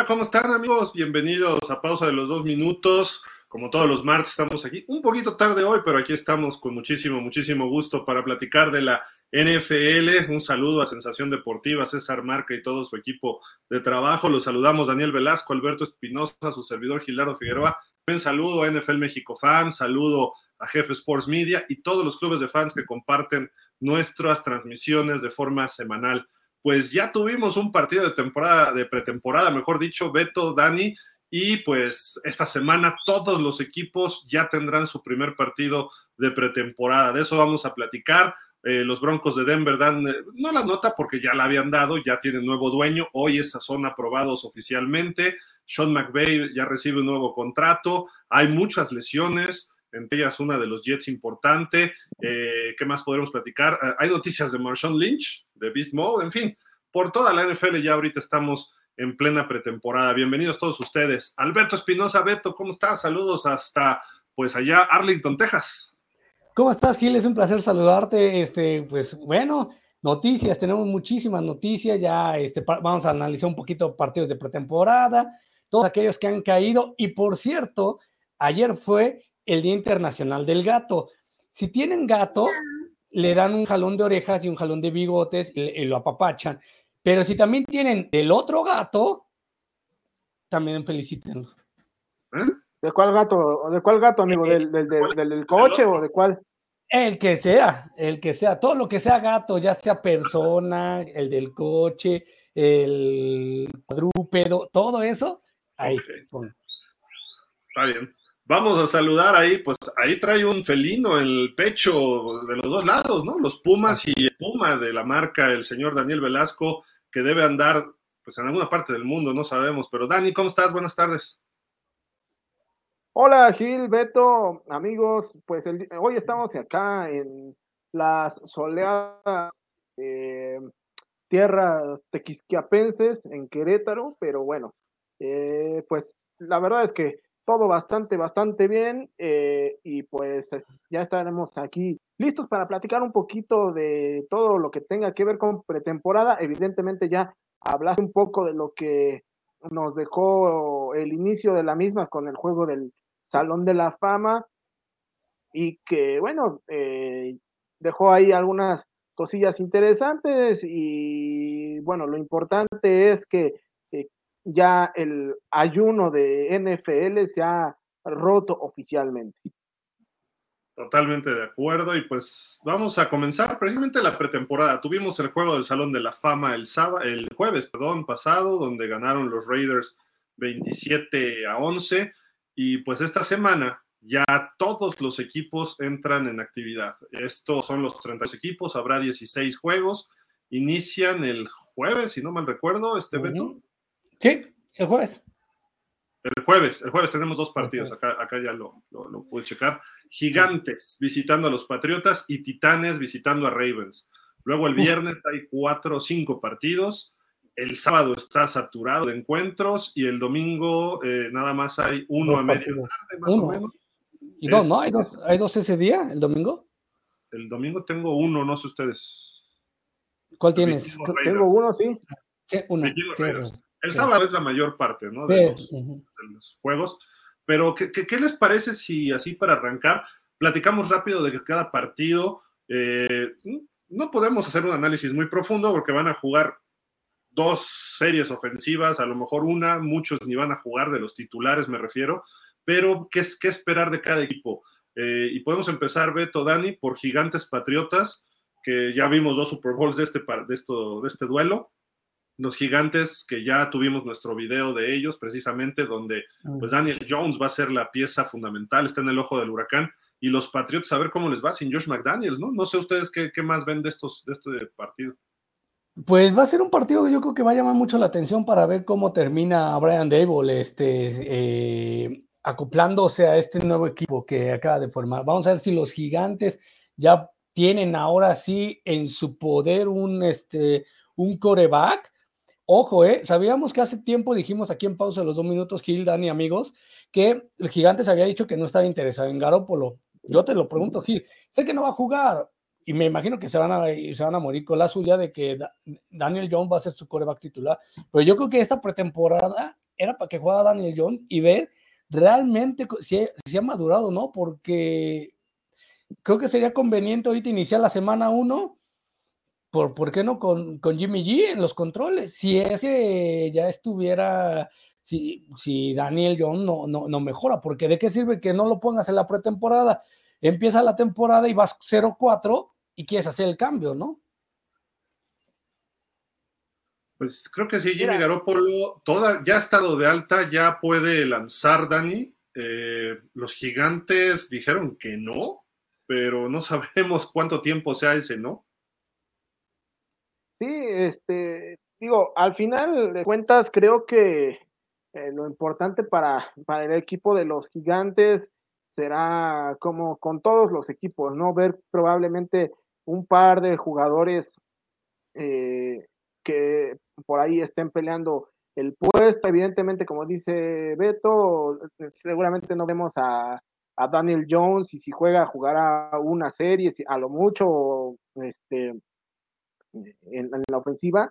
Hola, ¿cómo están, amigos? Bienvenidos a Pausa de los 2 minutos. Como todos los martes estamos aquí, un poquito tarde hoy, pero aquí estamos con muchísimo gusto para platicar de la NFL. Un saludo a Sensación Deportiva, César Marca y todo su equipo de trabajo. Los saludamos Daniel Velasco, Alberto Espinosa, su servidor Gilardo Figueroa. Un saludo a NFL México Fans, saludo a Jefe Sports Media y todos los clubes de fans que comparten nuestras transmisiones de forma semanal. Pues ya tuvimos un partido de pretemporada, mejor dicho, Beto, Dani, y pues esta semana todos los equipos ya tendrán su primer partido de pretemporada. De eso vamos a platicar. Los Broncos de Denver dan, no la nota porque ya la habían dado, ya tienen nuevo dueño, hoy esas son aprobados oficialmente. Sean McVay ya recibe un nuevo contrato, hay muchas lesiones, entre ellas una de los Jets importante. ¿Qué más podremos platicar? Hay noticias de Marshawn Lynch, de Beast Mode, en fin, por toda la NFL ya ahorita estamos en plena pretemporada. Bienvenidos todos ustedes. Alberto Espinosa, Beto, ¿cómo estás? Saludos hasta, pues allá, Arlington, Texas. ¿Cómo estás, Gil? Es un placer saludarte. Pues bueno, noticias, tenemos muchísimas noticias. Ya vamos a analizar un poquito partidos de pretemporada, todos aquellos que han caído. Y por cierto, ayer fue el Día Internacional del Gato. Si tienen gato, le dan un jalón de orejas y un jalón de bigotes y lo apapachan. Pero si también tienen el otro gato, también felicítenlo. ¿De cuál gato, amigo? ¿Del coche o de cuál? El que sea, todo lo que sea gato, ya sea persona, el del coche, el cuadrúpedo, todo eso, ahí. Okay. Está bien. Vamos a saludar ahí, pues ahí trae un felino en el pecho de los dos lados, ¿no? Los Pumas y el Puma de la marca, el señor Daniel Velasco, que debe andar, pues en alguna parte del mundo, no sabemos. Pero Dani, ¿cómo estás? Buenas tardes. Hola, Gil, Beto, amigos, pues hoy estamos acá en las soleadas tierras tequisquiapenses en Querétaro, pero bueno, pues la verdad es que todo bastante bien, y pues ya estaremos aquí listos para platicar un poquito de todo lo que tenga que ver con pretemporada. Evidentemente ya hablaste un poco de lo que nos dejó el inicio de la misma con el juego del Salón de la Fama, y que bueno, dejó ahí algunas cosillas interesantes, y bueno, lo importante es que ya el ayuno de NFL se ha roto oficialmente. Totalmente de acuerdo, y pues vamos a comenzar precisamente la pretemporada. Tuvimos el juego del Salón de la Fama el jueves pasado, donde ganaron los Raiders 27-11, y pues esta semana ya todos los equipos entran en actividad. Estos son los 32 equipos, habrá 16 juegos, inician el jueves, si no mal recuerdo, Beto. Sí, el jueves. El jueves tenemos 2 partidos, acá ya lo pude checar. Gigantes visitando a los Patriotas y Titanes visitando a Ravens. Luego el viernes hay 4 o 5 partidos. El sábado está saturado de encuentros y el domingo nada más hay uno a media tarde, más o menos. ¿Y dos, no? ¿Hay dos ese día, el domingo? El domingo tengo uno, no sé ustedes. ¿Cuál tienes? Tengo uno, sí. Sí, uno. El sábado es la mayor parte, ¿no? De los juegos. Pero, ¿qué les parece si así para arrancar platicamos rápido de cada partido? No podemos hacer un análisis muy profundo porque van a jugar 2 series ofensivas, a lo mejor una, muchos ni van a jugar, de los titulares me refiero, pero ¿qué esperar de cada equipo? Y podemos empezar, Beto, Dani, por Gigantes Patriotas, que ya vimos 2 Super Bowls de este duelo. Los Gigantes, que ya tuvimos nuestro video de ellos, precisamente, donde pues Daniel Jones va a ser la pieza fundamental, está en el ojo del huracán, y los Patriots a ver cómo les va sin Josh McDaniels, ¿no? No sé ustedes qué más ven de este partido. Pues va a ser un partido que yo creo que va a llamar mucho la atención para ver cómo termina Brian Daboll acoplándose a este nuevo equipo que acaba de formar. Vamos a ver si los Gigantes ya tienen ahora sí en su poder un quarterback. Ojo, sabíamos que hace tiempo dijimos aquí en Pausa de los 2 minutos, Gil, Dani, amigos, que el Gigantes había dicho que no estaba interesado en Garoppolo. Yo te lo pregunto, Gil, sé que no va a jugar, y me imagino que se van a morir con la suya de que Daniel Jones va a ser su quarterback titular, pero yo creo que esta pretemporada era para que jugara Daniel Jones y ver realmente si ha madurado, ¿no? Porque creo que sería conveniente ahorita iniciar la semana 1, ¿por qué no con Jimmy G en los controles? Si es que ya estuviera, si Daniel Jones no mejora, porque ¿de qué sirve que no lo pongas en la pretemporada? Empieza la temporada y vas 0-4 y quieres hacer el cambio, ¿no? Pues creo que sí, Jimmy Garoppolo ya ha estado de alta, ya puede lanzar, Dani. Los Gigantes dijeron que no, pero no sabemos cuánto tiempo sea ese no. Sí, digo, al final de cuentas creo que lo importante para el equipo de los Gigantes será como con todos los equipos, ¿no? Ver probablemente un par de jugadores que por ahí estén peleando el puesto. Evidentemente, como dice Beto, seguramente no vemos a Daniel Jones, y si jugará una serie, a lo mucho, en la ofensiva,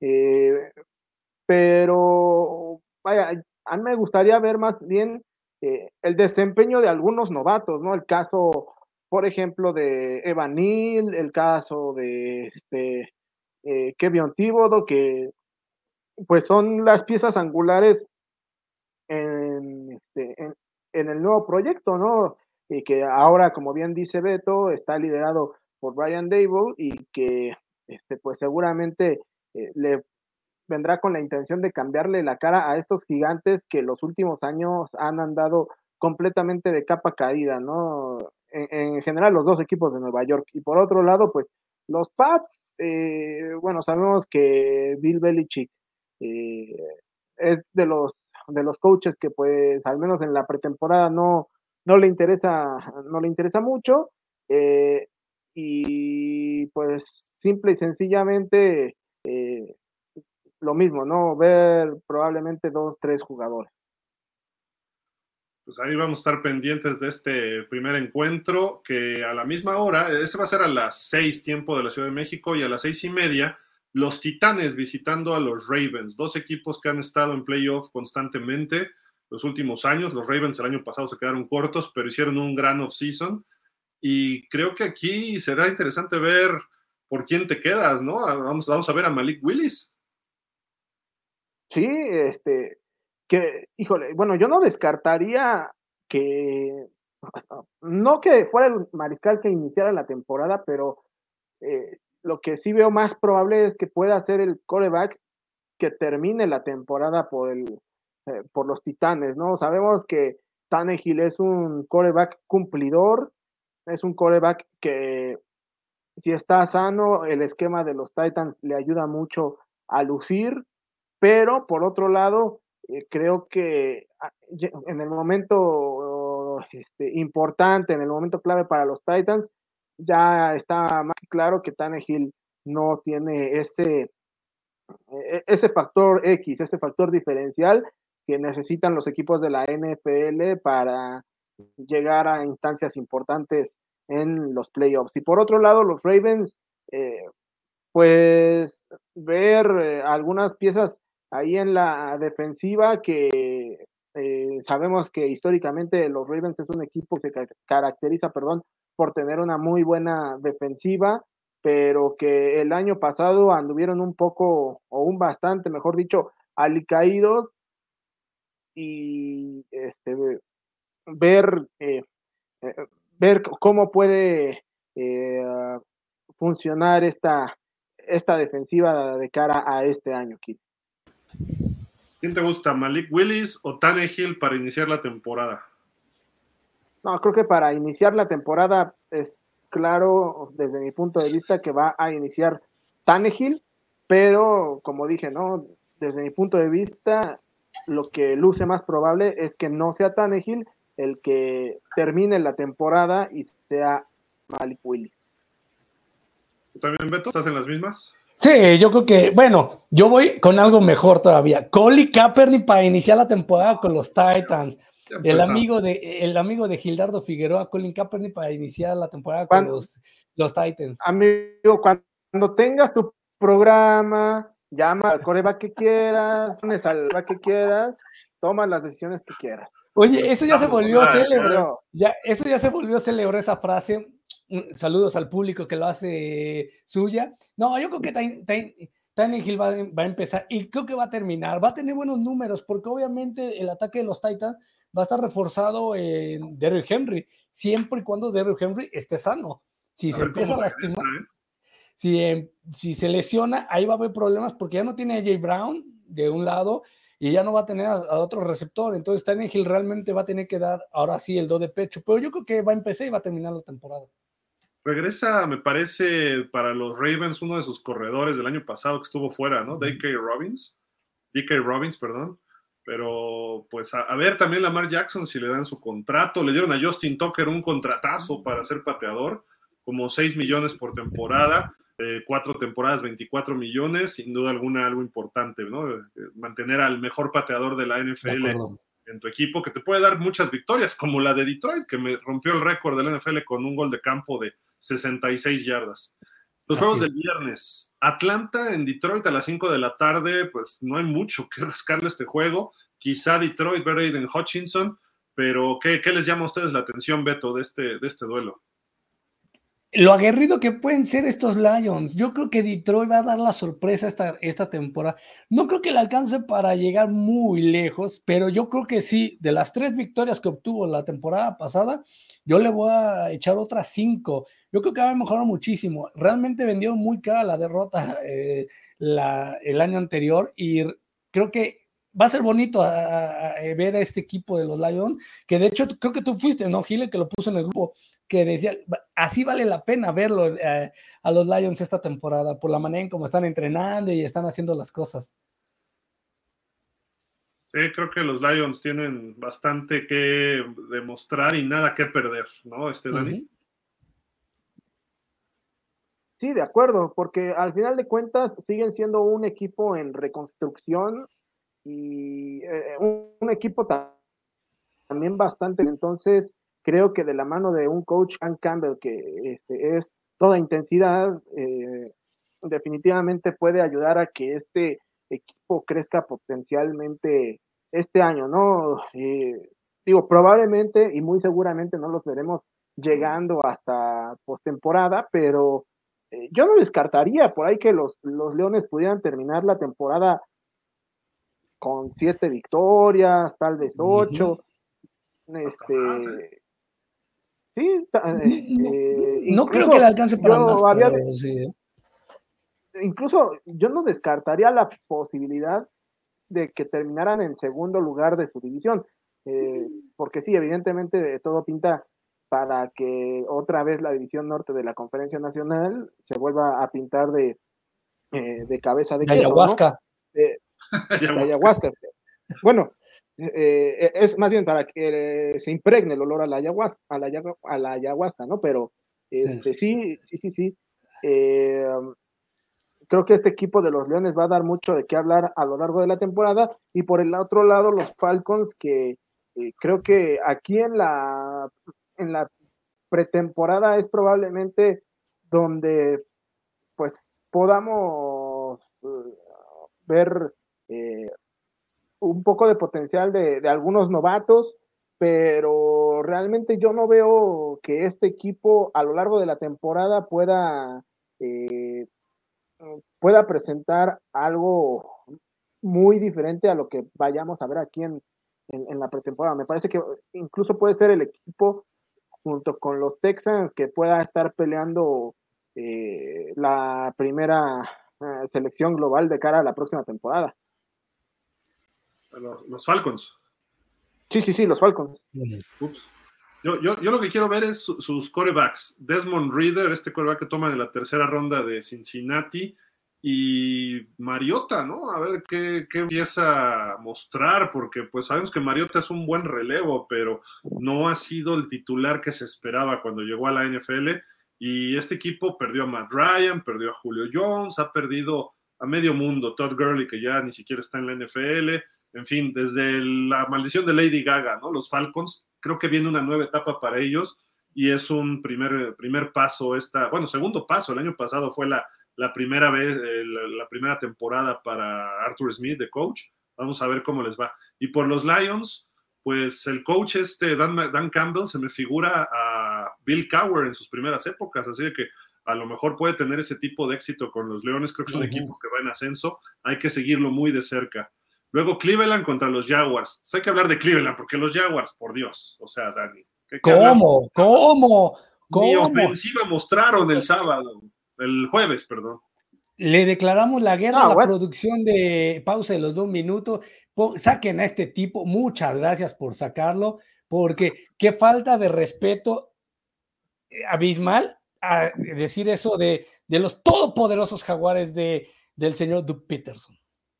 pero vaya, a mí me gustaría ver más bien el desempeño de algunos novatos, ¿no? El caso, por ejemplo, de Evan Neal, el caso de Kevin Thibodeau, que pues son las piezas angulares en el nuevo proyecto, ¿no? Y que ahora, como bien dice Beto, está liderado por Brian Daboll, y que pues seguramente le vendrá con la intención de cambiarle la cara a estos Gigantes que los últimos años han andado completamente de capa caída, ¿no? En general, los dos equipos de Nueva York. Y por otro lado, pues los Pats, bueno, sabemos que Bill Belichick es de los coaches que pues al menos en la pretemporada no le interesa mucho, y pues simple y sencillamente lo mismo, ¿no? Ver probablemente 2-3 jugadores. Pues ahí vamos a estar pendientes de este primer encuentro, que a la misma hora, ese va a ser a las 6 tiempo de la Ciudad de México, y a las 6:30, los Titanes visitando a los Ravens, dos equipos que han estado en playoff constantemente los últimos años. Los Ravens el año pasado se quedaron cortos, pero hicieron un gran off-season, y creo que aquí será interesante ver por quién te quedas, ¿no? Vamos a ver a Malik Willis. Sí, híjole, bueno, yo no descartaría que, no que fuera el mariscal que iniciara la temporada, pero lo que sí veo más probable es que pueda ser el quarterback que termine la temporada por los Titanes, ¿no? Sabemos que Tannehill es un quarterback cumplidor, es un quarterback que si está sano, el esquema de los Titans le ayuda mucho a lucir, pero por otro lado, creo que en el momento importante, en el momento clave para los Titans, ya está más claro que Tannehill no tiene ese factor X, ese factor diferencial que necesitan los equipos de la NFL para llegar a instancias importantes en los playoffs. Y por otro lado, los Ravens, pues ver algunas piezas ahí en la defensiva que sabemos que históricamente los Ravens es un equipo que se caracteriza, por tener una muy buena defensiva, pero que el año pasado anduvieron un poco, o un bastante, mejor dicho, alicaídos, y ver cómo puede funcionar esta defensiva de cara a este año, Kit. ¿Quién te gusta, Malik Willis o Tannehill para iniciar la temporada? No, creo que para iniciar la temporada es claro, desde mi punto de vista, que va a iniciar Tannehill, pero como dije, ¿no? Desde mi punto de vista, lo que luce más probable es que no sea Tannehill el que termine la temporada y sea Malik Willis. ¿Tú también, Beto? ¿Estás en las mismas? Sí, yo creo que, bueno, yo voy con algo mejor todavía. Colin Kaepernick para iniciar la temporada con los Titans. El amigo de Gildardo Figueroa, Colin Kaepernick, para iniciar la temporada con los Titans. Amigo, cuando tengas tu programa, llama al coreback que quieras, pones al coreback que quieras, toma las decisiones que quieras. Oye, eso ya se volvió célebre. Eso ya se volvió célebre, esa frase. Saludos al público que lo hace suya. No, yo creo que Tannehill va a empezar y creo que va a terminar. Va a tener buenos números porque obviamente el ataque de los Titans va a estar reforzado en Derrick Henry, siempre y cuando Derrick Henry esté sano. Si se empieza a lastimar, si se lesiona, ahí va a haber problemas porque ya no tiene a Jay Brown de un lado y ya no va a tener a otro receptor. Entonces Tannehill realmente va a tener que dar ahora sí el do de pecho, pero yo creo que va a empezar y va a terminar la temporada. Regresa, me parece, para los Ravens uno de sus corredores del año pasado que estuvo fuera, ¿no? D.K. Robbins, perdón. Pero pues a ver también Lamar Jackson si le dan su contrato. Le dieron a Justin Tucker un contratazo para ser pateador, como 6 millones por temporada, 4 temporadas, 24 millones, sin duda alguna algo importante, ¿no? Mantener al mejor pateador de la NFL en tu equipo, que te puede dar muchas victorias, como la de Detroit, que me rompió el récord de la NFL con un gol de campo de 66 yardas. Los juegos del viernes, Atlanta en Detroit a las 5 de la tarde, pues no hay mucho que rascarle a este juego. Quizá Detroit, ver a Aiden Hutchinson, pero ¿qué les llama a ustedes la atención, Beto, de este duelo? Lo aguerrido que pueden ser estos Lions. Yo creo que Detroit va a dar la sorpresa esta temporada. No creo que le alcance para llegar muy lejos, pero yo creo que sí, de las 3 victorias que obtuvo la temporada pasada, yo le voy a echar otras 5. Yo creo que va a mejorar muchísimo. Realmente vendió muy cara la derrota el año anterior y creo que va a ser bonito ver a este equipo de los Lions, que de hecho creo que tú fuiste, ¿no, Gile? Que lo puso en el grupo, que decía, así vale la pena verlo a los Lions esta temporada, por la manera en cómo están entrenando y están haciendo las cosas. Sí, creo que los Lions tienen bastante que demostrar y nada que perder, ¿no, Dani? Sí, de acuerdo, porque al final de cuentas siguen siendo un equipo en reconstrucción y un equipo también bastante. Entonces, creo que de la mano de un coach, Ann Campbell, que es toda intensidad, definitivamente puede ayudar a que este equipo crezca potencialmente este año, ¿no? Digo, probablemente y muy seguramente no los veremos llegando hasta postemporada, pero yo no descartaría por ahí que los Leones pudieran terminar la temporada con 7 victorias, tal vez 8. Sí, no creo que le alcance para más, pero sí. Incluso yo no descartaría la posibilidad de que terminaran en segundo lugar de su división, porque sí, evidentemente todo pinta para que otra vez la división norte de la Conferencia Nacional se vuelva a pintar de cabeza de queso, ayahuasca. ¿no? De ayahuasca. Bueno, es más bien para que se impregne el olor a la ayahuasca, ¿no? Pero sí. Creo que este equipo de los Leones va a dar mucho de qué hablar a lo largo de la temporada, y por el otro lado los Falcons, que creo que aquí en la pretemporada es probablemente donde pues podamos ver un poco de potencial de algunos novatos, pero realmente yo no veo que este equipo a lo largo de la temporada pueda presentar algo muy diferente a lo que vayamos a ver aquí en la pretemporada. Me parece que incluso puede ser el equipo junto con los Texans que pueda estar peleando la primera selección global de cara a la próxima temporada. Los Falcons. Sí, los Falcons. Ups. Yo lo que quiero ver es sus quarterbacks. Desmond Ridder, este quarterback que toma en la tercera ronda de Cincinnati, y Mariota, ¿no? A ver qué empieza a mostrar, porque pues sabemos que Mariota es un buen relevo, pero no ha sido el titular que se esperaba cuando llegó a la NFL, y este equipo perdió a Matt Ryan, perdió a Julio Jones, ha perdido a medio mundo, Todd Gurley, que ya ni siquiera está en la NFL, en fin, desde la maldición de Lady Gaga, ¿no? Los Falcons, creo que viene una nueva etapa para ellos y es un primer paso, segundo paso. El año pasado fue la primera vez, la primera temporada para Arthur Smith de coach. Vamos a ver cómo les va. Y por los Lions, pues el coach Dan Campbell se me figura a Bill Cowher en sus primeras épocas, así de que a lo mejor puede tener ese tipo de éxito con los Leones. Creo que es un equipo que va en ascenso, hay que seguirlo muy de cerca. Luego Cleveland contra los Jaguars. Pues hay que hablar de Cleveland, porque los Jaguars, por Dios, o sea, Dani. ¿Cómo? Ni ofensiva mostraron el jueves, perdón. Le declaramos la guerra a la producción de pausa de los 2 minutos. Saquen a este tipo, muchas gracias por sacarlo, porque qué falta de respeto abismal a decir eso de los todopoderosos Jaguares del señor Doug Peterson.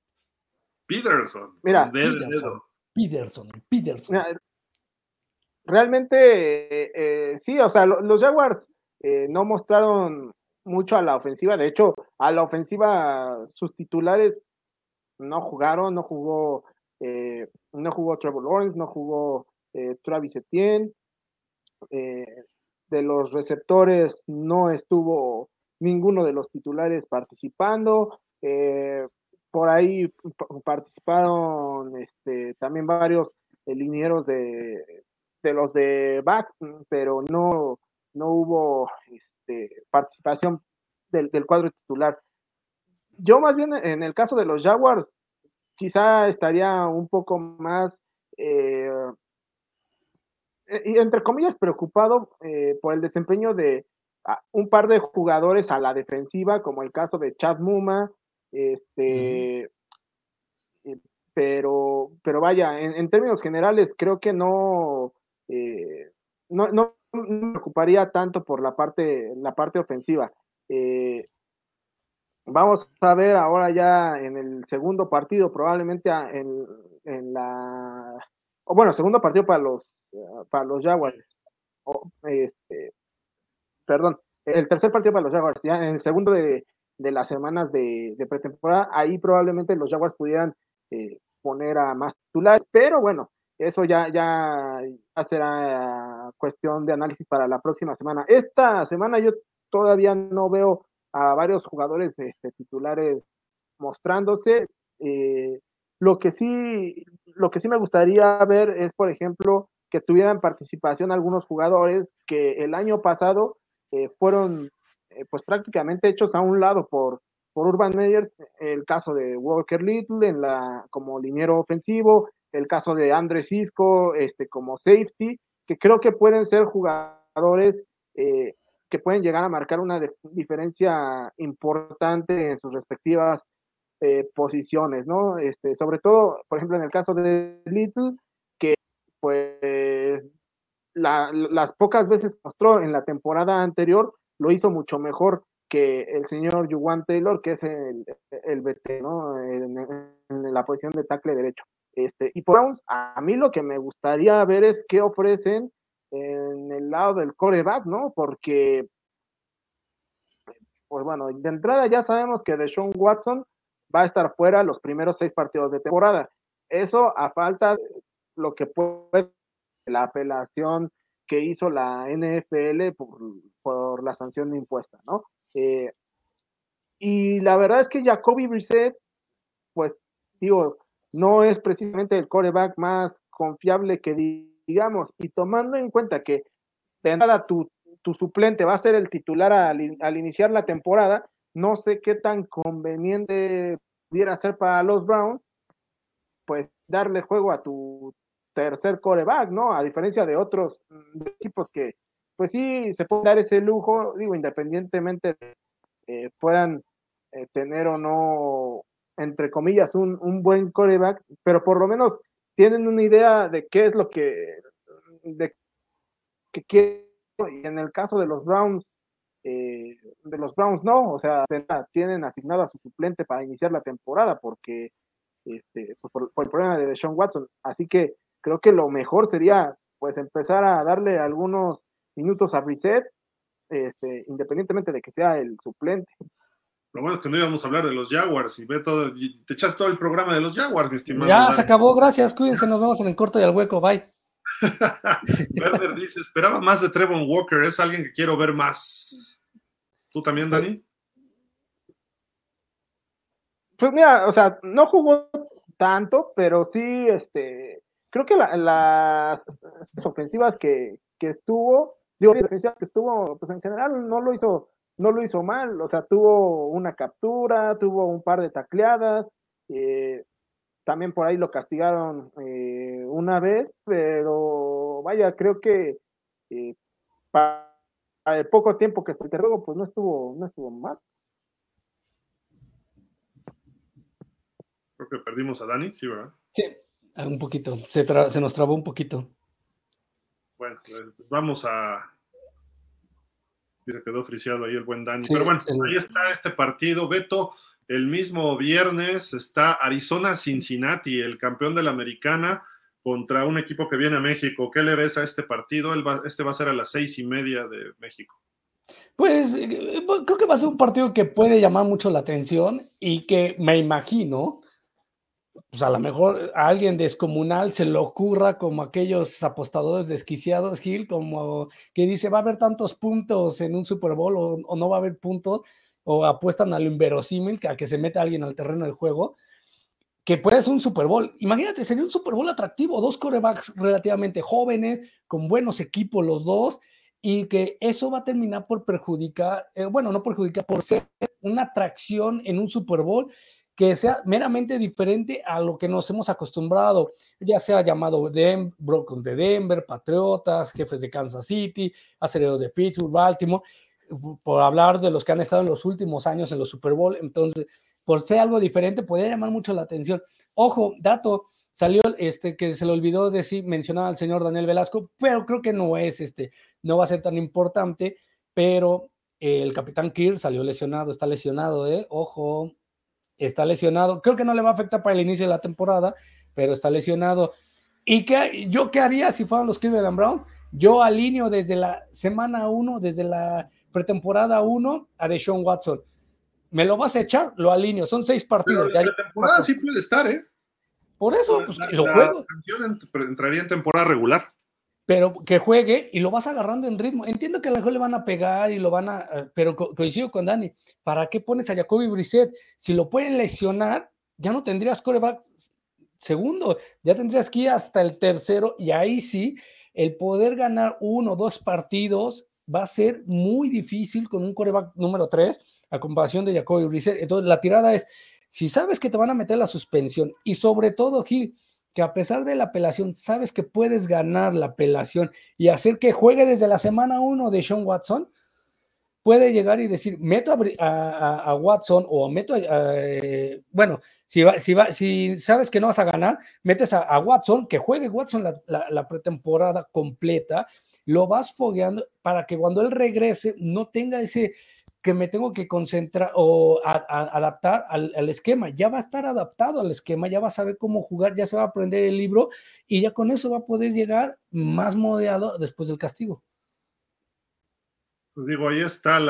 Mira, Peterson. Mira, realmente, sí, o sea, los Jaguars no mostraron mucho a la ofensiva. De hecho, a la ofensiva sus titulares no jugaron, no jugó Trevor Lawrence, no jugó Travis Etienne. De los receptores no estuvo ninguno de los titulares participando. Por ahí participaron también varios linieros de los de back, pero no hubo participación del cuadro titular. Yo más bien en el caso de los Jaguars quizá estaría un poco más y entre comillas preocupado por el desempeño de un par de jugadores a la defensiva, como el caso de Chad Muma, pero vaya, en términos generales creo que no me preocuparía tanto por la parte ofensiva. Vamos a ver ahora ya en el segundo partido, probablemente segundo partido para los Jaguars. Perdón, el tercer partido para los Jaguars, ya en el segundo de las semanas de pretemporada, ahí probablemente los Jaguars pudieran poner a más titulares, pero bueno, eso ya será cuestión de análisis para la próxima semana. Esta semana yo todavía no veo a varios jugadores titulares mostrándose. Lo que sí me gustaría ver es, por ejemplo, que tuvieran participación algunos jugadores que el año pasado fueron pues prácticamente hechos a un lado por Urban Meyer. El caso de Walker Little como liniero ofensivo, el caso de Andre Cisco como safety, que creo que pueden ser jugadores que pueden llegar a marcar una diferencia importante en sus respectivas posiciones, ¿no? Sobre todo, por ejemplo, en el caso de Little, que pues las pocas veces que mostró en la temporada anterior, lo hizo mucho mejor que el señor Juwan Taylor, que es el veterano, ¿no? en la posición de tackle derecho. Y por Browns, a mí lo que me gustaría ver es qué ofrecen en el lado del quarterback, ¿no? Porque, pues bueno, de entrada ya sabemos que Deshaun Watson va a estar fuera los primeros 6 partidos de temporada. Eso a falta de lo que puede la apelación que hizo la NFL por la sanción impuesta, ¿no? Y la verdad es que Jacoby Brissett, pues digo, no es precisamente el quarterback más confiable que digamos, y tomando en cuenta que de entrada tu suplente va a ser el titular al iniciar la temporada, no sé qué tan conveniente pudiera ser para los Browns, pues darle juego a tu tercer quarterback, ¿no? A diferencia de otros equipos que, pues sí, se pueden dar ese lujo, digo, independientemente puedan tener o no, entre comillas, un buen quarterback, pero por lo menos tienen una idea de qué es lo que quieren. Y en el caso de los Browns no, o sea, tienen asignado a su suplente para iniciar la temporada porque por el problema de Deshaun Watson. Así que creo que lo mejor sería pues empezar a darle algunos minutos a Brissett, independientemente de que sea el suplente. Lo bueno es que no íbamos a hablar de los Jaguars y te echas todo el programa de los Jaguars, mi estimado Ya Dani. se acabó, gracias, cuídense, nos vemos en el corto y al hueco, bye. Werner dice, esperaba más de Trevon Walker, es alguien que quiero ver más. ¿Tú también, Dani? Pues mira, o sea, no jugó tanto, pero sí, creo que las ofensivas que estuvo, digo, las ofensivas que estuvo, pues en general no lo hizo mal, o sea, tuvo una captura, tuvo un par de tacleadas, también por ahí lo castigaron una vez, pero vaya, creo que eh, para el poco tiempo que estuvo en juego, pues no estuvo mal. Creo que perdimos a Dani, sí, ¿verdad? Sí, un poquito, se nos trabó un poquito. Bueno, pues vamos a... Se quedó friseado ahí el buen Dani. Sí, Pero bueno, ahí está este partido. Beto, el mismo viernes está Arizona-Cincinnati, el campeón de la Americana, contra un equipo que viene a México. ¿Qué le ves a este partido? Este va a ser a las 6:30 de México. Pues creo que va a ser un partido que puede llamar mucho la atención y que me imagino, pues a lo mejor a alguien descomunal se le ocurra como aquellos apostadores desquiciados, Gil, como que dice va a haber tantos puntos en un Super Bowl o no va a haber puntos, o apuestan a lo inverosímil, a que se meta alguien al terreno del juego, que puede ser un Super Bowl. Imagínate, sería un Super Bowl atractivo, dos quarterbacks relativamente jóvenes, con buenos equipos los dos, y que eso va a terminar por perjudicar, bueno, no perjudicar, por ser una atracción en un Super Bowl que sea meramente diferente a lo que nos hemos acostumbrado, ya sea llamado Broncos de Denver, Patriotas, Jefes de Kansas City, Acereros de Pittsburgh, Baltimore, por hablar de los que han estado en los últimos años en los Super Bowl. Entonces, por ser algo diferente, podría llamar mucho la atención. Ojo, dato, salió que se le olvidó decir, mencionar al señor Daniel Velasco, pero creo que no es, no va a ser tan importante, pero el capitán Kirk salió lesionado, está lesionado, ojo, está lesionado. Creo que no le va a afectar para el inicio de la temporada, pero está lesionado. ¿Y yo qué haría si fueran los Cleveland Browns? Yo alineo desde la semana 1, desde la pretemporada 1 a Deshaun Watson. ¿Me lo vas a echar? Lo alineo. Son 6 partidos. Pero la temporada sí puede estar, ¿eh? Por eso, pues lo La juego. sanción entraría en temporada regular. Pero que juegue y lo vas agarrando en ritmo. Entiendo que a lo mejor le van a pegar y lo van a... Pero coincido con Dani. ¿Para qué pones a Jacoby Brissett? Si lo pueden lesionar, ya no tendrías quarterback segundo. Ya tendrías que ir hasta el tercero y ahí sí, el poder ganar 1 o 2 partidos va a ser muy difícil con un quarterback número 3 a comparación de Jacoby Brissett. Entonces, la tirada es, si sabes que te van a meter la suspensión y sobre todo, Gil, que a pesar de la apelación, sabes que puedes ganar la apelación y hacer que juegue desde la semana 1 de Sean Watson, puede llegar y decir, meto a Watson o meto bueno, si sabes que no vas a ganar, metes a Watson, que juegue Watson la pretemporada completa, lo vas fogueando para que cuando él regrese no tenga ese que me tengo que concentrar o adaptar al esquema. Ya va a estar adaptado al esquema, ya va a saber cómo jugar, ya se va a aprender el libro y ya con eso va a poder llegar más modeado después del castigo. Pues digo, ahí está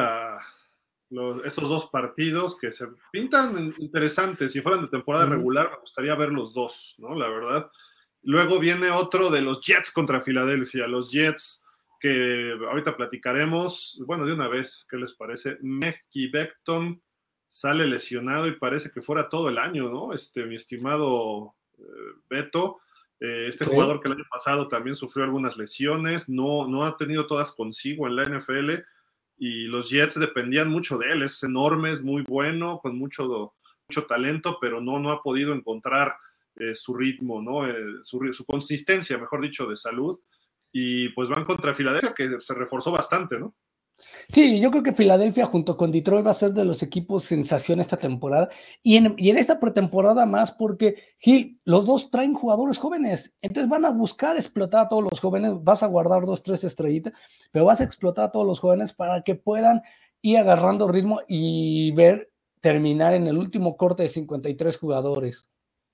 estos dos partidos que se pintan interesantes. Si fueran de temporada regular, me gustaría ver los dos, ¿no? La verdad. Luego viene otro de los Jets contra Filadelfia. Los Jets que ahorita platicaremos. Bueno, de una vez, ¿qué les parece? Mekhi Becton sale lesionado y parece que fuera todo el año, ¿no? Mi estimado Beto. Sí. Jugador que el año pasado también sufrió algunas lesiones, no ha tenido todas consigo en la NFL y los Jets dependían mucho de él, es enorme, es muy bueno, con mucho talento, pero no ha podido encontrar su ritmo, ¿no? Su consistencia, mejor dicho, de salud, y pues van contra Filadelfia, que se reforzó bastante, ¿no? Sí, yo creo que Filadelfia junto con Detroit va a ser de los equipos sensación esta temporada y en esta pretemporada más porque, Gil, los dos traen jugadores jóvenes, entonces van a buscar explotar a todos los jóvenes, vas a guardar 2, 3 estrellitas, pero vas a explotar a todos los jóvenes para que puedan ir agarrando ritmo y ver terminar en el último corte de 53 jugadores.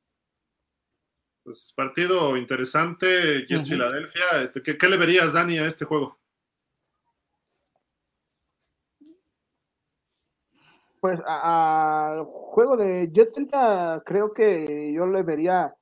Pues partido interesante, Jets Filadelfia. ¿Qué le verías, Dani, a este juego? Pues al juego de Jets creo que yo le vería,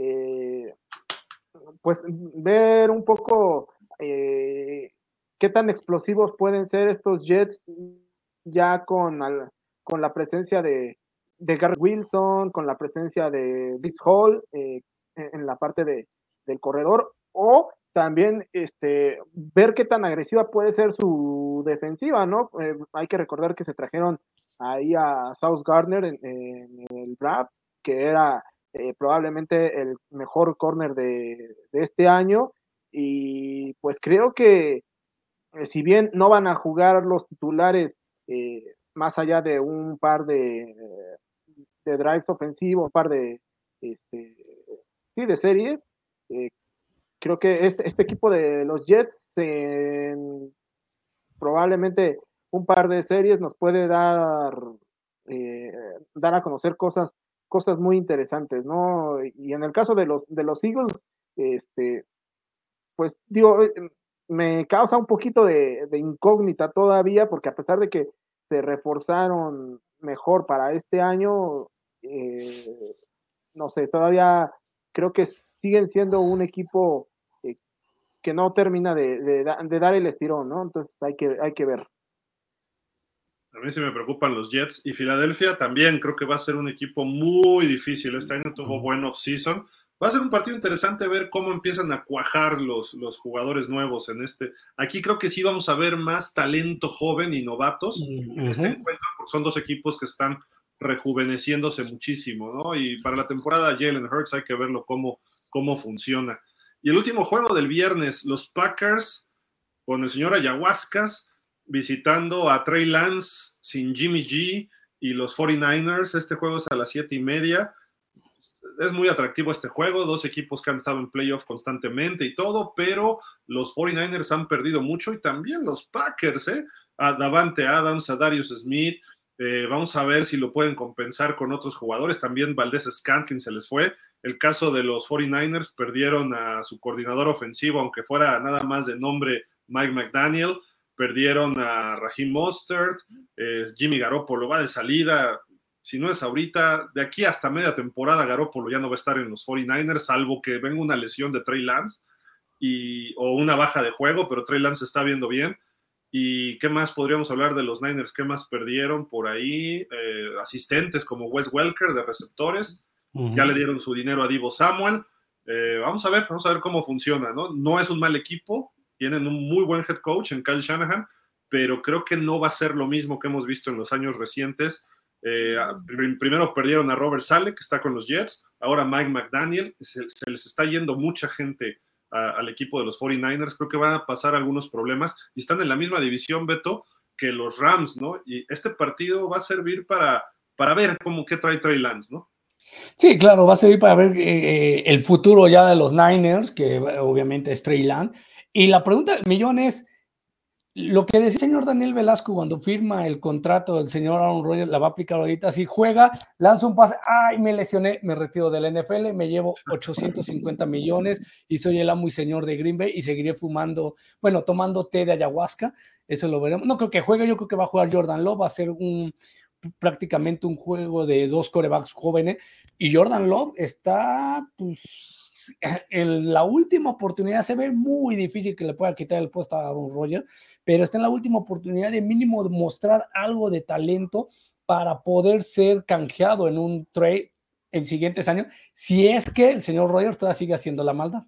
pues ver un poco qué tan explosivos pueden ser estos Jets ya con la presencia de Garrett Wilson, con la presencia de Brice Hall en la parte del corredor, o también ver qué tan agresiva puede ser su defensiva, ¿no? Hay que recordar que se trajeron ahí a Sauce Gardner en el draft, que era probablemente el mejor corner de este año, y pues creo que si bien no van a jugar los titulares más allá de un par de drives ofensivos, un par este, sí, de series, eh, creo que este equipo de los Jets probablemente un par de series nos puede eh, dar a conocer cosas muy interesantes, ¿no? Y en el caso de los Eagles, este, pues digo, me causa un poquito de incógnita todavía, porque a pesar de que se reforzaron mejor para este año, no sé, todavía creo que siguen siendo un equipo que no termina de dar el estirón, ¿no? Entonces hay que ver. A mí sí me preocupan los Jets y Filadelfia también. Creo que va a ser un equipo muy difícil. Este año tuvo buen off-season. Va a ser un partido interesante ver cómo empiezan a cuajar los jugadores nuevos en este. Aquí creo que sí vamos a ver más talento joven y novatos en este encuentro, porque son dos equipos que están rejuveneciéndose muchísimo, ¿no? Y para la temporada Jalen Hurts hay que verlo cómo funciona. Y el último juego del viernes, los Packers con el señor Ayahuascas visitando a Trey Lance sin Jimmy G y los 49ers. Este juego es a las 7:30. Es muy atractivo este juego, dos equipos que han estado en playoff constantemente y todo, pero los 49ers han perdido mucho y también los Packers, a Davante Adams, a Darius Smith. Vamos a ver si lo pueden compensar con otros jugadores. También Valdez-Scantling se les fue. El caso de los 49ers, perdieron a su coordinador ofensivo, aunque fuera nada más de nombre Mike McDaniel. Perdieron a Raheem Mostert, Jimmy Garoppolo va de salida. Si no es ahorita, de aquí hasta media temporada Garoppolo ya no va a estar en los 49ers, salvo que venga una lesión de Trey Lance o una baja de juego, pero Trey Lance está viendo bien. ¿Y qué más podríamos hablar de los Niners? ¿Qué más perdieron por ahí? Asistentes como Wes Welker de receptores. Ya le dieron su dinero a Deebo Samuel. Vamos a ver cómo funciona, ¿no? No es un mal equipo, tienen un muy buen head coach en Kyle Shanahan, pero creo que no va a ser lo mismo que hemos visto en los años recientes. Primero perdieron a Robert Saleh, que está con los Jets, ahora Mike McDaniel. Se les está yendo mucha gente al equipo de los 49ers. Creo que van a pasar algunos problemas y están en la misma división, Beto, que los Rams, ¿no? Y este partido va a servir para ver qué trae Trey Lance, ¿no? Sí, claro, va a servir para ver el futuro ya de los Niners, que obviamente es Trey Lance. Y la pregunta del millón es, lo que decía el señor Daniel Velasco cuando firma el contrato del señor Aaron Rodgers, la va a aplicar ahorita. Si juega, lanza un pase, ay, me lesioné, me retiro del NFL, me llevo 850 millones y soy el amo y señor de Green Bay y seguiré tomando té de ayahuasca. Eso lo veremos. No creo que juegue, yo creo que va a jugar Jordan Love, va a ser prácticamente un juego de dos quarterbacks jóvenes, y Jordan Love está, pues, en la última oportunidad. Se ve muy difícil que le pueda quitar el puesto a Aaron Rodgers, pero está en la última oportunidad de mínimo mostrar algo de talento para poder ser canjeado en un trade en siguientes años, si es que el señor Rodgers todavía sigue haciendo la maldad.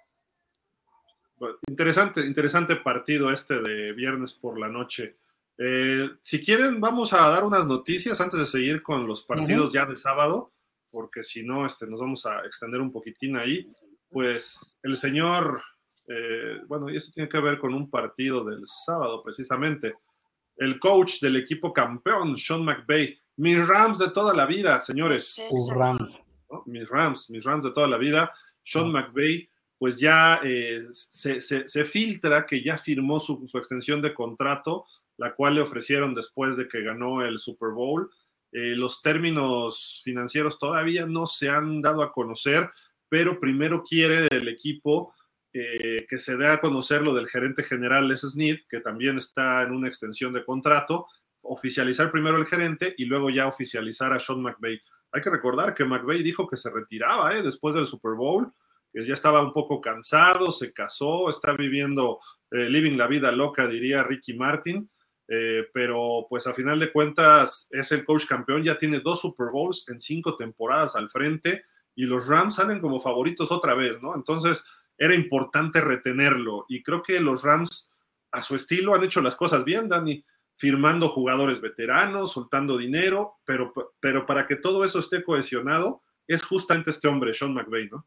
Bueno, interesante partido de viernes por la noche. Si quieren, vamos a dar unas noticias antes de seguir con los partidos ya de sábado, porque si no, nos vamos a extender un poquitín ahí. Pues el señor, y esto tiene que ver con un partido del sábado precisamente. El coach del equipo campeón, Sean McVay, mis Rams de toda la vida, señores. Rams. ¿No? Mis Rams de toda la vida. Sean McVay, pues ya se filtra que ya firmó su extensión de contrato, la cual le ofrecieron después de que ganó el Super Bowl. Los términos financieros todavía no se han dado a conocer, pero primero quiere el equipo que se dé a conocer lo del gerente general Les Snead, que también está en una extensión de contrato. oficializar primero el gerente y luego ya oficializar a Sean McVay. Hay que recordar que McVay dijo que se retiraba después del Super Bowl, que ya estaba un poco cansado, se casó, está viviendo, living la vida loca, diría Ricky Martin, pero pues a final de cuentas es el coach campeón, ya tiene 2 Super Bowls en 5 temporadas al frente y los Rams salen como favoritos otra vez, ¿no? Entonces era importante retenerlo y creo que los Rams a su estilo han hecho las cosas bien, Dani, firmando jugadores veteranos, soltando dinero, pero para que todo eso esté cohesionado es justamente este hombre, Sean McVay, ¿no?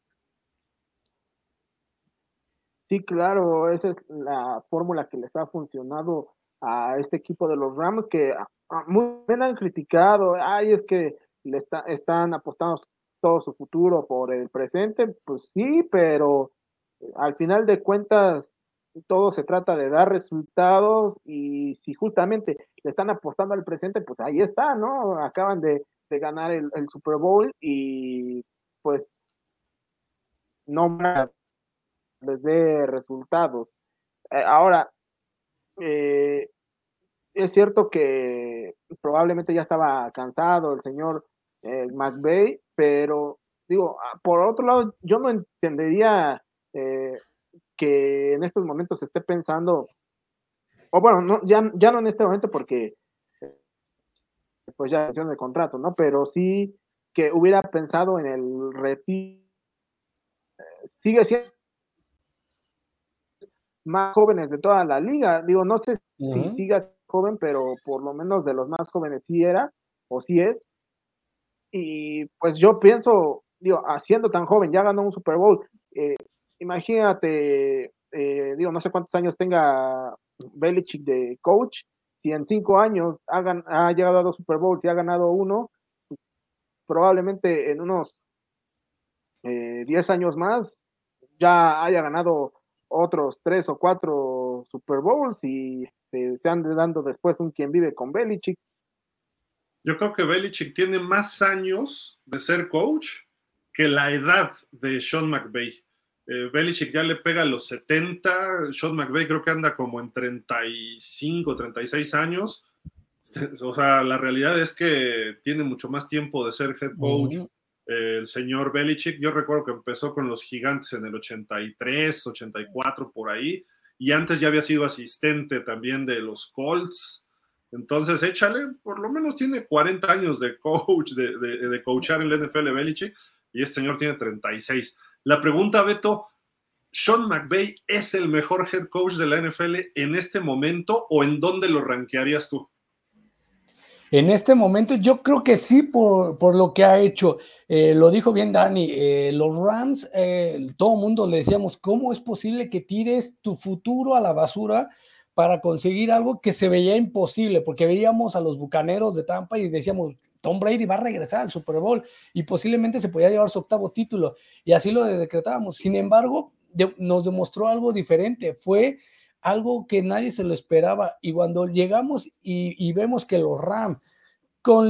Sí, claro, esa es la fórmula que les ha funcionado a este equipo de los Rams, que muy bien han criticado, es que están apostando todo su futuro por el presente, pues sí, pero al final de cuentas todo se trata de dar resultados y si justamente le están apostando al presente, pues ahí está, ¿no? Acaban de ganar el Super Bowl y pues no les dé resultados. Ahora, es cierto que probablemente ya estaba cansado el señor McVay, pero digo, por otro lado, yo no entendería que en estos momentos se esté pensando, o bueno, no, ya no en este momento porque pues ya es de contrato, ¿no? Pero sí que hubiera pensado en el retiro. Sigue siendo más jóvenes de toda la liga. Digo, no sé si sigas joven, pero por lo menos de los más jóvenes sí era, o sí es. Y pues yo pienso, digo, siendo tan joven, ya ganó un Super Bowl. Imagínate, digo, no sé cuántos años tenga Belichick de coach, si en 5 años ha llegado a 2 Super Bowls y ha ganado uno, probablemente en unos 10 años más ya haya ganado otros 3 o 4 Super Bowls y se ande dando después un quien vive con Belichick. Yo creo que Belichick tiene más años de ser coach que la edad de Sean McVay. Belichick ya le pega a los 70, Sean McVay creo que anda como en 35, 36 años. O sea, la realidad es que tiene mucho más tiempo de ser head coach. El señor Belichick, yo recuerdo que empezó con los Gigantes en el 83, 84, por ahí, y antes ya había sido asistente también de los Colts. Entonces, échale, por lo menos tiene 40 años de coach, de coachar en la NFL Belichick, y este señor tiene 36. La pregunta, Beto, ¿Sean McVay es el mejor head coach de la NFL en este momento o en dónde lo rankearías tú? En este momento yo creo que sí, por lo que ha hecho. Lo dijo bien Dani, los Rams, todo el mundo le decíamos, ¿cómo es posible que tires tu futuro a la basura para conseguir algo que se veía imposible? Porque veíamos a los Bucaneros de Tampa y decíamos, Tom Brady va a regresar al Super Bowl y posiblemente se podía llevar su 8º título, y así lo decretábamos. Sin embargo, nos demostró algo diferente, fue algo que nadie se lo esperaba, y cuando llegamos y vemos que los Rams con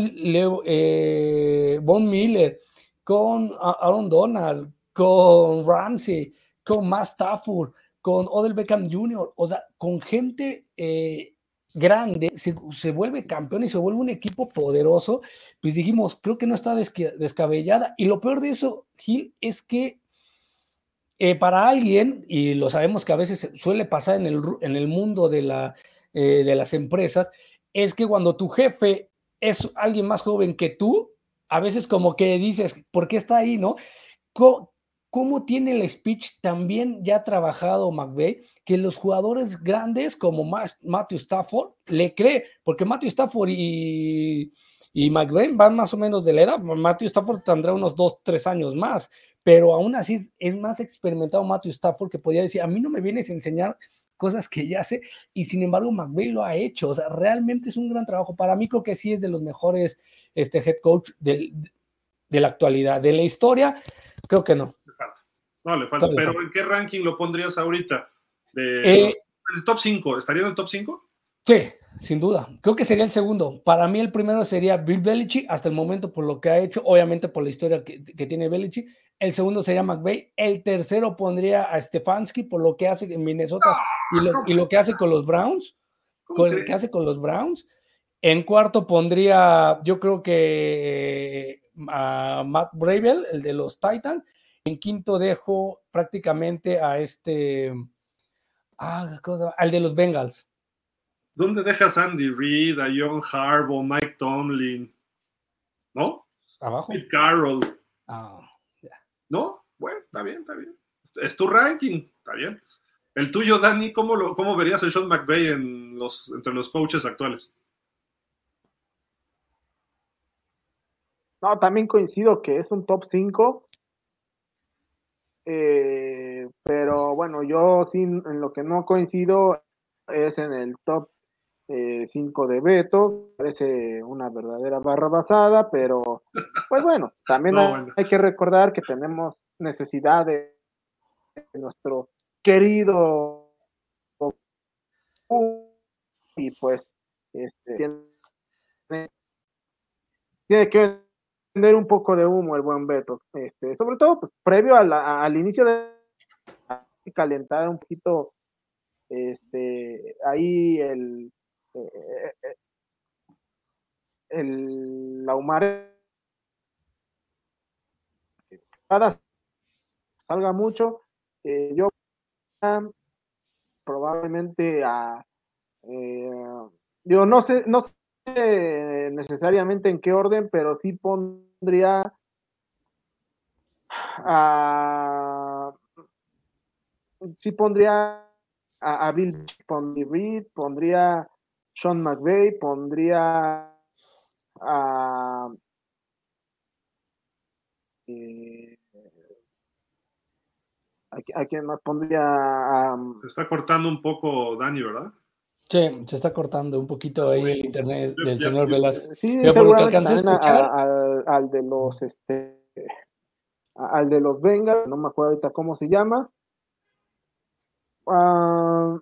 Von Miller, con Aaron Donald, con Ramsey, con Matt Stafford, con Odell Beckham Jr., o sea, con gente grande, se vuelve campeón y se vuelve un equipo poderoso, pues dijimos, creo que no está descabellada. Y lo peor de eso, Gil, es que para alguien, y lo sabemos que a veces suele pasar en el mundo de las empresas, es que cuando tu jefe es alguien más joven que tú, a veces como que dices, ¿por qué está ahí, no? ¿Cómo tiene el speech también ya trabajado McVay, que los jugadores grandes como Matthew Stafford le cree? Porque Matthew Stafford y McVay van más o menos de la edad. Matthew Stafford tendrá unos 2, 3 años más, pero aún así es más experimentado Matthew Stafford, que podría decir, a mí no me vienes a enseñar cosas que ya sé, y sin embargo McVay lo ha hecho. O sea, realmente es un gran trabajo. Para mí creo que sí es de los mejores head coach de la actualidad. De la historia, creo que no. No, le falta. Pero ¿en qué ranking lo pondrías ahorita? ¿El top 5? ¿Estaría en el top 5? Sí, sin duda. Creo que sería el segundo. Para mí el primero sería Bill Belichick, hasta el momento por lo que ha hecho, obviamente por la historia que tiene Belichick. El segundo sería McVay. El tercero pondría a Stefanski por lo que hace en Minnesota y lo que hace con los Browns. Que hace con los Browns. En cuarto pondría, yo creo que a Matt Bravel, el de los Titans. En quinto dejo prácticamente a al de los Bengals. ¿Dónde dejas a Andy Reid, a John Harbaugh, Mike Tomlin? ¿No? ¿Abajo? Pete Carroll. Yeah. ¿No? Bueno, está bien, está bien. Es tu ranking, está bien. El tuyo, Dani, ¿cómo verías a Sean McVay entre los coaches actuales? No, también coincido que es un top 5. Pero bueno, yo sí en lo que no coincido es en el top 5 de Beto. Parece una verdadera barra basada, pero pues bueno, también No, bueno. hay que recordar que tenemos necesidad de nuestro querido y pues tiene que vender un poco de humo el buen Beto, sobre todo pues previo al inicio de calentar un poquito ahí el ahumar salga mucho. Yo probablemente digo, no sé necesariamente en qué orden, pero sí pondría a Bill, pondría Reed, pondría Sean McVay, pondría a ¿a quién más pondría? Se está cortando un poco Dani, ¿verdad? Sí, se está cortando un poquito ahí el internet del señor Velasco. Sí, Pero por lo que seguramente alcancé a también escuchar, al de los al de los Bengals, no me acuerdo ahorita cómo se llama. No,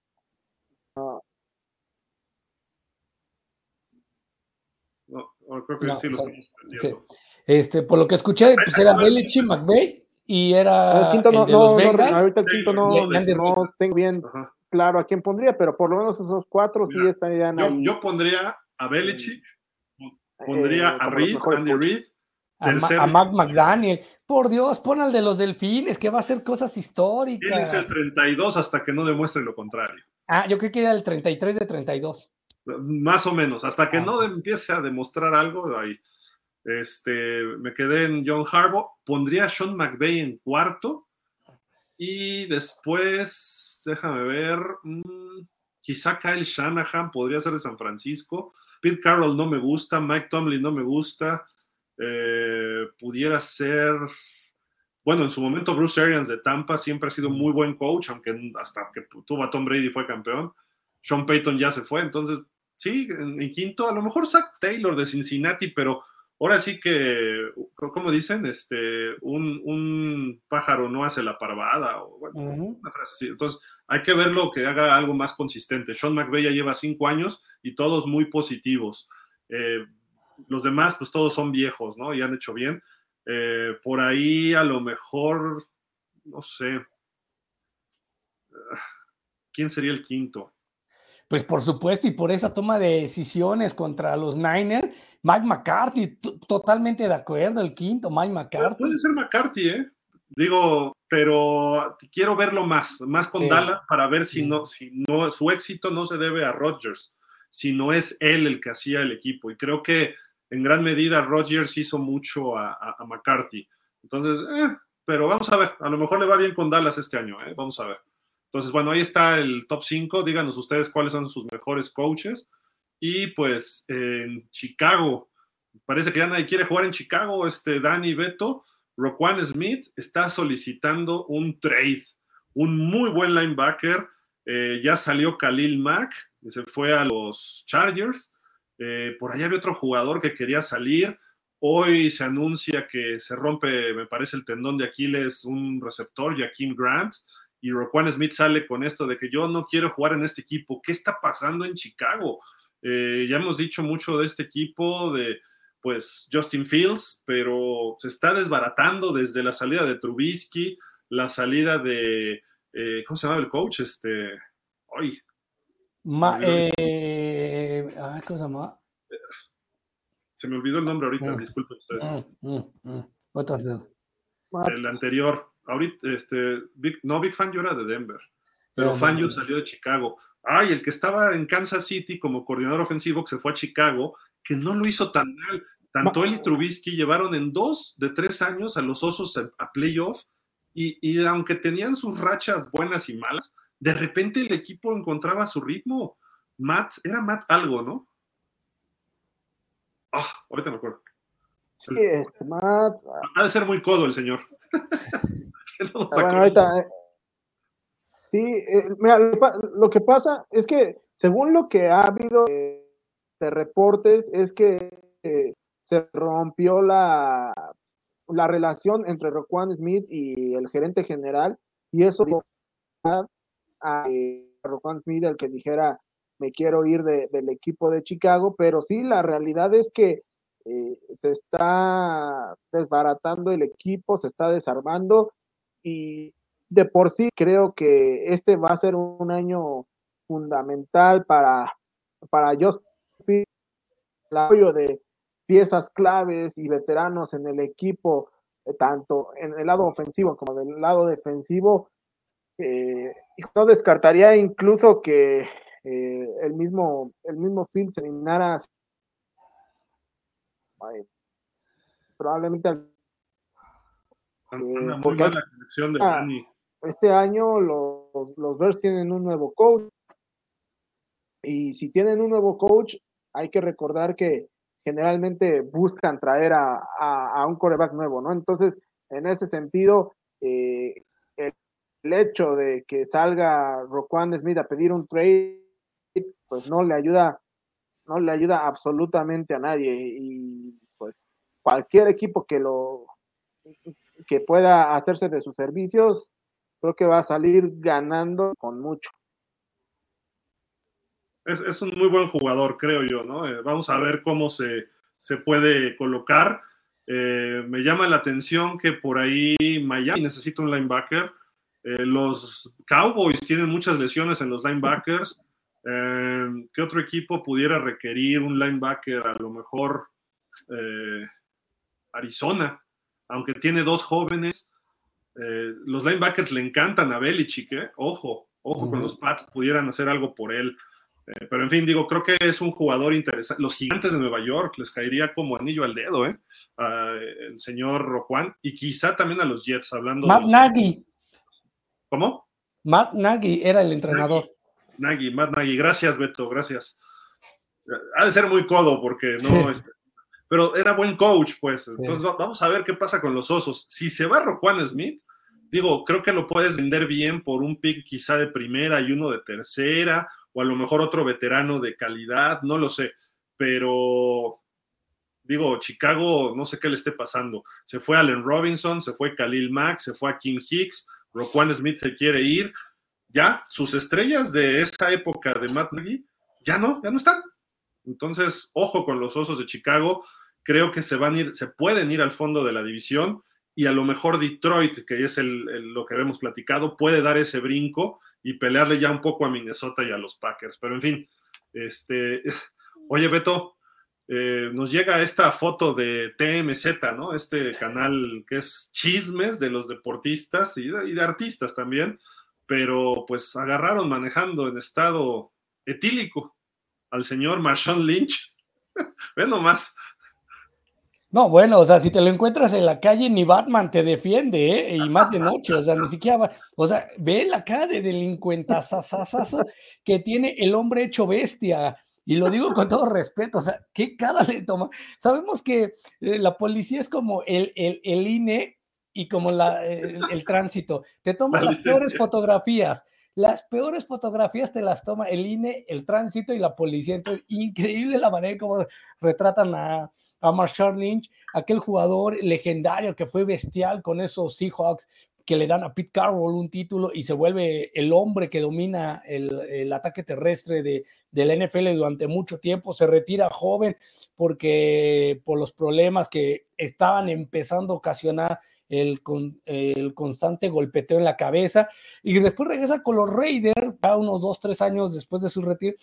creo que no, sí lo o sea, estamos perdiendo. sí. Por lo que escuché, pues era Belichick, McVay y El era quinto el de los Bengals. ahorita el quinto no tengo bien Ajá. claro a quién pondría, pero por lo menos esos 4 sí estarían ahí. Yo pondría a Belichick, pondría a Reid, Andy Reid, a Mac McDaniel. Por Dios, pon al de los Delfines, que va a hacer cosas históricas. Él es el 32 hasta que no demuestre lo contrario. Yo creo que era el 33 de 32. Más o menos, hasta que no empiece a demostrar algo, ahí. Me quedé en John Harbaugh, pondría a Sean McVay en cuarto y después, déjame ver, quizá Kyle Shanahan podría ser de San Francisco, Pete Carroll no me gusta, Mike Tomlin no me gusta, pudiera ser, bueno, en su momento Bruce Arians de Tampa siempre ha sido muy buen coach, aunque hasta que tuvo a Tom Brady fue campeón, Sean Payton ya se fue, entonces sí, en quinto, a lo mejor Zach Taylor de Cincinnati, pero ahora sí que, como dicen, un pájaro no hace la parvada, o bueno, una frase así. Entonces, hay que verlo que haga algo más consistente. Sean McVay ya lleva 5 años y todos muy positivos. Los demás, pues todos son viejos, ¿no? Y han hecho bien. Por ahí, a lo mejor, no sé. ¿Quién sería el quinto? Pues por supuesto, y por esa toma de decisiones contra los Niners, Mike McCarthy, totalmente de acuerdo, el quinto, Mike McCarthy. Puede ser McCarthy, ¿eh? Digo, pero quiero verlo más con Dallas para ver si no, su éxito no se debe a Rodgers, sino es él el que hacía el equipo. Y creo que en gran medida Rodgers hizo mucho a McCarthy. Entonces, pero vamos a ver, a lo mejor le va bien con Dallas este año, vamos a ver. Entonces, bueno, ahí está el top 5. Díganos ustedes cuáles son sus mejores coaches. Y pues en Chicago, parece que ya nadie quiere jugar en Chicago, Dani Beto. Roquan Smith está solicitando un trade, un muy buen linebacker. Ya salió Khalil Mack, se fue a los Chargers. Por allá había otro jugador que quería salir. Hoy se anuncia que se rompe, me parece, el tendón de Aquiles, un receptor, Jakeem Grant. Y Roquan Smith sale con esto de que yo no quiero jugar en este equipo. ¿Qué está pasando en Chicago? Ya hemos dicho mucho de este equipo, de pues Justin Fields, pero se está desbaratando desde la salida de Trubisky, la salida de, ¿cómo se llama el coach? ¿Cómo se llama? Se me olvidó el nombre ahorita, disculpen ustedes. Otras. El anterior, ahorita, Big Fangio era de Denver, pero Fangio salió de Chicago. Y el que estaba en Kansas City como coordinador ofensivo, que se fue a Chicago, que no lo hizo tan mal. Tanto él y Trubisky llevaron en 2 de 3 años a los Osos a playoff, y aunque tenían sus rachas buenas y malas, de repente el equipo encontraba su ritmo. Era Matt algo, ¿no? Ahorita me acuerdo. Sí, Matt. Ha de ser muy codo el señor. No, bueno, ahorita. Sí, mira, lo que pasa es que según lo que ha habido de reportes es que se rompió la relación entre Roquan Smith y el gerente general, y eso dio a Roquan Smith el que dijera me quiero ir del equipo de Chicago, pero sí, la realidad es que se está desbaratando el equipo, se está desarmando, y de por sí creo que este va a ser un año fundamental para Josh Pitt, el apoyo de piezas claves y veteranos en el equipo, tanto en el lado ofensivo como en el lado defensivo. No descartaría incluso que el mismo Field se eliminara probablemente muy mala conexión de Dani. Este año los Bears tienen un nuevo coach, y si tienen un nuevo coach hay que recordar que generalmente buscan traer a un quarterback nuevo, ¿no? Entonces, en ese sentido, el hecho de que salga Roquan Smith a pedir un trade, pues no le ayuda absolutamente a nadie, y pues cualquier equipo que pueda hacerse de sus servicios, creo que va a salir ganando con mucho. Es un muy buen jugador, creo yo, ¿no? Vamos a ver cómo se puede colocar. Me llama la atención que por ahí Miami necesita un linebacker. Los Cowboys tienen muchas lesiones en los linebackers. ¿Qué otro equipo pudiera requerir un linebacker? A lo mejor Arizona, aunque tiene 2 jóvenes. Los linebackers le encantan a Belichick, ¿eh? Ojo con los Pats, pudieran hacer algo por él. Pero en fin, creo que es un jugador interesante. Los Gigantes de Nueva York les caería como anillo al dedo, el señor Roquan, y quizá también a los Jets, hablando Matt Nagy. ¿Cómo? Matt Nagy era el entrenador. Matt Nagy. Gracias, Beto, gracias. Ha de ser muy codo porque no... pero era buen coach, pues. Entonces vamos a ver qué pasa con los Osos. Si se va Roquan Smith, creo que lo puedes vender bien por un pick quizá de primera y uno de tercera, o a lo mejor otro veterano de calidad, no lo sé, pero Chicago, no sé qué le esté pasando. Se fue Allen Robinson, se fue Khalil Mack, se fue Akiem Hicks, Roquan Smith se quiere ir, ya sus estrellas de esa época de Matt Nagy ya no están. Entonces, ojo con los Osos de Chicago, creo que se pueden ir al fondo de la división, y a lo mejor Detroit, que es lo que hemos platicado, puede dar ese brinco y pelearle ya un poco a Minnesota y a los Packers. Pero en fin, oye, Beto, nos llega esta foto de TMZ, ¿no? Este canal que es chismes de los deportistas y de artistas también, pero pues agarraron manejando en estado etílico al señor Marshawn Lynch. Ve nomás. No, bueno, o sea, si te lo encuentras en la calle, ni Batman te defiende, ¿eh? Y más de noche, o sea, ni siquiera o sea, ve la cara de delincuentazazazazo que tiene el hombre hecho bestia, y lo digo con todo respeto, o sea, ¿qué cara le toma? Sabemos que la policía es como el INE y como el tránsito, te toma las peores fotografías. Las peores fotografías te las toma el INE, el tránsito y la policía. Entonces, increíble la manera como retratan a Marshawn Lynch, aquel jugador legendario que fue bestial con esos Seahawks que le dan a Pete Carroll un título y se vuelve el hombre que domina el ataque terrestre de la NFL durante mucho tiempo. Se retira joven porque por los problemas que estaban empezando a ocasionar el constante golpeteo en la cabeza, y después regresa con los Raiders, ya unos 2-3 años después de su retiro,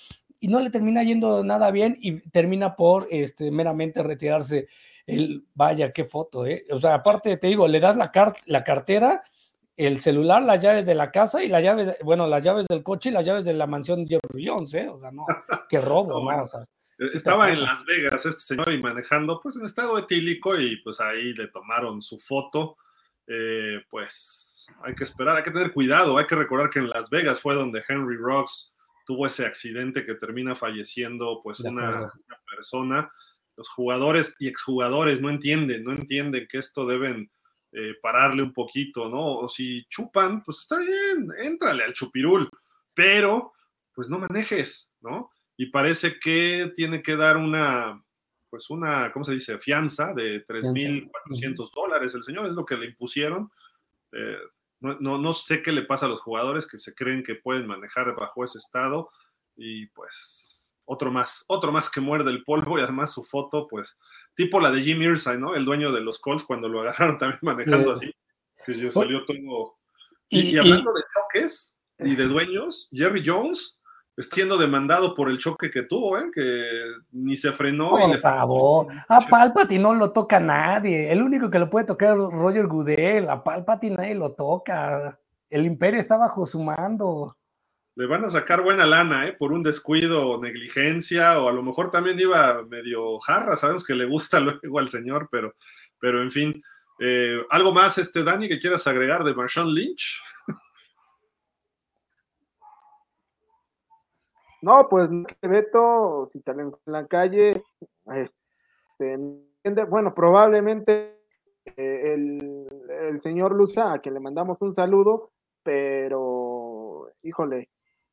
y no le termina yendo nada bien y termina por meramente retirarse. Vaya, qué foto, ¿eh? O sea, aparte te digo, le das la cartera, el celular, las llaves de la casa y las llaves del coche y las llaves de la mansión Jerry Jones, ¿eh? O sea, no, qué robo, No, ¿no? O sea, sí estaba en Las Vegas este señor y manejando pues en estado etílico y pues ahí le tomaron su foto. Pues hay que esperar, hay que tener cuidado, hay que recordar que en Las Vegas fue donde Henry Ruggs tuvo ese accidente que termina falleciendo pues una persona. Los jugadores y exjugadores no entienden que esto deben pararle un poquito, ¿no? O si chupan, pues está bien, éntrale al chupirul, pero pues no manejes, ¿no? Y parece que tiene que dar ¿cómo se dice? Fianza de $3,400. El señor es lo que le impusieron. No sé qué le pasa a los jugadores que se creen que pueden manejar bajo ese estado y pues otro más que muerde el polvo y además su foto, pues tipo la de Jim Irsay, ¿no? El dueño de los Colts cuando lo agarraron también manejando así, que salió todo. Y hablando de choques y de dueños, Jerry Jones está siendo demandado por el choque que tuvo, que ni se frenó. Por favor, a Palpatine no lo toca nadie, el único que lo puede tocar es Roger Goodell, a Palpatine nadie lo toca, el imperio está bajo su mando. Le van a sacar buena lana, por un descuido o negligencia, o a lo mejor también iba medio jarra, sabemos que le gusta luego al señor, pero en fin. ¿Algo más, Dani, que quieras agregar de Marshawn Lynch? No, pues Beto, si te en la calle, bueno, probablemente el señor Luza, a quien le mandamos un saludo, pero, híjole,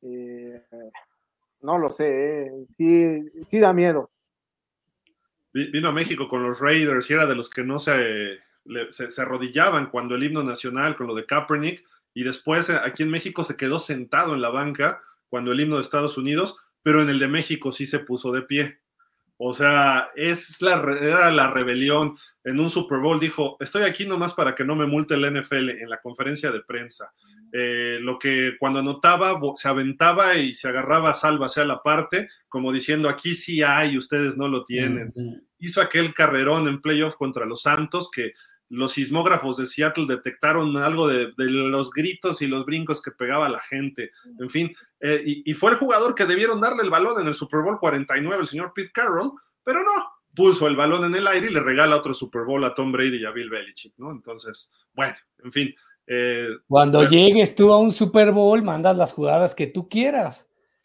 no lo sé, sí da miedo. Vino a México con los Raiders y era de los que no se arrodillaban cuando el himno nacional, con lo de Kaepernick, y después aquí en México se quedó sentado en la banca cuando el himno de Estados Unidos, pero en el de México sí se puso de pie. O sea, era la rebelión. En un Super Bowl dijo, estoy aquí nomás para que no me multe el NFL en la conferencia de prensa. Lo que cuando anotaba se aventaba y se agarraba salva hacia la parte, como diciendo, aquí sí hay, ustedes no lo tienen. Hizo aquel carrerón en playoff contra los Santos que los sismógrafos de Seattle detectaron algo de los gritos y los brincos que pegaba la gente. En fin, y fue el jugador que debieron darle el balón en el Super Bowl 49, el señor Pete Carroll, pero no, puso el balón en el aire y le regala otro Super Bowl a Tom Brady y a Bill Belichick, ¿no? Entonces, bueno, en fin. Cuando llegues tú a un Super Bowl, mandas las jugadas que tú quieras.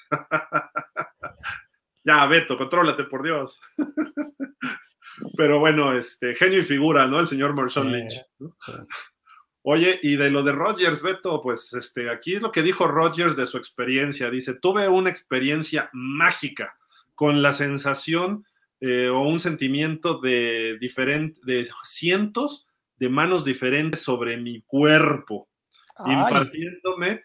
Ya, Beto, contrólate, por Dios. Pero bueno, genio y figura, ¿no? El señor Marshawn Lynch, ¿no? Sí. Oye, y de lo de Rodgers, Beto, pues aquí es lo que dijo Rodgers de su experiencia. Dice, tuve una experiencia mágica con la sensación o un sentimiento de cientos de manos diferentes sobre mi cuerpo, impartiéndome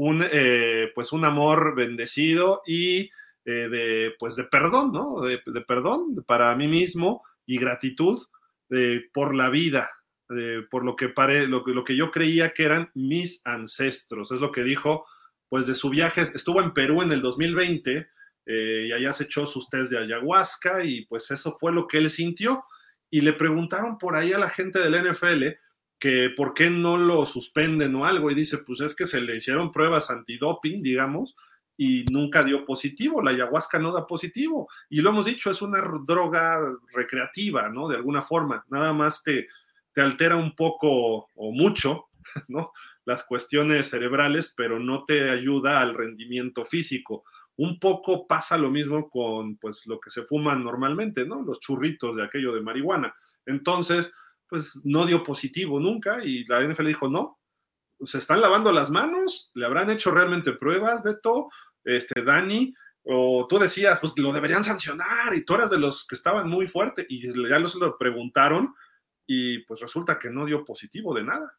un amor bendecido y de perdón, ¿no? De perdón para mí mismo y gratitud por la vida, por lo que yo creía que eran mis ancestros. Es lo que dijo, pues, de su viaje. Estuvo en Perú en el 2020 y allá se echó sus test de ayahuasca y pues eso fue lo que él sintió. Y le preguntaron por ahí a la gente del NFL que por qué no lo suspenden o algo, y dice, pues es que se le hicieron pruebas antidoping, digamos, y nunca dio positivo. La ayahuasca no da positivo, y lo hemos dicho, es una droga recreativa, ¿no? De alguna forma, nada más te altera un poco o mucho, ¿no? Las cuestiones cerebrales, pero no te ayuda al rendimiento físico. Un poco pasa lo mismo con, pues, lo que se fuman normalmente, ¿no? Los churritos de aquello de marihuana. Entonces, pues, no dio positivo nunca, y la NFL dijo, no, se están lavando las manos, le habrán hecho realmente pruebas, Beto, Dani, o tú decías, pues lo deberían sancionar, y tú eras de los que estaban muy fuerte, y ya lo preguntaron, y pues resulta que no dio positivo de nada.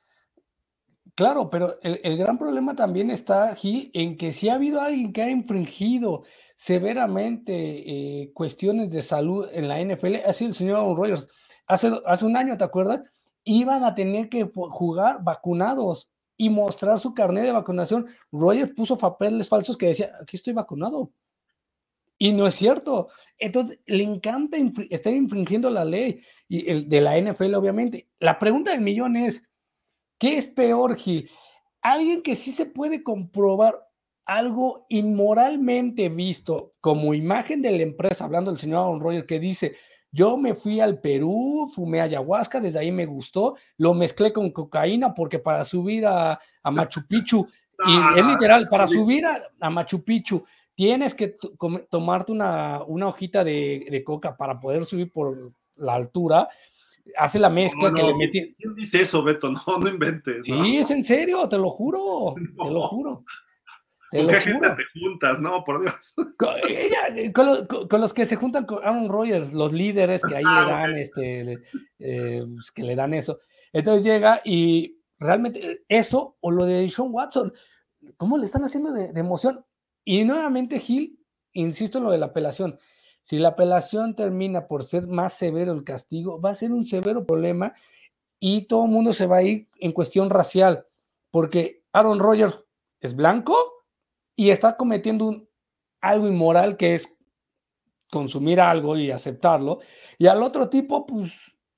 Claro, pero el gran problema también está, Gil, en que si ha habido alguien que ha infringido severamente cuestiones de salud en la NFL, ha sido el señor Aaron Rodgers. Hace un año, ¿te acuerdas? Iban a tener que jugar vacunados y mostrar su carnet de vacunación. Rodgers puso papeles falsos que decía, aquí estoy vacunado. Y no es cierto. Entonces, le encanta estar infringiendo la ley y de la NFL, obviamente. La pregunta del millón es, ¿qué es peor, Gil? Alguien que sí se puede comprobar algo inmoralmente visto como imagen de la empresa, hablando del señor Aaron Rodgers, que dice, yo me fui al Perú, fumé ayahuasca, desde ahí me gustó, lo mezclé con cocaína porque para subir a Machu Picchu, y es literal, para subir a Machu Picchu, tienes que tomarte una hojita de coca para poder subir por la altura, hace la mezcla que le mete. ¿Quién dice eso, Beto? No inventes. Sí, ¿no? es en serio, te lo juro, te lo juro. ¿Con qué gente te juntas? No, por Dios. Con los que se juntan con Aaron Rodgers, los líderes que ahí le dan, pues, que le dan eso. Entonces llega y realmente eso, o lo de Deshaun Watson, ¿cómo le están haciendo de emoción? Y nuevamente, Gil, insisto en lo de la apelación. Si la apelación termina por ser más severo el castigo, va a ser un severo problema y todo el mundo se va a ir en cuestión racial, porque Aaron Rodgers es blanco y está cometiendo algo inmoral que es consumir algo y aceptarlo, y al otro tipo, pues,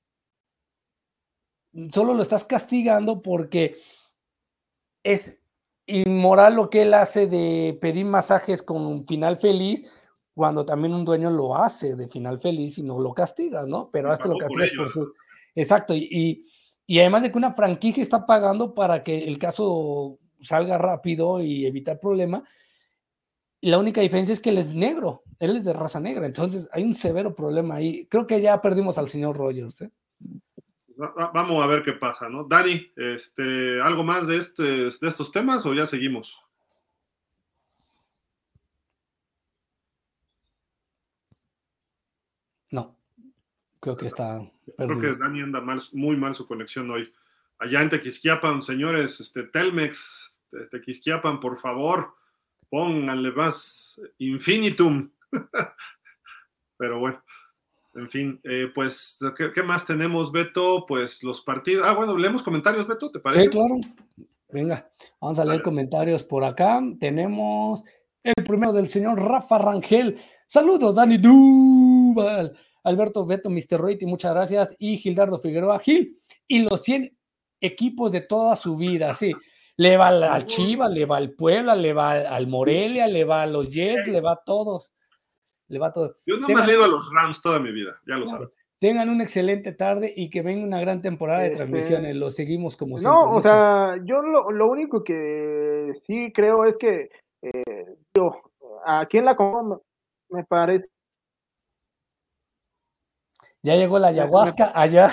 solo lo estás castigando porque es inmoral lo que él hace de pedir masajes con un final feliz, cuando también un dueño lo hace de final feliz y no lo castigas, ¿no? Pero esto lo castigas por su... Exacto, y además de que una franquicia está pagando para que el caso salga rápido y evitar problema, la única diferencia es que él es negro, él es de raza negra, entonces hay un severo problema ahí. Creo que ya perdimos al señor Rodgers, ¿eh? Vamos a ver qué pasa, ¿no? Dani, ¿algo más de estos temas o ya seguimos? No, creo que está perdido. Creo que Dani anda muy mal su conexión hoy. Allá en Tequisquiapan, señores, Telmex, Tequisquiapan, por favor, pónganle más infinitum. Pero bueno, en fin, pues, ¿qué más tenemos, Beto? Pues los partidos. Bueno, leemos comentarios, Beto, ¿te parece? Sí, claro. Venga, vamos a leer comentarios por acá. Tenemos el primero del señor Rafa Rangel. Saludos, Dani Duval. Alberto Beto, Mr. Rating, muchas gracias. Y Gildardo Figueroa Gil. Y los 100 equipos de toda su vida, sí. Le va al Chivas, le va al Puebla, le va al Morelia, le va a los Jets, le va a todos. Le va a todos. Yo no me he ido a los Rams toda mi vida, ya lo saben. Tengan una excelente tarde y que venga una gran temporada de transmisiones. Los seguimos como siempre. No, o sea, yo lo único que sí creo es que aquí en la Copa me parece. Ya llegó la ayahuasca allá.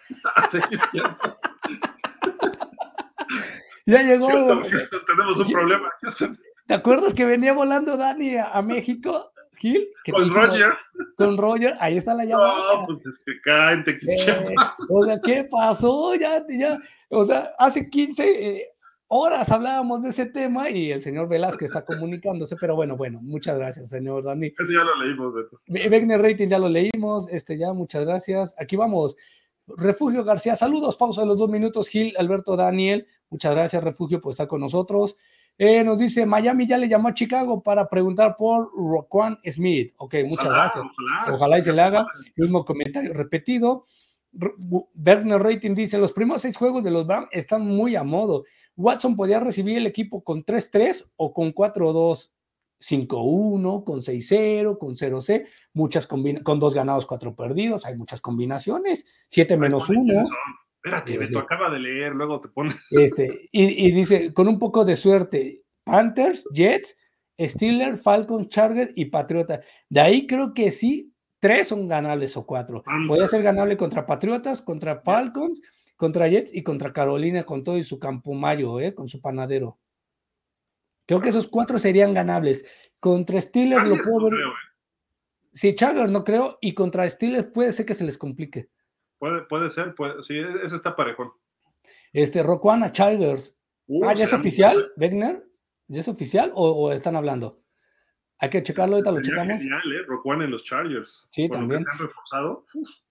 Ya llegó. Houston, tenemos un problema. ¿Te acuerdas que venía volando Dani a México? Gil, con Rodgers. Con Rodgers, ahí está la ayahuasca. No, pues es que cae en Tequisquiapan. O sea, ¿qué pasó? Ya, o sea, hace 15 horas hablábamos de ese tema y el señor Velázquez está comunicándose, pero bueno, muchas gracias, señor Dani. Ese ya lo leímos, Beto. Wegner Rating ya lo leímos, ya, muchas gracias. Aquí vamos. Refugio García, saludos, pausa de los 2 minutos, Gil, Alberto, Daniel, muchas gracias, Refugio, por estar con nosotros. Nos dice, Miami ya le llamó a Chicago para preguntar por Roquan Smith. Ok, muchas gracias. Ojalá y se le haga. Mismo comentario repetido. Wegner Rating dice, los primeros 6 juegos de los Browns están muy a modo. Watson podía recibir el equipo con 3-3 o con 4-2. 5-1, con 6-0, con 0-C, muchas con 2 ganados, 4 perdidos, hay muchas combinaciones, 7-1. Espérate, Beto, acaba de leer, luego te pones. Y dice, con un poco de suerte, Panthers, Jets, Steelers, Falcons, Chargers y Patriota. De ahí creo que sí, 3 son ganables o 4. Podría ser ganable contra Patriotas, contra Falcons, contra Jets y contra Carolina con todo y su Campo Mayo, con su panadero. Creo que esos 4 serían ganables. Contra Steelers lo puedo ver. Sí, Chargers no creo. Y contra Steelers puede ser que se les complique. Puede ser. Sí, ese está parejón. Roquan a Chargers. ¿Ya es oficial, Wegner? ¿Ya es oficial o están hablando? Hay que checarlo, ahorita lo checamos. Genial, Roquan en los Chargers. Sí, con también. Lo que se han reforzado.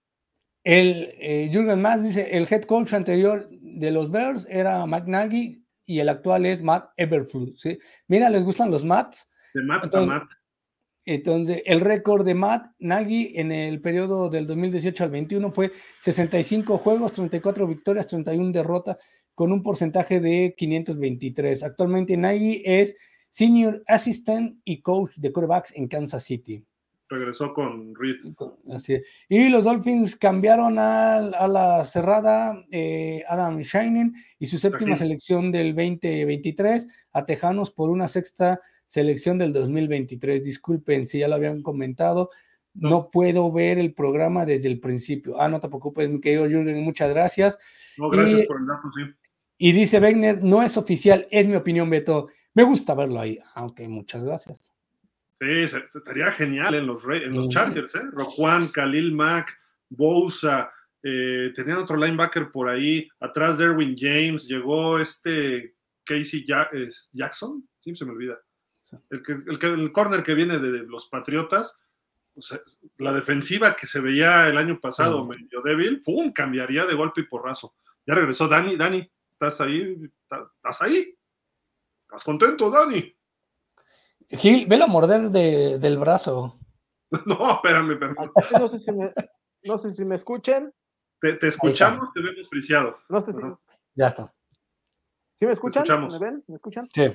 Jürgen Mas dice, el head coach anterior de los Bears era Matt Nagy y el actual es Matt Eberflus, ¿sí? Mira, ¿les gustan los Matts? De Matt a Matt. Entonces, el récord de Matt Nagy en el periodo del 2018 al 21 fue 65 juegos, 34 victorias, 31 derrotas, con un porcentaje de 523. Actualmente Nagy es Senior Assistant y Coach de quarterbacks en Kansas City. Regresó con Reed. Así es. Y los Dolphins cambiaron a la cerrada Adam Shinen y su séptima selección del 2023 a Tejanos por una sexta selección del 2023. Disculpen si ya lo habían comentado. No puedo ver el programa desde el principio. No te preocupes, mi querido Jürgen, muchas gracias. No, gracias por el dato, sí. Y dice Wegner, no es oficial, es mi opinión, Beto. Me gusta verlo ahí. Ok, muchas gracias. Sí, estaría genial en los Chargers, ¿eh? Roquan, Khalil Mack, Bosa, tenían otro linebacker por ahí, atrás de Derwin James, llegó Casey Jackson, sí, se me olvida. El corner que viene de los Patriotas, o sea, la defensiva que se veía el año pasado medio débil, ¡pum!, cambiaría de golpe y porrazo. Ya regresó Dani, ¿estás ahí? ¿Estás ahí? ¿Estás contento, Dani? Gil, velo morder del brazo. No, espérame. No sé si me escuchen. Te escuchamos, te vemos friciado. No sé si. Ya está. ¿Sí me escuchan? ¿Me ven? ¿Me escuchan? Sí.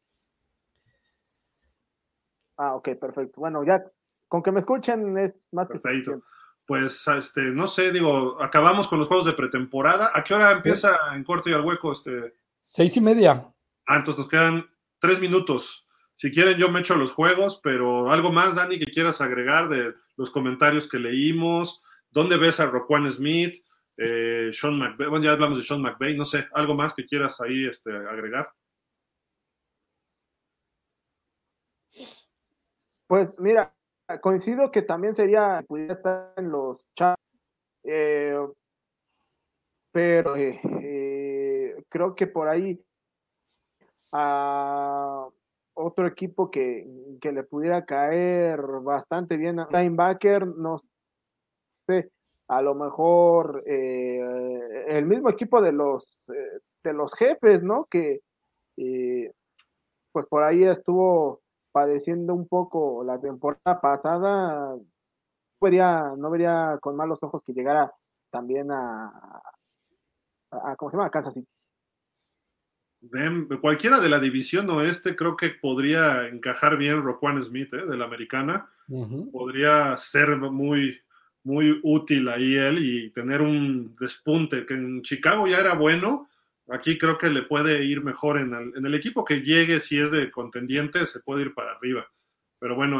Ok, perfecto. Bueno, ya con que me escuchen es más que suficiente. Pues, no sé, acabamos con los juegos de pretemporada. ¿A qué hora empieza en corto y al hueco? 6:30. Entonces nos quedan 3 minutos. Si quieren, yo me echo los juegos, pero algo más, Dani, que quieras agregar de los comentarios que leímos. ¿Dónde ves a Roquan Smith? Sean McVay. Bueno, ya hablamos de Sean McVay. No sé, algo más que quieras ahí agregar. Pues mira, coincido que también pudiera estar en los chats, pero creo que por ahí a otro equipo que le pudiera caer bastante bien a linebacker, no sé, a lo mejor el mismo equipo de los Jefes, ¿no? Que pues por ahí estuvo padeciendo un poco la temporada pasada. No vería con malos ojos que llegara también a ¿cómo se llama? A Kansas City. Cualquiera de la división oeste creo que podría encajar bien Roquan Smith, de la americana. Podría ser muy, muy útil ahí él y tener un despunte que en Chicago ya era bueno. Aquí creo que le puede ir mejor en el equipo que llegue. Si es de contendiente, se puede ir para arriba. Pero bueno,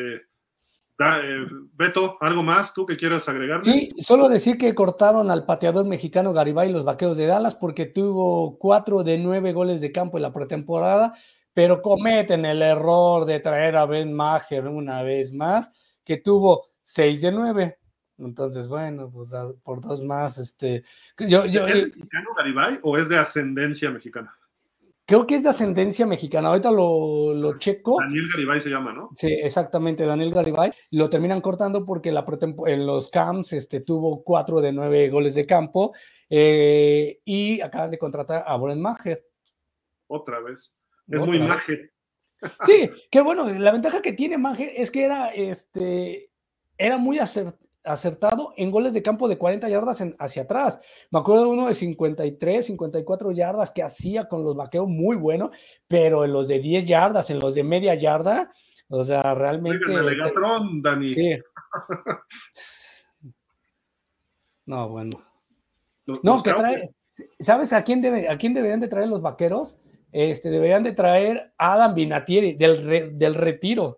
Beto, ¿algo más tú que quieras agregarme? Sí, solo decir que cortaron al pateador mexicano Garibay los Vaqueros de Dallas porque tuvo 4 de 9 goles de campo en la pretemporada, pero cometen el error de traer a Ben Maher una vez más, que tuvo 6 de 9. Entonces, bueno, pues por 2 más. ¿Es mexicano Garibay o es de ascendencia mexicana? Creo que es de ascendencia mexicana. Ahorita lo checo. Daniel Garibay se llama, ¿no? Sí, exactamente, Daniel Garibay. Lo terminan cortando porque en los camps tuvo 4 de 9 goles de campo y acaban de contratar a Brent Maher. Otra vez. Es muy Maher. Sí, qué bueno. La ventaja que tiene Maher es que era muy acertado en goles de campo de 40 yardas hacia atrás. Me acuerdo de uno de 53, 54 yardas que hacía con los Vaqueros, muy bueno, pero en los de 10 yardas, en los de media yarda, o sea, realmente... Oigan, Megatron, Dani. Sí. No, bueno. ¿Sabes a quién deberían de traer los Vaqueros? Deberían de traer a Adam Vinatieri del retiro.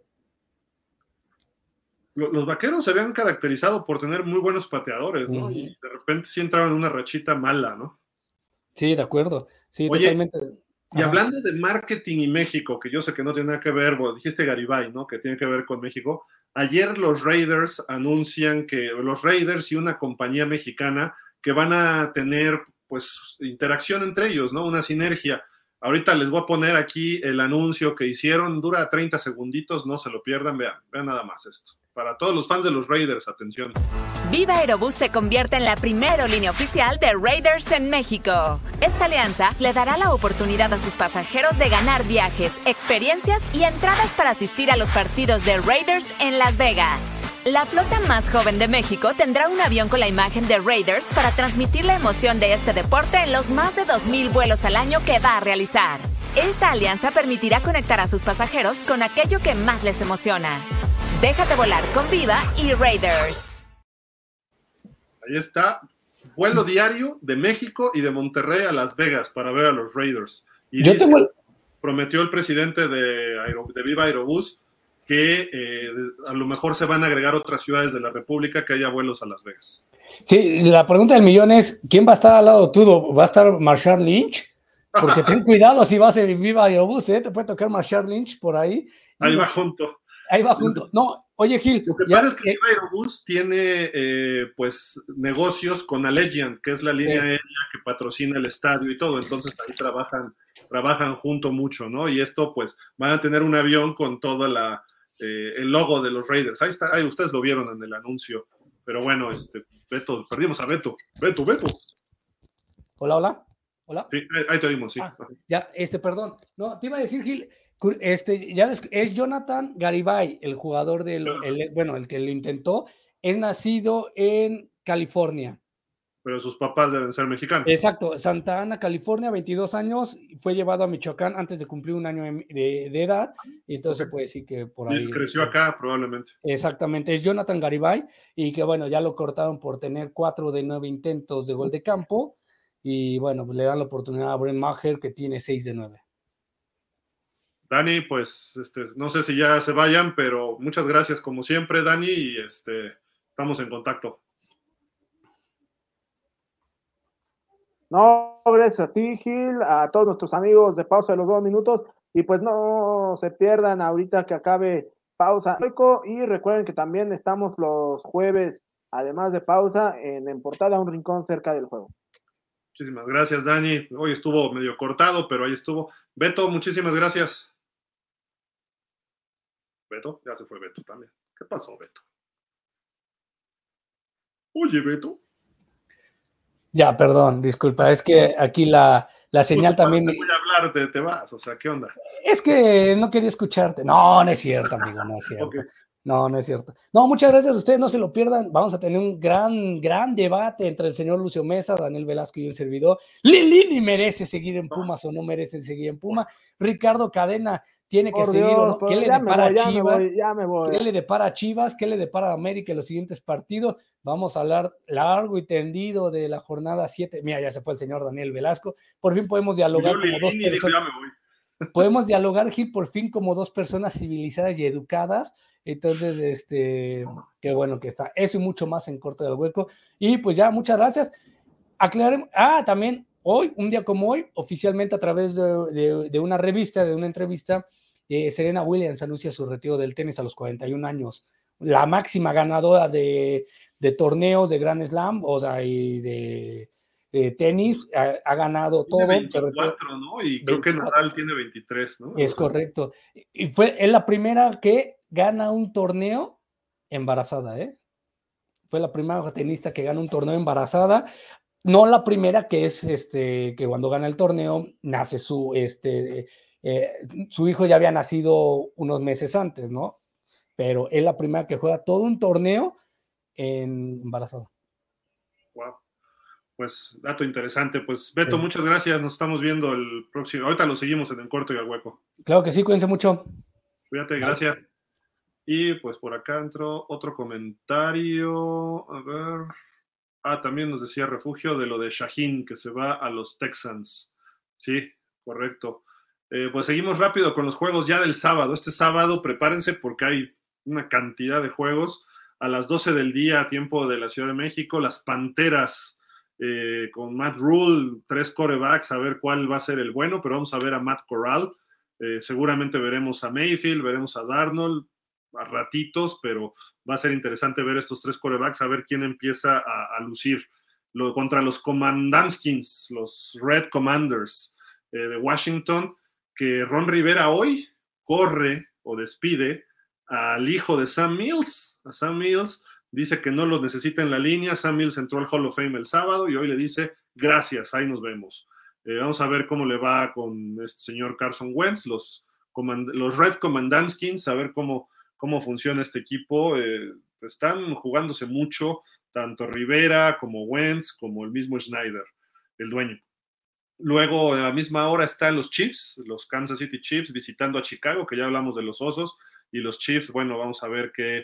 Los Vaqueros se habían caracterizado por tener muy buenos pateadores, ¿no? Y de repente sí entraban en una rachita mala, ¿no? Sí, de acuerdo. Sí, oye, totalmente. Y hablando de marketing y México, que yo sé que no tiene nada que ver, dijiste Garibay, ¿no? Que tiene que ver con México. Ayer los Raiders anuncian que los Raiders y una compañía mexicana que van a tener, pues, interacción entre ellos, ¿no? Una sinergia. Ahorita les voy a poner aquí el anuncio que hicieron, dura 30 segunditos, no se lo pierdan, vean nada más esto. Para todos los fans de los Raiders, atención. Viva Aerobús se convierte en la primera aerolínea oficial de Raiders en México. Esta alianza le dará la oportunidad a sus pasajeros de ganar viajes, experiencias y entradas para asistir a los partidos de Raiders en Las Vegas. La flota más joven de México tendrá un avión con la imagen de Raiders para transmitir la emoción de este deporte en los más de 2,000 vuelos al año que va a realizar. Esta alianza permitirá conectar a sus pasajeros con aquello que más les emociona. Déjate volar con Viva y Raiders. Ahí está, vuelo diario de México y de Monterrey a Las Vegas para ver a los Raiders. Y prometió el presidente de Viva Aerobús que a lo mejor se van a agregar otras ciudades de la República que haya vuelos a Las Vegas. Sí, la pregunta del millón es, ¿quién va a estar al lado tuyo? ¿Va a estar Marshawn Lynch? Porque ten cuidado si vas a Viva Aerobús, te puede tocar Marshawn Lynch por ahí. Ahí va junto. Ahí va junto. No, oye, Gil. Lo que pasa es que Viva Aerobús tiene pues negocios con Allegiant, que es la línea aérea que patrocina el estadio y todo, entonces ahí trabajan junto mucho, ¿no? Y esto pues van a tener un avión con todo el logo de los Raiders. Ahí está, ustedes lo vieron en el anuncio. Pero bueno, Beto, perdimos a Beto. Beto. Hola. Sí, ahí te oímos, sí. Ya, perdón. No, te iba a decir, Gil, ya es Jonathan Garibay, el jugador el que lo intentó, es nacido en California. Pero sus papás deben ser mexicanos. Exacto, Santa Ana, California, 22 años, fue llevado a Michoacán antes de cumplir un año de edad, y entonces puede decir que por ahí... Y creció acá, probablemente. Exactamente, es Jonathan Garibay, y que bueno, ya lo cortaron por tener 4 de 9 intentos de gol de campo, y bueno, le dan la oportunidad a Brent Maher, que tiene 6 de 9. Dani, pues no sé si ya se vayan, pero muchas gracias como siempre, Dani, y estamos en contacto. No, gracias a ti, Gil, a todos nuestros amigos de Pausa de los 2 minutos, y pues no se pierdan ahorita que acabe Pausa. Y recuerden que también estamos los jueves, además de Pausa, en Portada, un rincón cerca del juego. Muchísimas gracias, Dani. Hoy estuvo medio cortado, pero ahí estuvo. Beto, muchísimas gracias. Beto, ya se fue Beto también. ¿Qué pasó, Beto? Oye, Beto. Ya, perdón, disculpa, es que aquí la señal también... Te voy a hablar, te vas, o sea, ¿qué onda? Es que no quería escucharte. No es cierto, amigo, no es cierto. Okay. No es cierto. No, muchas gracias a ustedes, no se lo pierdan. Vamos a tener un gran debate entre el señor Lucio Mesa, Daniel Velasco y un servidor. Lilini merece seguir en Pumas o no merece seguir en Pumas. Ricardo Cadena tiene que seguir o no. ¿Qué le depara a Chivas? ¿Qué le depara a Chivas? ¿Qué le depara a América en los siguientes partidos? Vamos a hablar largo y tendido de la jornada 7. Mira, ya se fue el señor Daniel Velasco. Por fin podemos dialogar como dos personas. Podemos dialogar, Gil, por fin como dos personas civilizadas y educadas. Entonces, qué bueno que está. Eso y mucho más en Corto del Hueco. Y pues ya, muchas gracias. Aclaremos. También hoy, un día como hoy, oficialmente a través de una revista, de una entrevista, Serena Williams anuncia su retiro del tenis a los 41 años. La máxima ganadora de torneos de Grand Slam, o sea, y de tenis, ha ganado todo. 24, ¿no? Y creo 24. Que Nadal tiene 23, ¿no? Es correcto. Y es la primera que gana un torneo embarazada, ¿eh? Fue la primera tenista que gana un torneo embarazada. No la primera que es, que cuando gana el torneo, nace su hijo ya había nacido unos meses antes, ¿no? Pero es la primera que juega todo un torneo embarazada. Wow. Pues, dato interesante. Pues, Beto, sí. Muchas gracias. Nos estamos viendo el próximo. Ahorita lo seguimos en el Corto y al Hueco. Claro que sí, cuídense mucho. Cuídate, gracias. Y pues por acá entró otro comentario. A ver. También nos decía Refugio de lo de Shaheen, que se va a los Texans. Sí, correcto. Pues seguimos rápido con los juegos ya del sábado. Este sábado, prepárense porque hay una cantidad de juegos. A las 12 del día, a tiempo de la Ciudad de México, las Panteras con Matt Rule, 3 quarterbacks, a ver cuál va a ser el bueno, pero vamos a ver a Matt Corral. Seguramente veremos a Mayfield, veremos a Darnold a ratitos, pero va a ser interesante ver estos 3 quarterbacks, a ver quién empieza a lucir contra los Commandanskins, los Red Commanders. de Washington, que Ron Rivera hoy corre o despide al hijo de Sam Mills. A Sam Mills dice que no lo necesita en la línea. Sam Mills entró al Hall of Fame el sábado y hoy le dice gracias, ahí nos vemos. Vamos a ver cómo le va con este señor Carson Wentz, los Red Commandanskins, a ver cómo funciona este equipo. Están jugándose mucho, tanto Rivera como Wentz, como el mismo Schneider, el dueño. Luego, a la misma hora están los Chiefs, los Kansas City Chiefs, visitando a Chicago, que ya hablamos de los Osos, y los Chiefs, bueno, vamos a ver que,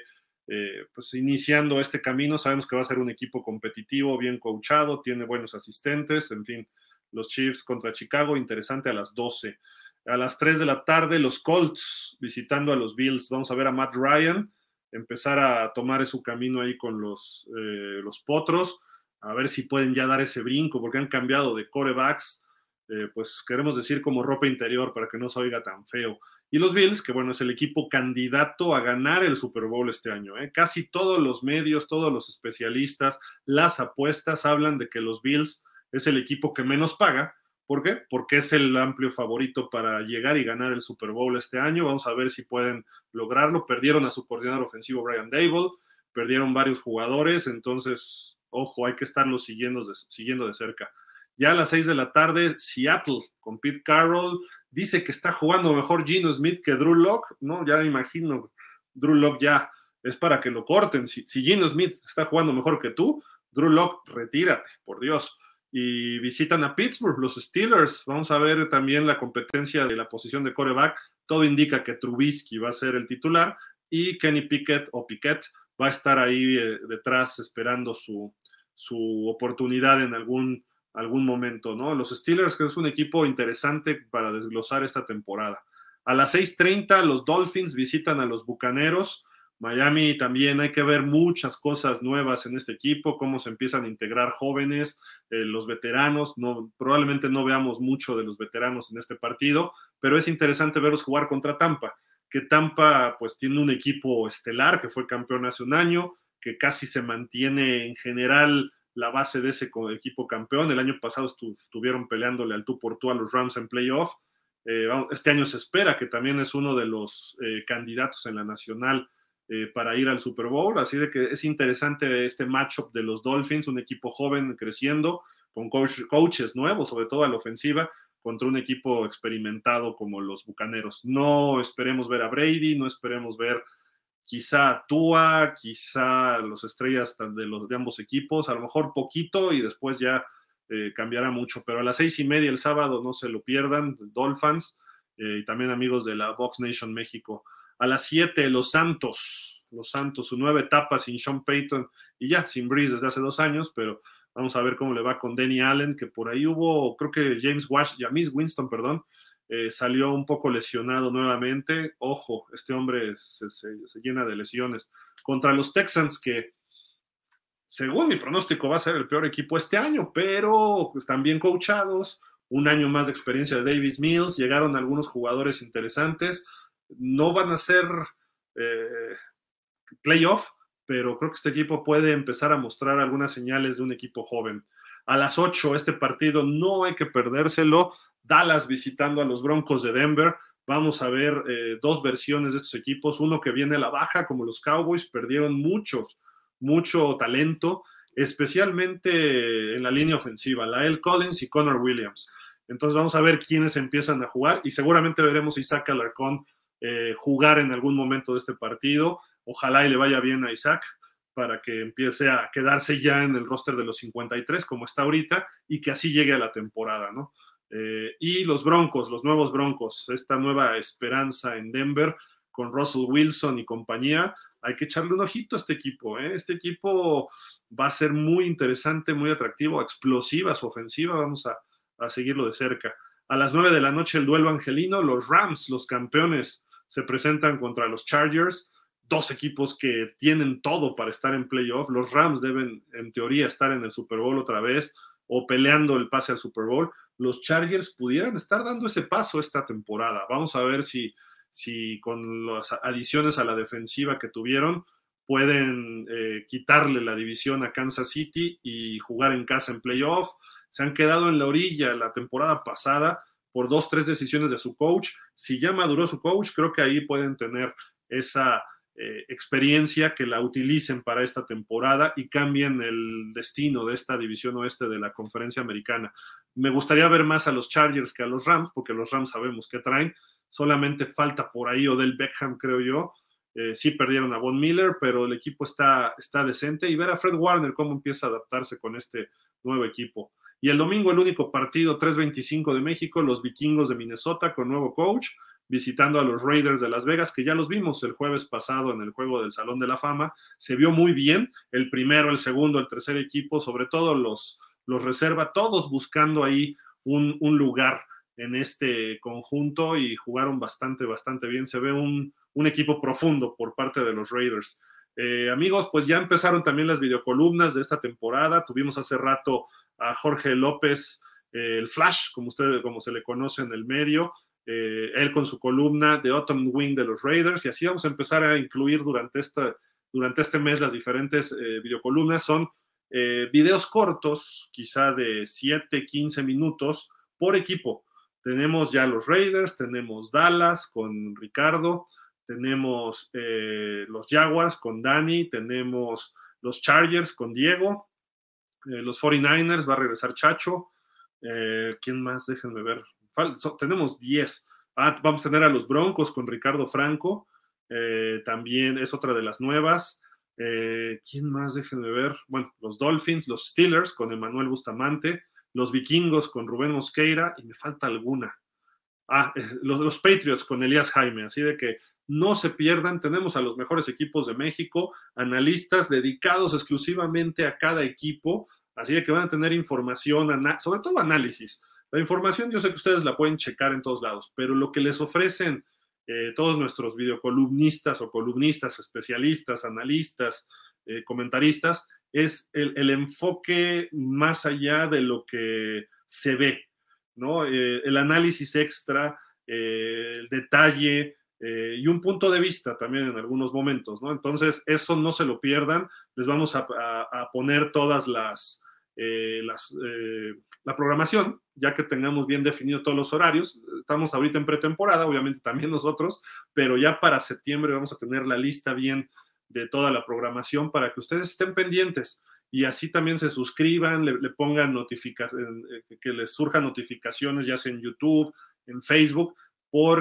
pues iniciando este camino, sabemos que va a ser un equipo competitivo, bien coachado, tiene buenos asistentes, en fin, los Chiefs contra Chicago, interesante a las 12. A las 3 de la tarde, los Colts visitando a los Bills, vamos a ver a Matt Ryan, empezar a tomar su camino ahí con los Potros, a ver si pueden ya dar ese brinco, porque han cambiado de quarterbacks, pues queremos decir como ropa interior para que no se oiga tan feo. Y los Bills, que bueno, es el equipo candidato a ganar el Super Bowl este año. Casi todos los medios, todos los especialistas, las apuestas hablan de que los Bills es el equipo que menos paga. ¿Por qué? Porque es el amplio favorito para llegar y ganar el Super Bowl este año. Vamos a ver si pueden lograrlo. Perdieron a su coordinador ofensivo Brian Daboll, perdieron varios jugadores, entonces, ojo, hay que estarlos siguiendo de cerca. Ya a las 6 de la tarde, Seattle con Pete Carroll, dice que está jugando mejor Geno Smith que Drew Lock, ¿no? Ya me imagino, Drew Lock ya es para que lo corten. Si Geno Smith está jugando mejor que tú, Drew Lock, retírate, por Dios. Y visitan a Pittsburgh, los Steelers. Vamos a ver también la competencia de la posición de quarterback. Todo indica que Trubisky va a ser el titular y Kenny Pickett va a estar ahí detrás esperando su oportunidad en algún momento, ¿no? Los Steelers, que es un equipo interesante para desglosar esta temporada. A las 6:30 los Dolphins visitan a los Bucaneros. Miami también hay que ver muchas cosas nuevas en este equipo, cómo se empiezan a integrar jóvenes, los veteranos. Probablemente no veamos mucho de los veteranos en este partido, pero es interesante verlos jugar contra Tampa, que Tampa pues tiene un equipo estelar que fue campeón hace un año, que casi se mantiene en general la base de ese equipo campeón. El año pasado estuvieron peleándole al tú por tú a los Rams en playoff. Este año se espera que también es uno de los candidatos en la nacional para ir al Super Bowl, así de que es interesante este matchup de los Dolphins, un equipo joven creciendo, con coaches nuevos, sobre todo a la ofensiva, contra un equipo experimentado como los Bucaneros. No esperemos ver a Brady, no esperemos ver quizá a Tua, quizá los estrellas de ambos equipos, a lo mejor poquito y después ya cambiará mucho, pero a las 6:30 el sábado no se lo pierdan, Dolphins, y también amigos de la Box Nation México. A las 7, los Santos, su nueva etapa sin Sean Payton y ya sin Breeze desde hace 2 años, pero vamos a ver cómo le va con Denny Allen, que por ahí hubo, creo que Jameis Winston, salió un poco lesionado nuevamente. Ojo, este hombre se llena de lesiones. Contra los Texans, que según mi pronóstico va a ser el peor equipo este año, pero están bien coachados, un año más de experiencia de Davis Mills, llegaron algunos jugadores interesantes. No van a ser playoff, pero creo que este equipo puede empezar a mostrar algunas señales de un equipo joven. A las 8, este partido no hay que perdérselo. Dallas visitando a los Broncos de Denver. Vamos a ver 2 versiones de estos equipos. Uno que viene a la baja, como los Cowboys, perdieron mucho talento, especialmente en la línea ofensiva, La'el Collins y Connor Williams. Entonces vamos a ver quiénes empiezan a jugar y seguramente veremos a Isaac Alarcón jugar en algún momento de este partido. Ojalá y le vaya bien a Isaac para que empiece a quedarse ya en el roster de los 53 como está ahorita y que así llegue a la temporada, ¿no? Y los nuevos Broncos, esta nueva esperanza en Denver con Russell Wilson y compañía, hay que echarle un ojito a este equipo, ¿eh? Este equipo va a ser muy interesante, muy atractivo, explosiva su ofensiva, vamos a seguirlo de cerca. A las 9 de la noche el duelo angelino, los Rams, los campeones, se presentan contra los Chargers, 2 equipos que tienen todo para estar en playoff. Los Rams deben, en teoría, estar en el Super Bowl otra vez o peleando el pase al Super Bowl. Los Chargers pudieran estar dando ese paso esta temporada. Vamos a ver si con las adiciones a la defensiva que tuvieron pueden quitarle la división a Kansas City y jugar en casa en playoff. Se han quedado en la orilla la temporada pasada, por 2, 3 decisiones de su coach. Si ya maduró su coach, creo que ahí pueden tener esa experiencia que la utilicen para esta temporada y cambien el destino de esta división oeste de la conferencia americana. Me gustaría ver más a los Chargers que a los Rams, porque los Rams sabemos que traen. Solamente falta por ahí Odell Beckham, creo yo. Sí perdieron a Von Miller, pero el equipo está decente, y ver a Fred Warner cómo empieza a adaptarse con este nuevo equipo. Y el domingo el único partido, 3:25 de México, los Vikingos de Minnesota con nuevo coach, visitando a los Raiders de Las Vegas, que ya los vimos el jueves pasado en el juego del Salón de la Fama. Se vio muy bien el primero, el segundo, el tercer equipo, sobre todo los reserva, todos buscando ahí un lugar en este conjunto, y jugaron bastante bien. Se ve un equipo profundo por parte de los Raiders. Amigos, pues ya empezaron también las videocolumnas de esta temporada. Tuvimos hace rato a Jorge López, el Flash, como se le conoce en el medio, él con su columna de Autumn Wing de los Raiders, y así vamos a empezar a incluir durante este mes las diferentes videocolumnas. Son videos cortos, quizá de 7, 15 minutos por equipo. Tenemos ya los Raiders, tenemos Dallas con Ricardo, tenemos los Jaguars con Dani, tenemos los Chargers con Diego, los 49ers, va a regresar Chacho, ¿quién más? Déjenme ver, tenemos 10. Vamos a tener a los Broncos con Ricardo Franco, también es otra de las nuevas. ¿Quién más? Déjenme ver, bueno, los Dolphins, los Steelers con Emanuel Bustamante, los Vikingos con Rubén Mosqueira, y me falta alguna. Los Patriots con Elías Jaime, así de que no se pierdan. Tenemos a los mejores equipos de México, analistas dedicados exclusivamente a cada equipo, así de que van a tener información, sobre todo análisis. La información yo sé que ustedes la pueden checar en todos lados, pero lo que les ofrecen todos nuestros videocolumnistas o columnistas, especialistas, analistas, comentaristas, es el enfoque más allá de lo que se ve, ¿no? El análisis extra, el detalle y un punto de vista también en algunos momentos, ¿no? Entonces, eso no se lo pierdan. Les vamos a poner todas la programación, ya que tengamos bien definido todos los horarios. Estamos ahorita en pretemporada, obviamente también nosotros, pero ya para septiembre vamos a tener la lista bien de toda la programación para que ustedes estén pendientes y así también se suscriban, le pongan que les surjan notificaciones, ya sea en YouTube, en Facebook, por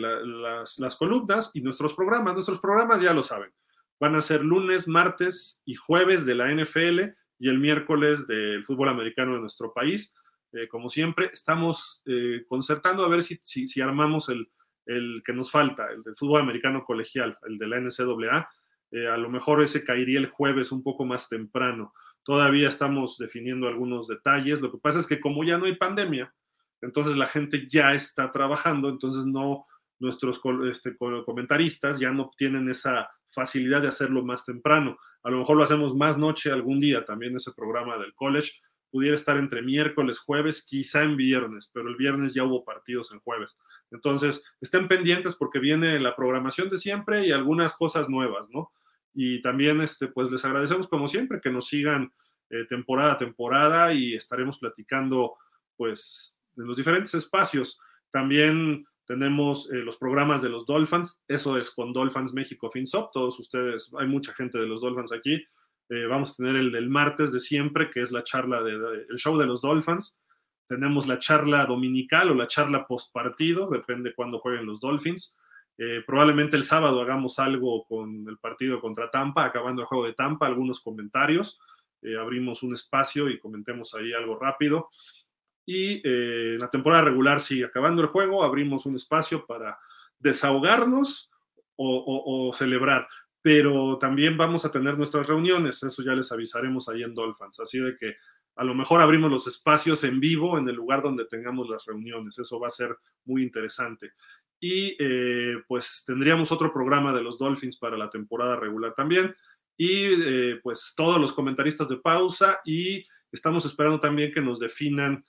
las columnas y nuestros programas. Nuestros programas ya lo saben, van a ser lunes, martes y jueves de la NFL y el miércoles del fútbol americano de nuestro país. Como siempre, estamos concertando a ver si armamos el que nos falta, el del fútbol americano colegial, el de la NCAA. A lo mejor ese caería el jueves un poco más temprano. Todavía estamos definiendo algunos detalles. Lo que pasa es que como ya no hay pandemia, entonces la gente ya está trabajando, entonces nuestros comentaristas ya no tienen esa facilidad de hacerlo más temprano. A lo mejor lo hacemos más noche algún día, también ese programa del college pudiera estar entre miércoles, jueves, quizá en viernes, pero el viernes ya hubo partidos en jueves. Entonces, estén pendientes porque viene la programación de siempre y algunas cosas nuevas, ¿no? Y también, pues les agradecemos como siempre que nos sigan temporada a temporada y estaremos platicando, pues, en los diferentes espacios. También tenemos los programas de los Dolphins, eso es con Dolphins México FinSop, todos ustedes, hay mucha gente de los Dolphins aquí. Vamos a tener el del martes de siempre, que es la charla el show de los Dolphins. Tenemos la charla dominical o la charla post partido, depende cuándo jueguen los Dolphins. Probablemente el sábado hagamos algo con el partido contra Tampa, acabando el juego de Tampa, algunos comentarios. Abrimos un espacio y comentemos ahí algo rápido. Y la temporada regular, sí, acabando el juego, abrimos un espacio para desahogarnos o celebrar. Pero también vamos a tener nuestras reuniones, eso ya les avisaremos ahí en Dolphins, así de que a lo mejor abrimos los espacios en vivo en el lugar donde tengamos las reuniones, eso va a ser muy interesante. Y pues tendríamos otro programa de los Dolphins para la temporada regular también, y pues todos los comentaristas de pausa, y estamos esperando también que nos definan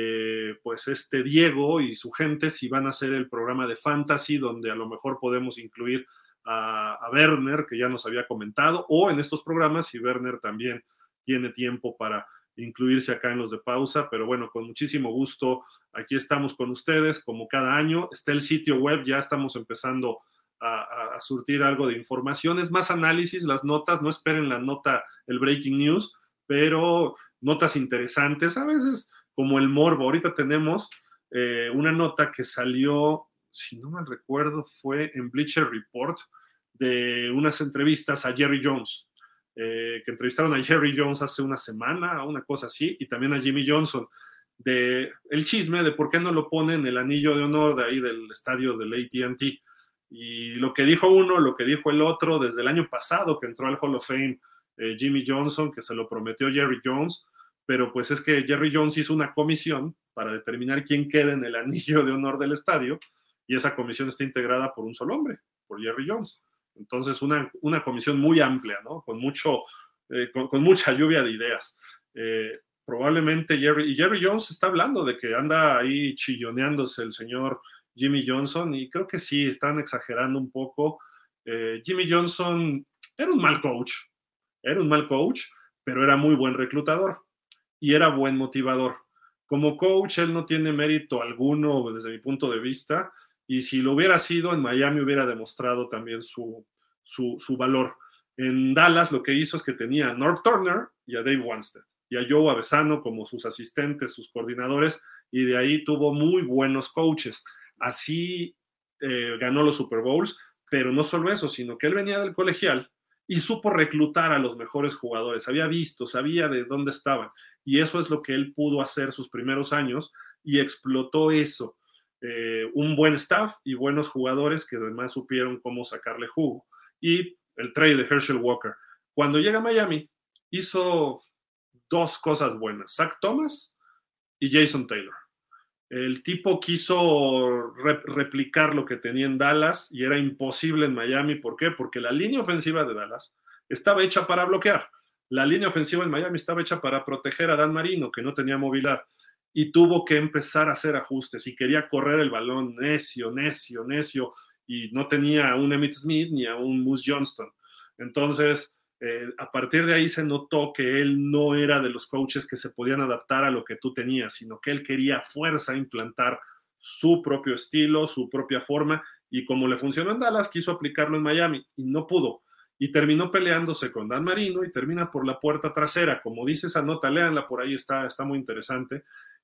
pues Diego y su gente si van a hacer el programa de Fantasy, donde a lo mejor podemos incluir a Werner, que ya nos había comentado, o en estos programas si Werner también tiene tiempo para incluirse acá en los de pausa, pero bueno, con muchísimo gusto aquí estamos con ustedes como cada año. Está el sitio web, ya estamos empezando a surtir algo de información. Es más análisis, las notas, no esperen la nota, el breaking news, pero notas interesantes, a veces como el morbo. Ahorita tenemos una nota que salió, si no mal recuerdo, fue en Bleacher Report, de unas entrevistas a Jerry Jones, que entrevistaron a Jerry Jones hace una semana, una cosa así, y también a Jimmy Johnson, de el chisme de por qué no lo ponen el anillo de honor de ahí del estadio del AT&T. Y lo que dijo uno, lo que dijo el otro, desde el año pasado que entró al Hall of Fame Jimmy Johnson, que se lo prometió Jerry Jones, pero pues es que Jerry Jones hizo una comisión para determinar quién queda en el anillo de honor del estadio, y esa comisión está integrada por un solo hombre, por Jerry Jones. Entonces una comisión muy amplia, ¿no? Con mucha lluvia de ideas. Probablemente Jerry Jones está hablando de que anda ahí chilloneándose el señor Jimmy Johnson, y creo que sí, están exagerando un poco. Jimmy Johnson era un mal coach, pero era muy buen reclutador y era buen motivador. Como coach, él no tiene mérito alguno desde mi punto de vista, y si lo hubiera sido, en Miami hubiera demostrado también su valor. En Dallas lo que hizo es que tenía a Norv Turner y a Dave Wannstedt, y a Joe Avesano como sus asistentes, sus coordinadores, y de ahí tuvo muy buenos coaches. Así ganó los Super Bowls, pero no solo eso, sino que él venía del colegial y supo reclutar a los mejores jugadores, sabía de dónde estaban, y eso es lo que él pudo hacer sus primeros años, y explotó eso. Un buen staff y buenos jugadores que además supieron cómo sacarle jugo. Y el trade de Herschel Walker. Cuando llega a Miami, hizo dos cosas buenas: Zach Thomas y Jason Taylor. El tipo quiso replicar lo que tenía en Dallas y era imposible en Miami. ¿Por qué? Porque la línea ofensiva de Dallas estaba hecha para bloquear. La línea ofensiva en Miami estaba hecha para proteger a Dan Marino, que no tenía movilidad, y tuvo que empezar a hacer ajustes, y quería correr el balón necio, y no tenía a un Emmitt Smith ni a un Moose Johnston. Entonces, a partir de ahí se notó que él no era de los coaches que se podían adaptar a lo que tú tenías, sino que él quería a fuerza implantar su propio estilo, su propia forma, y como le funcionó en Dallas, quiso aplicarlo en Miami y no pudo, y terminó peleándose con Dan Marino y termina por la puerta trasera. Como dice esa nota, léanla, por ahí está muy interesante.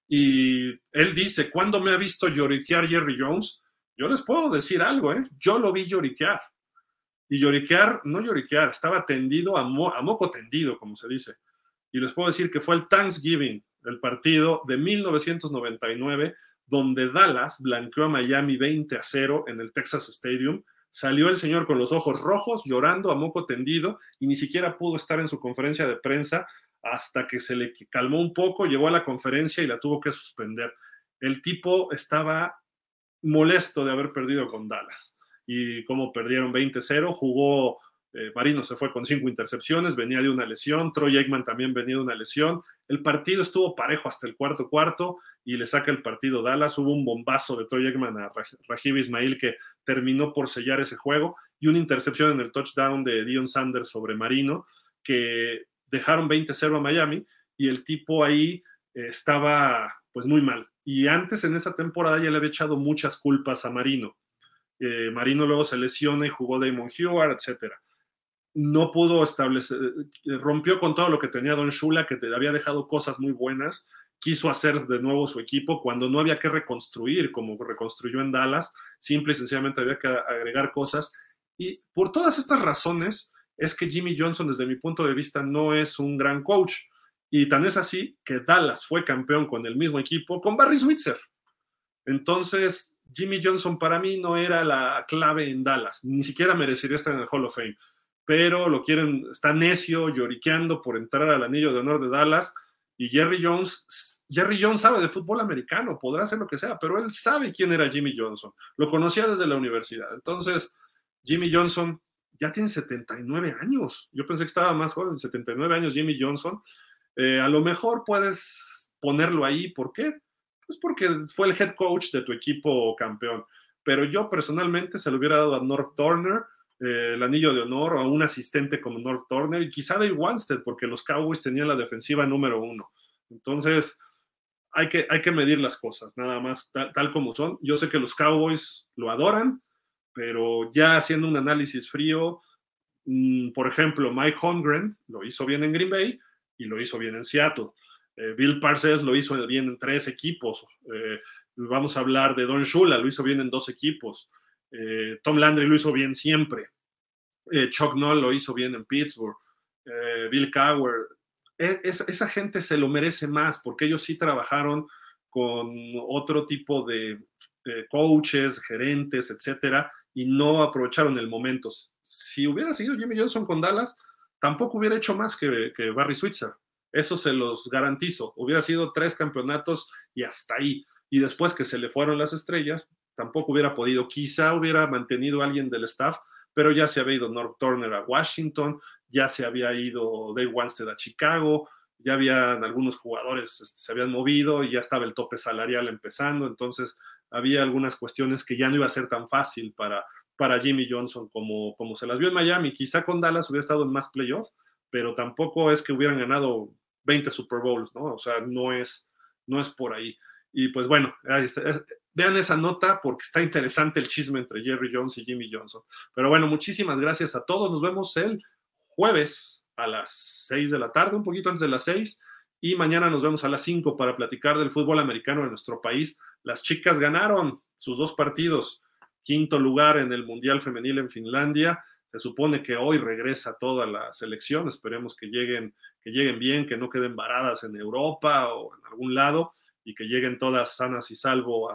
Y él dice: ¿cuándo me ha visto lloriquear Jerry Jones? Yo les puedo decir algo, yo lo vi lloriquear. Y no lloriquear, estaba tendido a moco tendido, como se dice. Y les puedo decir que fue el Thanksgiving, el partido de 1999, donde Dallas blanqueó a Miami 20-0 en el Texas Stadium. Salió el señor con los ojos rojos, llorando a moco tendido, y ni siquiera pudo estar en su conferencia de prensa hasta que se le calmó un poco. Llegó a la conferencia y la tuvo que suspender. El tipo estaba molesto de haber perdido con Dallas. Y como perdieron 20-0, jugó, Marino se fue con 5 intercepciones, venía de una lesión, Troy Aikman también venía de una lesión. El partido estuvo parejo hasta el cuarto, y le saca el partido Dallas. Hubo un bombazo de Troy Aikman a Rajiv Ismail que terminó por sellar ese juego, y una intercepción en el touchdown de Deion Sanders sobre Marino, que dejaron 20-0 a Miami, y el tipo ahí estaba pues muy mal. Y antes, en esa temporada, ya le había echado muchas culpas a Marino. Marino luego se lesiona y jugó Damon Huard, etc. No pudo establecer, rompió con todo lo que tenía Don Shula, que te había dejado cosas muy buenas. Quiso hacer de nuevo su equipo cuando no había que reconstruir, como reconstruyó en Dallas. Simple y sencillamente había que agregar cosas. Y por todas estas razones es que Jimmy Johnson, desde mi punto de vista, no es un gran coach. Y tan es así que Dallas fue campeón con el mismo equipo, con Barry Switzer. Entonces, Jimmy Johnson para mí no era la clave en Dallas, ni siquiera merecería estar en el Hall of Fame, pero lo quieren, está necio, lloriqueando por entrar al anillo de honor de Dallas. Y Jerry Jones sabe de fútbol americano, podrá hacer lo que sea, pero él sabe quién era Jimmy Johnson, lo conocía desde la universidad. Entonces, Jimmy Johnson ya tiene 79 años, yo pensé que estaba más joven. 79 años Jimmy Johnson. A lo mejor puedes ponerlo ahí. ¿Por qué? Pues porque fue el head coach de tu equipo campeón, pero yo personalmente se lo hubiera dado a Norv Turner, el anillo de honor, o a un asistente como Norv Turner, y quizá Dave Wannstedt, porque los Cowboys tenían la defensiva número 1. Entonces, hay que medir las cosas, nada más tal como son. Yo sé que los Cowboys lo adoran, pero ya haciendo un análisis frío, por ejemplo, Mike Holmgren lo hizo bien en Green Bay y lo hizo bien en Seattle. Bill Parcells lo hizo bien en 3 equipos. Vamos a hablar de Don Shula, lo hizo bien en 2 equipos. Tom Landry lo hizo bien siempre. Chuck Noll lo hizo bien en Pittsburgh. Bill Cowher. Esa gente se lo merece más porque ellos sí trabajaron con otro tipo de coaches, gerentes, etcétera, y no aprovecharon el momento. Si hubiera seguido Jimmy Johnson con Dallas, tampoco hubiera hecho más que Barry Switzer. Eso se los garantizo. Hubiera sido 3 campeonatos y hasta ahí. Y después que se le fueron las estrellas, tampoco hubiera podido. Quizá hubiera mantenido a alguien del staff, pero ya se había ido Norv Turner a Washington, ya se había ido Dave Wannstedt a Chicago, ya habían algunos jugadores, se habían movido y ya estaba el tope salarial empezando. Entonces había algunas cuestiones que ya no iba a ser tan fácil para Jimmy Johnson como se las vio en Miami. Quizá con Dallas hubiera estado en más playoff, pero tampoco es que hubieran ganado 20 Super Bowls, ¿no? O sea, no es por ahí. Y pues bueno, vean esa nota porque está interesante el chisme entre Jerry Jones y Jimmy Johnson. Pero bueno, muchísimas gracias a todos. Nos vemos el jueves a las 6 de la tarde, un poquito antes de las 6, y mañana nos vemos a las 5 para platicar del fútbol americano de nuestro país. Las chicas ganaron sus 2 partidos, 5º lugar en el Mundial Femenil en Finlandia. Se supone que hoy regresa toda la selección, esperemos que lleguen bien, que no queden varadas en Europa o en algún lado, y que lleguen todas sanas y salvo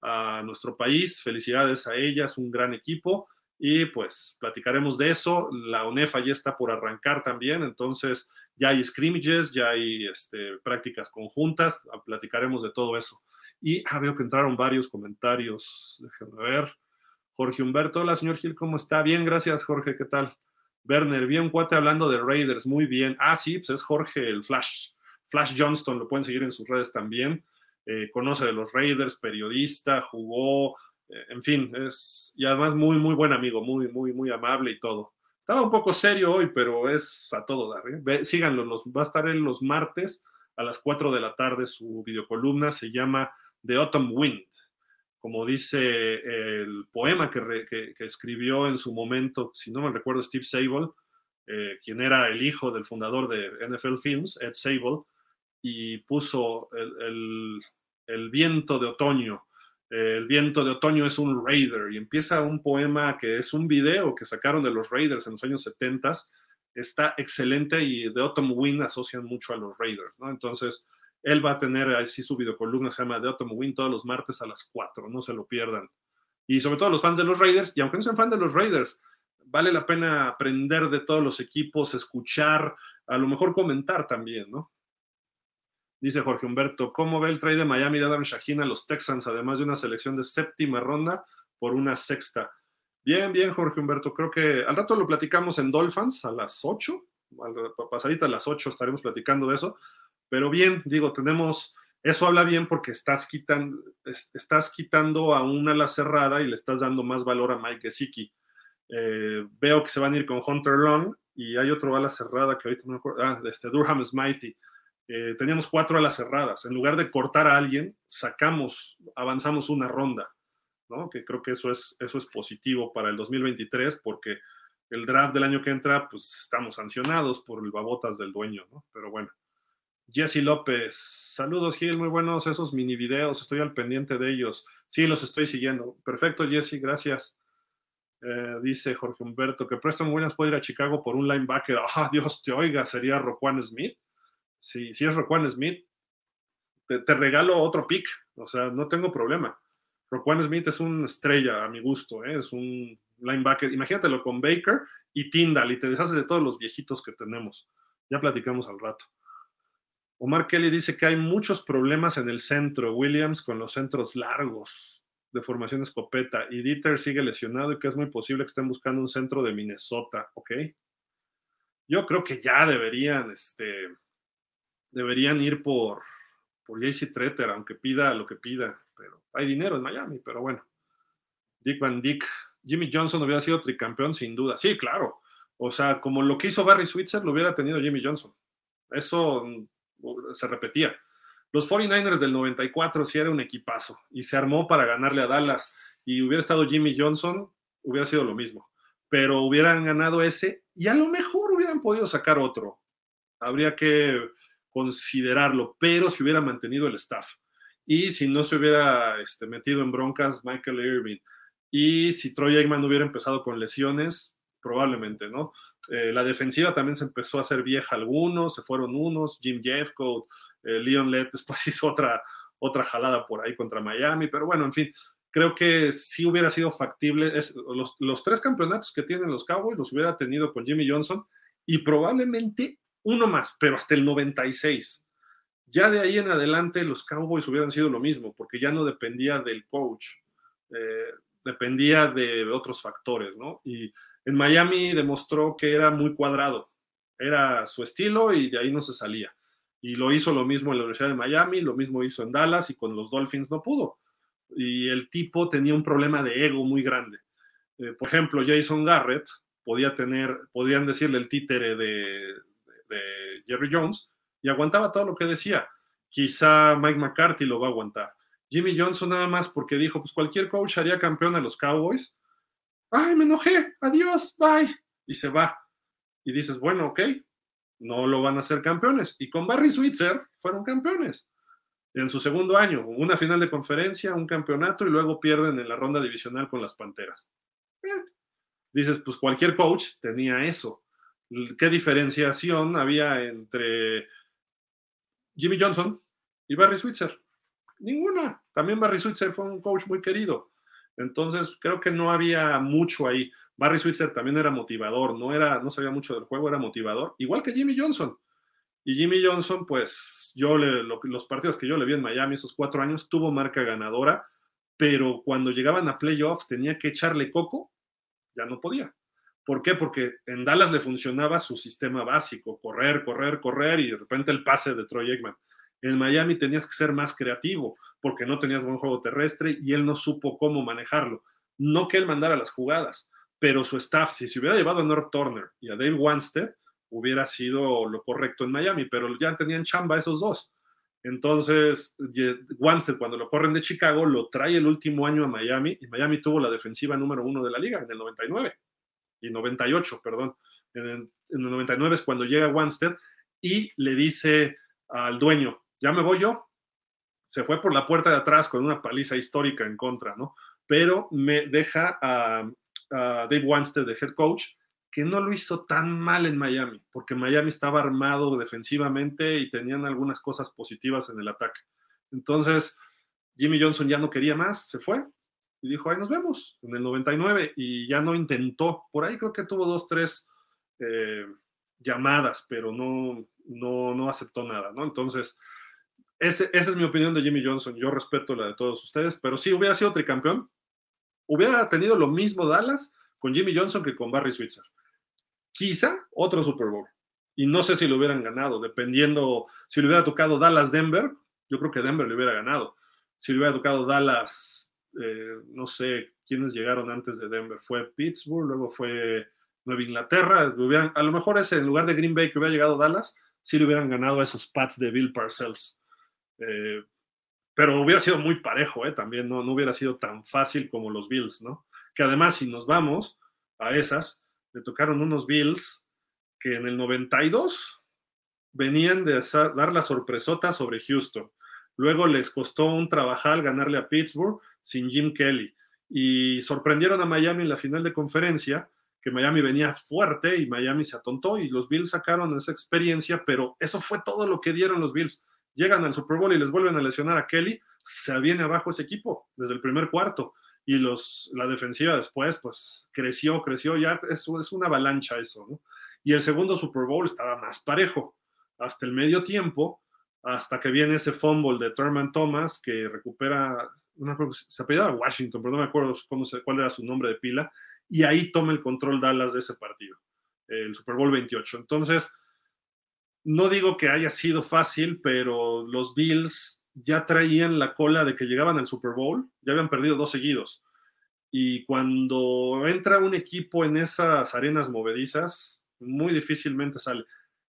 a nuestro país. Felicidades a ellas, un gran equipo. Y pues platicaremos de eso. La UNEFA ya está por arrancar también, entonces ya hay scrimmages, ya hay prácticas conjuntas, platicaremos de todo eso. Y veo que entraron varios comentarios, déjenme ver. Jorge Humberto, hola señor Gil, ¿cómo está? Bien, gracias Jorge, ¿qué tal? Werner, vi un cuate hablando de Raiders, muy bien. Sí, pues es Jorge el Flash Johnston, lo pueden seguir en sus redes también. Conoce de los Raiders, periodista, jugó, en fin, y además muy, muy buen amigo, muy, muy, muy amable y todo. Estaba un poco serio hoy, pero es a todo dar, ¿eh? Síganlo, va a estar él los martes a las 4 de la tarde, su videocolumna se llama The Autumn Wind, como dice el poema que escribió en su momento, si no me recuerdo, Steve Sabol, quien era el hijo del fundador de NFL Films, Ed Sabol, y puso el viento de otoño. El viento de otoño es un Raider, y empieza un poema que es un video que sacaron de los Raiders en los años 70. Está excelente, y The Autumn Wind asocian mucho a los Raiders, ¿no? Entonces él va a tener así su videocolumna, se llama The Autumn Wind, todos los martes a las 4, no se lo pierdan. Y sobre todo los fans de los Raiders, y aunque no sean fans de los Raiders, vale la pena aprender de todos los equipos, escuchar, a lo mejor comentar también, ¿no? Dice Jorge Humberto, ¿cómo ve el trade de Miami de Adam Shaheen a los Texans, además de una selección de 7ª ronda por una 6ª? Bien, bien, Jorge Humberto, creo que al rato lo platicamos en Dolphins a las 8, pasadita a las 8 estaremos platicando de eso, pero bien, digo, eso habla bien porque estás quitando a una ala cerrada y le estás dando más valor a Mike Gesicki. Veo que se van a ir con Hunter Long, y hay otro ala cerrada que ahorita no me acuerdo, Durham Smythe. Teníamos 4 alas cerradas. En lugar de cortar a alguien, avanzamos una ronda, ¿no? Que creo que eso es positivo para el 2023, porque el draft del año que entra, pues estamos sancionados por el babotas del dueño, ¿no? Pero bueno. Jesse López, saludos Gil, muy buenos esos mini videos, estoy al pendiente de ellos. Sí, los estoy siguiendo. Perfecto, Jesse, gracias. Dice Jorge Humberto que Preston Williams puede ir a Chicago por un linebacker. Dios te oiga, ¿sería Roquan Smith? Si es Roquan Smith, te regalo otro pick, o sea, no tengo problema. Roquan Smith es una estrella a mi gusto, es un linebacker. Imagínatelo con Baker y Tyndall, y te deshaces de todos los viejitos que tenemos. Ya platicamos al rato. Omar Kelly dice que hay muchos problemas en el centro, Williams con los centros largos de formación escopeta, y Dieter sigue lesionado y que es muy posible que estén buscando un centro de Minnesota, ¿ok? Yo creo que ya deberían ir por JC Tretter, aunque pida lo que pida, pero hay dinero en Miami, pero bueno. Dick Van Dyke, Jimmy Johnson hubiera sido tricampeón sin duda, sí, claro, o sea, como lo que hizo Barry Switzer lo hubiera tenido Jimmy Johnson, eso se repetía. Los 49ers del 94 sí era un equipazo y se armó para ganarle a Dallas, y hubiera estado Jimmy Johnson, hubiera sido lo mismo, pero hubieran ganado ese y a lo mejor hubieran podido sacar otro. Habría que considerarlo, pero si hubiera mantenido el staff y si no se hubiera metido en broncas Michael Irvin, y si Troy Aikman hubiera empezado con lesiones, probablemente, ¿no? La defensiva también se empezó a hacer vieja algunos, se fueron unos, Jim Jeffcoat, Leon Lett después hizo otra jalada por ahí contra Miami, pero bueno, en fin, creo que sí hubiera sido factible. Los 3 campeonatos que tienen los Cowboys los hubiera tenido con Jimmy Johnson y probablemente uno más, pero hasta el 96. Ya de ahí en adelante los Cowboys hubieran sido lo mismo, porque ya no dependía del coach, dependía de otros factores, ¿no? Y en Miami demostró que era muy cuadrado, era su estilo y de ahí no se salía. Y lo hizo lo mismo en la Universidad de Miami, lo mismo hizo en Dallas, y con los Dolphins no pudo. Y el tipo tenía un problema de ego muy grande. Por ejemplo, Jason Garrett podrían decirle el títere de Jerry Jones, y aguantaba todo lo que decía. Quizá Mike McCarthy lo va a aguantar. Jimmy Johnson nada más porque dijo, pues cualquier coach haría campeón a los Cowboys. ¡Ay, me enojé! ¡Adiós! ¡Bye! Y se va. Y dices, bueno, ok, no lo van a hacer campeones. Y con Barry Switzer fueron campeones. En su segundo año, una final de conferencia, un campeonato, y luego pierden en la ronda divisional con las Panteras. Dices, pues cualquier coach tenía eso. ¿Qué diferenciación había entre Jimmy Johnson y Barry Switzer? Ninguna. También Barry Switzer fue un coach muy querido. Entonces, creo que no había mucho ahí. Barry Switzer también era motivador, no sabía mucho del juego, era motivador, igual que Jimmy Johnson. Y Jimmy Johnson, pues, los partidos que yo le vi en Miami esos 4 años, tuvo marca ganadora, pero cuando llegaban a playoffs tenía que echarle coco, ya no podía. ¿Por qué? Porque en Dallas le funcionaba su sistema básico, correr, y de repente el pase de Troy Aikman. En Miami tenías que ser más creativo, porque no tenías buen juego terrestre y él no supo cómo manejarlo. No que él mandara las jugadas, pero su staff, si se hubiera llevado a Norv Turner y a Dave Wanstead, hubiera sido lo correcto en Miami, pero ya tenían chamba esos dos. Entonces, Wanstead, cuando lo corren de Chicago, lo trae el último año a Miami, y Miami tuvo la defensiva número 1 de la liga en el 99 y 98, perdón. En el 99 es cuando llega Wanstead y le dice al dueño, ya me voy yo. Se fue por la puerta de atrás con una paliza histórica en contra, ¿no? Pero me deja a Dave Wanstead de head coach, que no lo hizo tan mal en Miami, porque Miami estaba armado defensivamente y tenían algunas cosas positivas en el ataque. Entonces, Jimmy Johnson ya no quería más, se fue y dijo, ahí nos vemos, en el 99, y ya no intentó. Por ahí creo que tuvo 2, 3 llamadas, pero no aceptó nada, ¿no? Entonces, esa es mi opinión de Jimmy Johnson. Yo respeto la de todos ustedes, pero sí, hubiera sido tricampeón, hubiera tenido lo mismo Dallas con Jimmy Johnson que con Barry Switzer. Quizá otro Super Bowl. Y no sé si lo hubieran ganado, dependiendo, si le hubiera tocado Dallas-Denver, yo creo que Denver le hubiera ganado. Si le hubiera tocado Dallas, no sé quiénes llegaron antes de Denver. Fue Pittsburgh, luego fue Nueva Inglaterra. A lo mejor ese, en lugar de Green Bay que hubiera llegado Dallas, sí le hubieran ganado a esos Pats de Bill Parcells. Pero hubiera sido muy parejo, también no hubiera sido tan fácil como los Bills, ¿no? Que además, si nos vamos a esas, le tocaron unos Bills que en el 92 venían de dar la sorpresota sobre Houston. Luego les costó un trabajal ganarle a Pittsburgh sin Jim Kelly. Y sorprendieron a Miami en la final de conferencia, que Miami venía fuerte y Miami se atontó, y los Bills sacaron esa experiencia, pero eso fue todo lo que dieron los Bills. Llegan al Super Bowl y les vuelven a lesionar a Kelly, se viene abajo ese equipo desde el primer cuarto. Y la defensiva después, pues, creció, ya es una avalancha eso, ¿no? Y el segundo Super Bowl estaba más parejo, hasta el medio tiempo, hasta que viene ese fumble de Thurman Thomas, que recupera, se apellidaba Washington, pero no me acuerdo cuál era su nombre de pila, y ahí toma el control Dallas de ese partido, el Super Bowl 28. Entonces, no digo que haya sido fácil, pero los Bills ya traían la cola de que llegaban al Super Bowl, ya habían perdido 2 seguidos. Y cuando entra un equipo en esas arenas movedizas, muy difícilmente sale.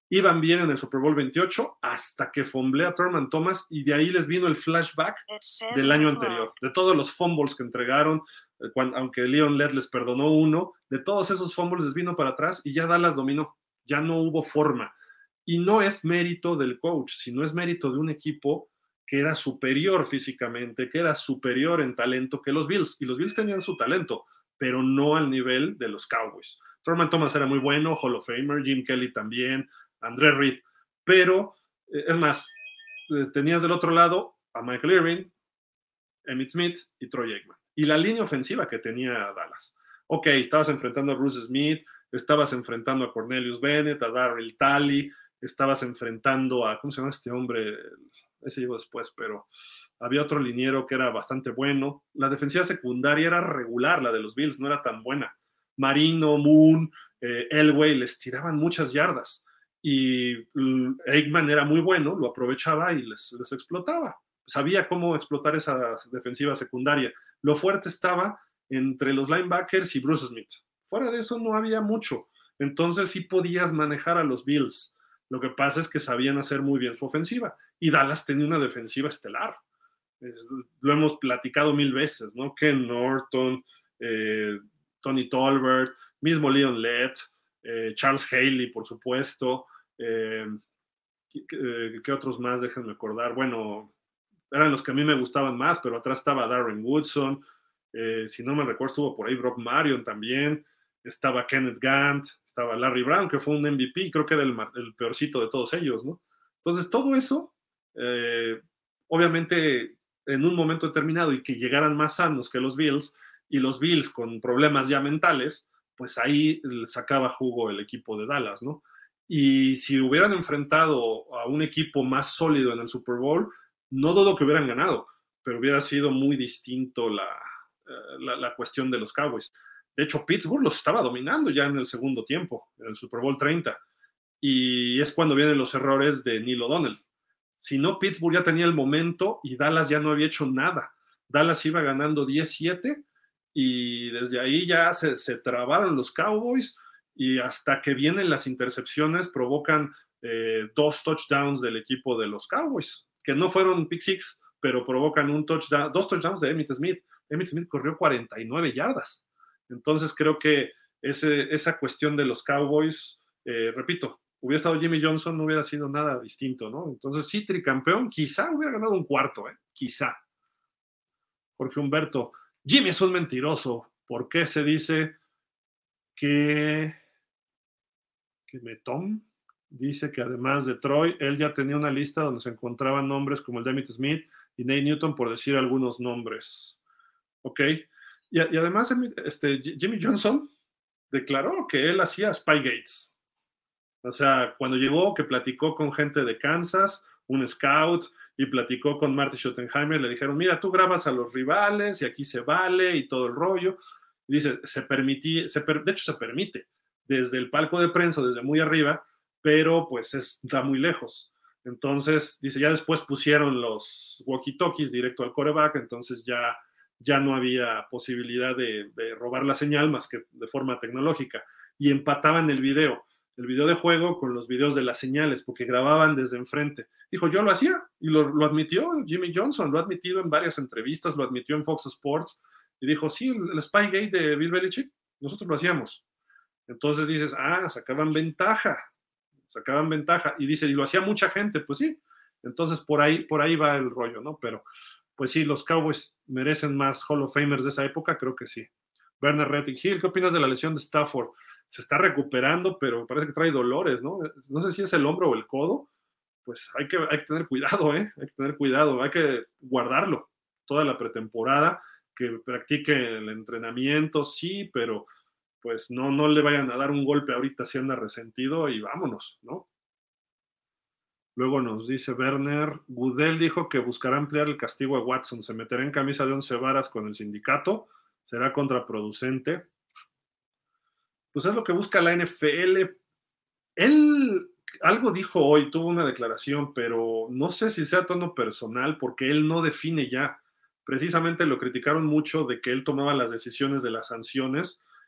Iban bien en el Super Bowl 28 hasta que fumblea Thurman Thomas y de ahí les vino el flashback del año anterior, de todos los fumbles que entregaron, aunque Leon Lett les perdonó uno, de todos esos fumbles les vino para atrás y ya Dallas dominó, ya no hubo forma. Y no es mérito del coach, sino es mérito de un equipo que era superior físicamente, que era superior en talento que los Bills, y los Bills tenían su talento, pero no al nivel de los Cowboys. Thurman Thomas era muy bueno, Hall of Famer, Jim Kelly también, André Reed, pero es más, tenías del otro lado a Michael Irving, Emmitt Smith y Troy Aikman. Y la línea ofensiva que tenía Dallas. Ok, estabas enfrentando a Bruce Smith, estabas enfrentando a Cornelius Bennett, a Darryl Talley, estabas enfrentando a, ¿cómo se llama este hombre? Ese llegó después, pero había otro liniero que era bastante bueno. La defensiva secundaria era regular, la de los Bills, no era tan buena. Marino, Moon, Elway les tiraban muchas yardas. Y Aikman era muy bueno, lo aprovechaba y les explotaba. Sabía cómo explotar esa defensiva secundaria. Lo fuerte estaba entre los linebackers y Bruce Smith. Fuera de eso no había mucho. Entonces sí podías manejar a los Bills. Lo que pasa es que sabían hacer muy bien su ofensiva. Y Dallas tenía una defensiva estelar. Lo hemos platicado 1000 veces, ¿no? Ken Norton, Tony Tolbert, mismo Leon Lett, Charles Haley, por supuesto. ¿Qué otros más? Déjenme acordar. Bueno, eran los que a mí me gustaban más, pero atrás estaba Darren Woodson. Si no me recuerdo, estuvo por ahí Brock Marion también. Estaba Kenneth Gant, estaba Larry Brown, que fue un MVP, creo que era el peorcito de todos ellos, ¿no? Entonces, todo eso, obviamente, en un momento determinado y que llegaran más sanos que los Bills, y los Bills con problemas ya mentales, pues ahí sacaba jugo el equipo de Dallas, ¿no? Y si hubieran enfrentado a un equipo más sólido en el Super Bowl, no dudo que hubieran ganado, pero hubiera sido muy distinto la cuestión de los Cowboys. De hecho, Pittsburgh los estaba dominando ya en el segundo tiempo, en el Super Bowl 30, y es cuando vienen los errores de Neil O'Donnell. Si no, Pittsburgh ya tenía el momento y Dallas ya no había hecho nada. Dallas iba ganando 17 y desde ahí ya se trabaron los Cowboys, y hasta que vienen las intercepciones provocan 2 touchdowns del equipo de los Cowboys, que no fueron pick six, pero provocan 2 touchdowns de Emmitt Smith. Emmitt Smith corrió 49 yardas. Entonces creo que esa cuestión de los Cowboys, repito, hubiera estado Jimmy Johnson, no hubiera sido nada distinto, ¿no? Entonces sí, tricampeón, quizá hubiera ganado un cuarto, quizá. Jorge Humberto, Jimmy es un mentiroso. ¿Por qué se dice que Tom dice que además de Troy, él ya tenía una lista donde se encontraban nombres como el de Emmitt Smith y Nate Newton, por decir algunos nombres? Ok. Y además, Jimmy Johnson declaró que él hacía Spygates. O sea, cuando llegó, que platicó con gente de Kansas, un scout, y platicó con Marty Schottenheimer, le dijeron, mira, tú grabas a los rivales y aquí se vale y todo el rollo. Y dice, de hecho se permite, desde el palco de prensa, desde muy arriba, pero pues está muy lejos. Entonces, dice, ya después pusieron los walkie-talkies directo al quarterback, entonces ya no había posibilidad de robar la señal más que de forma tecnológica. Y empataban el video de juego con los videos de las señales, porque grababan desde enfrente. Dijo, yo lo hacía, y lo admitió Jimmy Johnson, lo ha admitido en varias entrevistas, lo admitió en Fox Sports, y dijo, sí, el Spygate de Bill Belichick, nosotros lo hacíamos. Entonces dices, sacaban ventaja, y dice, y lo hacía mucha gente, pues sí. Entonces por ahí va el rollo, ¿no? Pero pues sí, los Cowboys merecen más Hall of Famers de esa época, creo que sí. Werner Rettig-Hill, ¿qué opinas de la lesión de Stafford? Se está recuperando, pero parece que trae dolores, ¿no? No sé si es el hombro o el codo. Pues hay que tener cuidado, Hay que tener cuidado, hay que guardarlo toda la pretemporada, que practique el entrenamiento, sí, pero pues no le vayan a dar un golpe ahorita si anda resentido y vámonos, ¿no? Luego nos dice Werner, Goodell dijo que buscará ampliar el castigo a Watson, se meterá en camisa de 11 varas con el sindicato, será contraproducente. Pues es lo que busca la NFL. Él algo dijo hoy, tuvo una declaración, pero no sé si sea tono personal, porque él no define ya. Precisamente lo criticaron mucho de que él tomaba las decisiones de las sanciones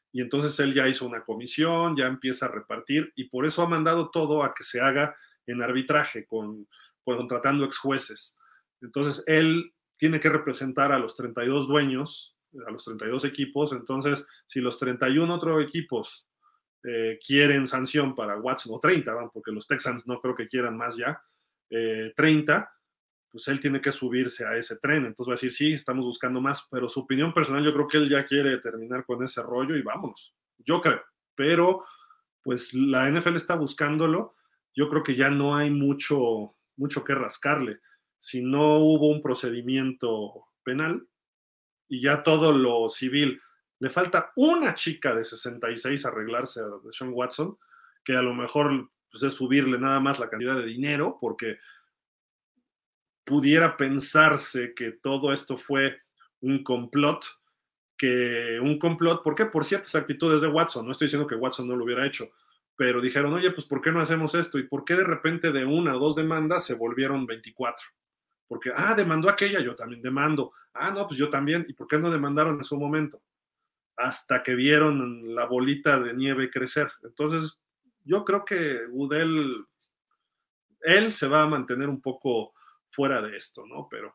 y entonces él ya hizo una comisión, ya empieza a repartir, y por eso ha mandado todo a que se haga en arbitraje, contratando ex jueces. Entonces él tiene que representar a los 32 dueños, a los 32 equipos. Entonces, si los 31 otros equipos quieren sanción para Watson, o 30, ¿no? Porque los Texans no creo que quieran más ya, 30, pues él tiene que subirse a ese tren. Entonces va a decir, sí, estamos buscando más, pero su opinión personal, yo creo que él ya quiere terminar con ese rollo y vámonos. Yo creo, pero pues la NFL está buscándolo. Yo creo que ya no hay mucho que rascarle. Si no hubo un procedimiento penal y ya todo lo civil, le falta una chica de 66 arreglarse a Deshaun Watson, que a lo mejor pues, es subirle nada más la cantidad de dinero, porque pudiera pensarse que todo esto fue un complot, ¿por qué? Por ciertas actitudes de Watson. No estoy diciendo que Watson no lo hubiera hecho, pero dijeron, oye, pues ¿por qué no hacemos esto? ¿Y por qué de repente de 1 o 2 demandas se volvieron 24? Porque, demandó aquella, yo también demando. No, pues yo también. ¿Y por qué no demandaron en su momento? Hasta que vieron la bolita de nieve crecer. Entonces, yo creo que Goodell, él se va a mantener un poco fuera de esto, ¿no? Pero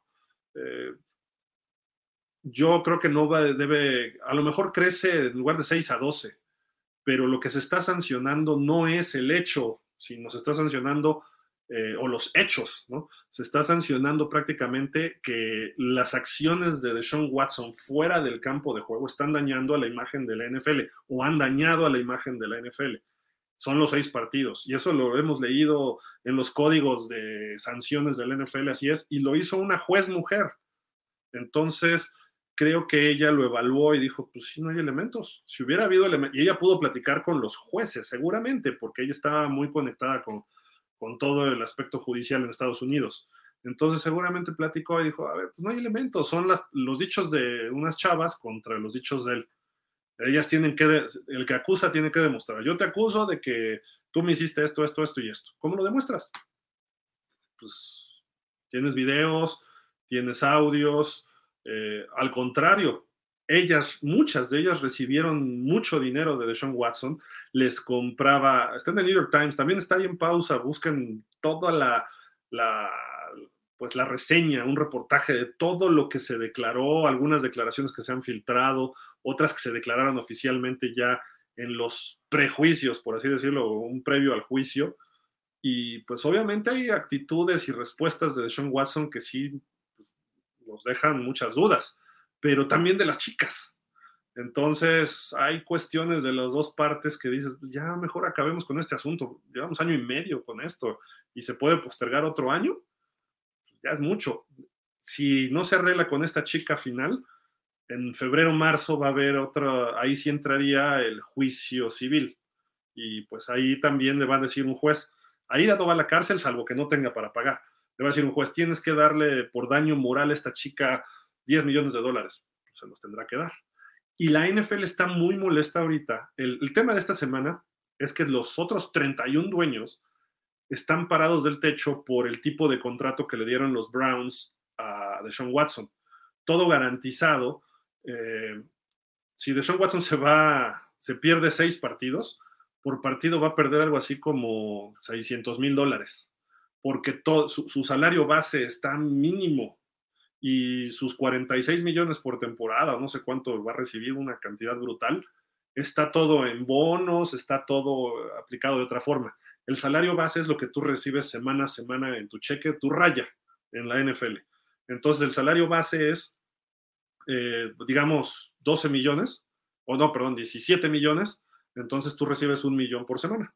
yo creo que no debe, a lo mejor crece en lugar de 6 a 12, pero lo que se está sancionando no es el hecho, sino se está sancionando o los hechos, ¿no? Se está sancionando prácticamente que las acciones de Deshaun Watson fuera del campo de juego están dañando a la imagen de la NFL, o han dañado a la imagen de la NFL. Son los 6 partidos, y eso lo hemos leído en los códigos de sanciones de la NFL, así es, y lo hizo una juez mujer. Entonces, creo que ella lo evaluó y dijo, pues sí, no hay elementos. Si hubiera habido elementos, y ella pudo platicar con los jueces, seguramente, porque ella estaba muy conectada con todo el aspecto judicial en Estados Unidos. Entonces seguramente platicó y dijo, a ver, pues no hay elementos, son los dichos de unas chavas contra los dichos de él. Ellas tienen que, el que acusa tiene que demostrar, yo te acuso de que tú me hiciste esto, esto, esto y esto. ¿Cómo lo demuestras? Pues tienes videos, tienes audios, al contrario, muchas de ellas recibieron mucho dinero de Deshaun Watson, les compraba, está en el New York Times, también está ahí en pausa, busquen toda la reseña, un reportaje de todo lo que se declaró, algunas declaraciones que se han filtrado, otras que se declararon oficialmente ya en los prejuicios, por así decirlo, un previo al juicio, y pues obviamente hay actitudes y respuestas de Deshaun Watson que sí pues, nos dejan muchas dudas, pero también de las chicas. Entonces hay cuestiones de las dos partes que dices, ya mejor acabemos con este asunto, llevamos 1 año y medio con esto y se puede postergar otro año, ya es mucho. Si no se arregla con esta chica final, en febrero, marzo va a haber otra, ahí sí entraría el juicio civil y pues ahí también le va a decir un juez, ahí no va a la cárcel salvo que no tenga para pagar, le va a decir un juez, tienes que darle por daño moral a esta chica $10 millones, pues se los tendrá que dar. Y la NFL está muy molesta ahorita. El tema de esta semana es que los otros 31 dueños están parados del techo por el tipo de contrato que le dieron los Browns a Deshaun Watson. Todo garantizado. Si Deshaun Watson se pierde 6 partidos, por partido va a perder algo así como $600,000, porque su salario base está mínimo y sus 46 millones por temporada, no sé cuánto va a recibir, una cantidad brutal, está todo en bonos, está todo aplicado de otra forma. El salario base es lo que tú recibes semana a semana en tu cheque, tu raya en la NFL. Entonces el salario base es, digamos, 12 millones, o no, perdón, 17 millones, entonces tú recibes $1 millón por semana.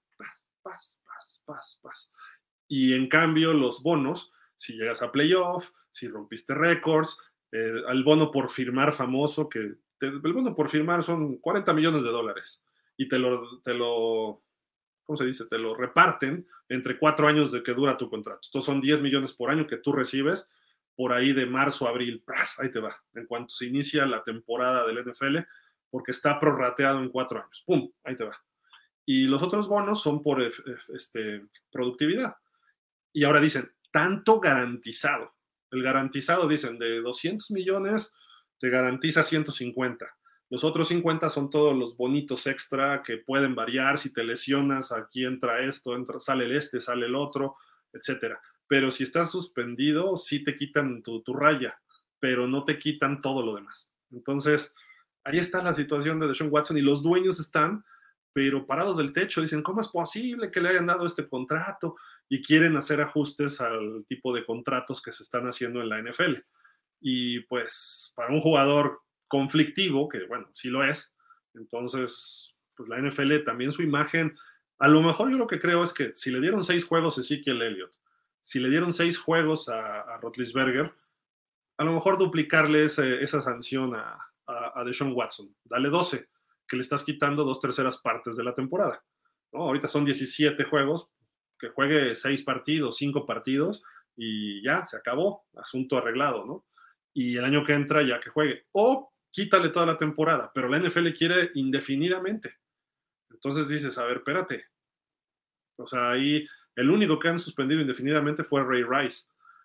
Paz. Y en cambio los bonos, si llegas a playoff, si rompiste récords, el bono por firmar famoso, el bono por firmar son $40 millones y te lo ¿cómo se dice? Te lo reparten entre 4 años de que dura tu contrato. Entonces son 10 millones por año que tú recibes por ahí de marzo a abril. Ahí te va, en cuanto se inicia la temporada del NFL, porque está prorrateado en 4 años. ¡Pum! Ahí te va. Y los otros bonos son por productividad. Y ahora dicen, tanto garantizado. El garantizado, dicen, de 200 millones te garantiza 150. Los otros 50 son todos los bonitos extra que pueden variar. Si te lesionas, aquí entra esto, sale sale el otro, etcétera. Pero si estás suspendido, sí te quitan tu raya, pero no te quitan todo lo demás. Entonces, ahí está la situación de Deshaun Watson y los dueños están, pero parados del techo. Dicen, ¿cómo es posible que le hayan dado este contrato? Y quieren hacer ajustes al tipo de contratos que se están haciendo en la NFL. Y pues, para un jugador conflictivo, que bueno, sí lo es, entonces, pues la NFL también su imagen, a lo mejor yo lo que creo es que si le dieron 6 juegos a Ezekiel Elliott, si le dieron 6 juegos a Roethlisberger, a lo mejor duplicarle esa sanción a Deshaun Watson, dale 12, que le estás quitando 2/3 partes de la temporada, ¿no? Ahorita son 17 juegos, que juegue 6 partidos, 5 partidos, y ya, se acabó, asunto arreglado, ¿no? Y el año que entra ya que juegue, o quítale toda la temporada, pero la NFL quiere indefinidamente. Entonces dices, a ver, espérate. O sea, ahí el único que han suspendido indefinidamente fue Ray Rice.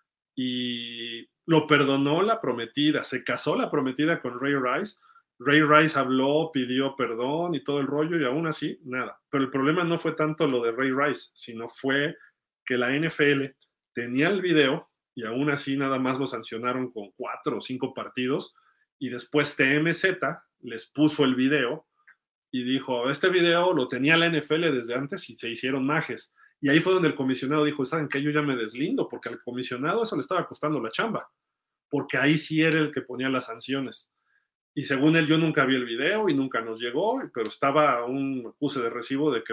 Y lo perdonó la prometida, se casó la prometida con Ray Rice. Ray Rice habló, pidió perdón y todo el rollo, y aún así, nada. Pero el problema no fue tanto lo de Ray Rice, sino fue que la NFL tenía el video y aún así nada más lo sancionaron con 4 o 5 partidos, y después TMZ les puso el video y dijo, este video lo tenía la NFL desde antes y se hicieron majes. Y ahí fue donde el comisionado dijo, ¿saben qué? Yo ya me deslindo, porque al comisionado eso le estaba costando la chamba, porque ahí sí era el que ponía las sanciones. Y según él, yo nunca vi el video y nunca nos llegó, pero estaba un acuse de recibo de que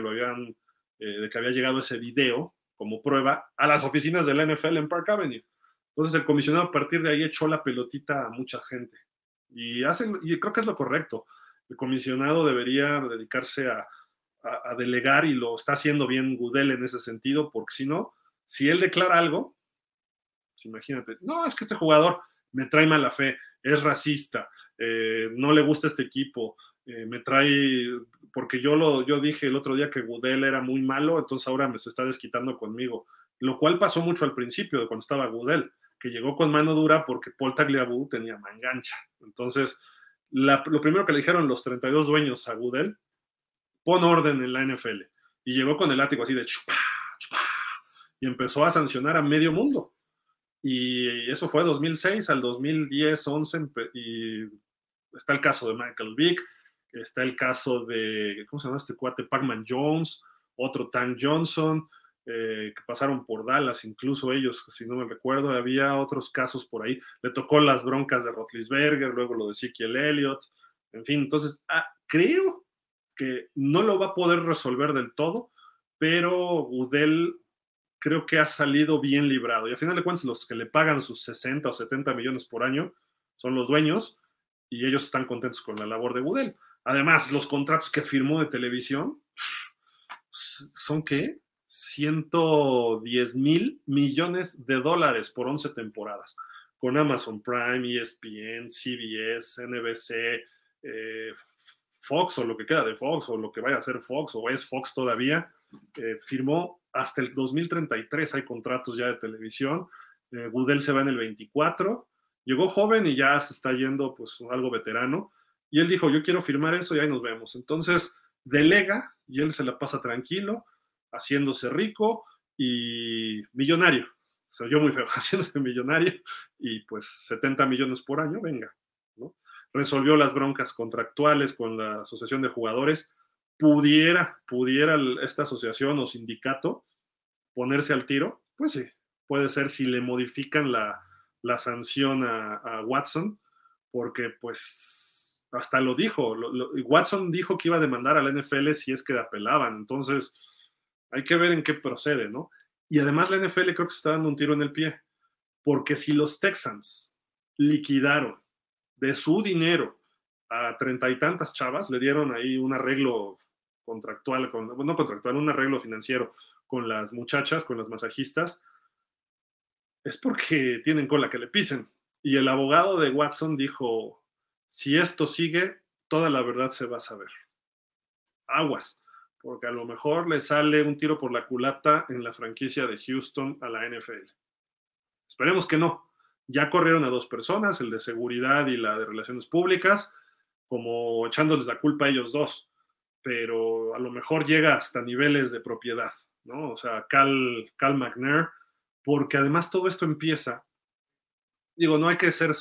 de que había llegado ese video como prueba a las oficinas de la NFL en Park Avenue. Entonces el comisionado a partir de ahí echó la pelotita a mucha gente. Y creo que es lo correcto. El comisionado debería dedicarse a delegar, y lo está haciendo bien Goodell en ese sentido, porque si no, si él declara algo, pues imagínate, no, es que este jugador me trae mala fe, es racista, no le gusta este equipo, me trae, porque yo dije el otro día que Goodell era muy malo, entonces ahora se está desquitando conmigo, lo cual pasó mucho al principio de cuando estaba Goodell, que llegó con mano dura porque Paul Tagliabue tenía mangancha. Entonces, lo primero que le dijeron los 32 dueños a Goodell, pon orden en la NFL. Y llegó con el látigo así de chupa, chupa, y empezó a sancionar a medio mundo. Y eso fue 2006 al 2010, 11, y está el caso de Michael Vick, está el caso de, ¿cómo se llama este cuate? Pac-Man Jones, otro Tank Johnson, que pasaron por Dallas, incluso ellos, si no me recuerdo, había otros casos por ahí. Le tocó las broncas de Roethlisberger, luego lo de Ezekiel Elliott, en fin, entonces, creo que no lo va a poder resolver del todo, pero Goodell creo que ha salido bien librado. Y al final de cuentas, los que le pagan sus 60 o 70 millones por año son los dueños, y ellos están contentos con la labor de Goodell. Además, los contratos que firmó de televisión son, ¿qué? 110 millones de dólares por 11 temporadas, con Amazon Prime, ESPN, CBS, NBC, Fox, o lo que queda de Fox, o lo que vaya a ser Fox, o es Fox todavía. Firmó hasta el 2033, hay contratos ya de televisión. Goodell se va en el 24, llegó joven y ya se está yendo pues algo veterano, y él dijo, yo quiero firmar eso y ahí nos vemos. Entonces delega y él se la pasa tranquilo, haciéndose rico y millonario. Se oyó muy feo, haciéndose millonario, y pues 70 millones por año, venga, ¿no? Resolvió las broncas contractuales con la asociación de jugadores. Pudiera esta asociación o sindicato ponerse al tiro, pues sí, puede ser si le modifican la sanción a Watson, porque pues hasta lo dijo, Watson dijo que iba a demandar a la NFL si es que apelaban, entonces hay que ver en qué procede, ¿no? Y además la NFL creo que se está dando un tiro en el pie, porque si los Texans liquidaron de su dinero a 30 y tantas chavas, le dieron ahí un arreglo contractual, un arreglo financiero con las muchachas, con las masajistas, es porque tienen cola que le pisen. Y el abogado de Watson dijo, si esto sigue, toda la verdad se va a saber. Aguas, porque a lo mejor le sale un tiro por la culata en la franquicia de Houston a la NFL. Esperemos que no. Ya corrieron a 2 personas, el de seguridad y la de relaciones públicas. como echándoles la culpa a ellos dos, pero a lo mejor llega hasta niveles de propiedad, ¿no? O sea, Cal McNair, porque además todo esto empieza, digo, no hay que ser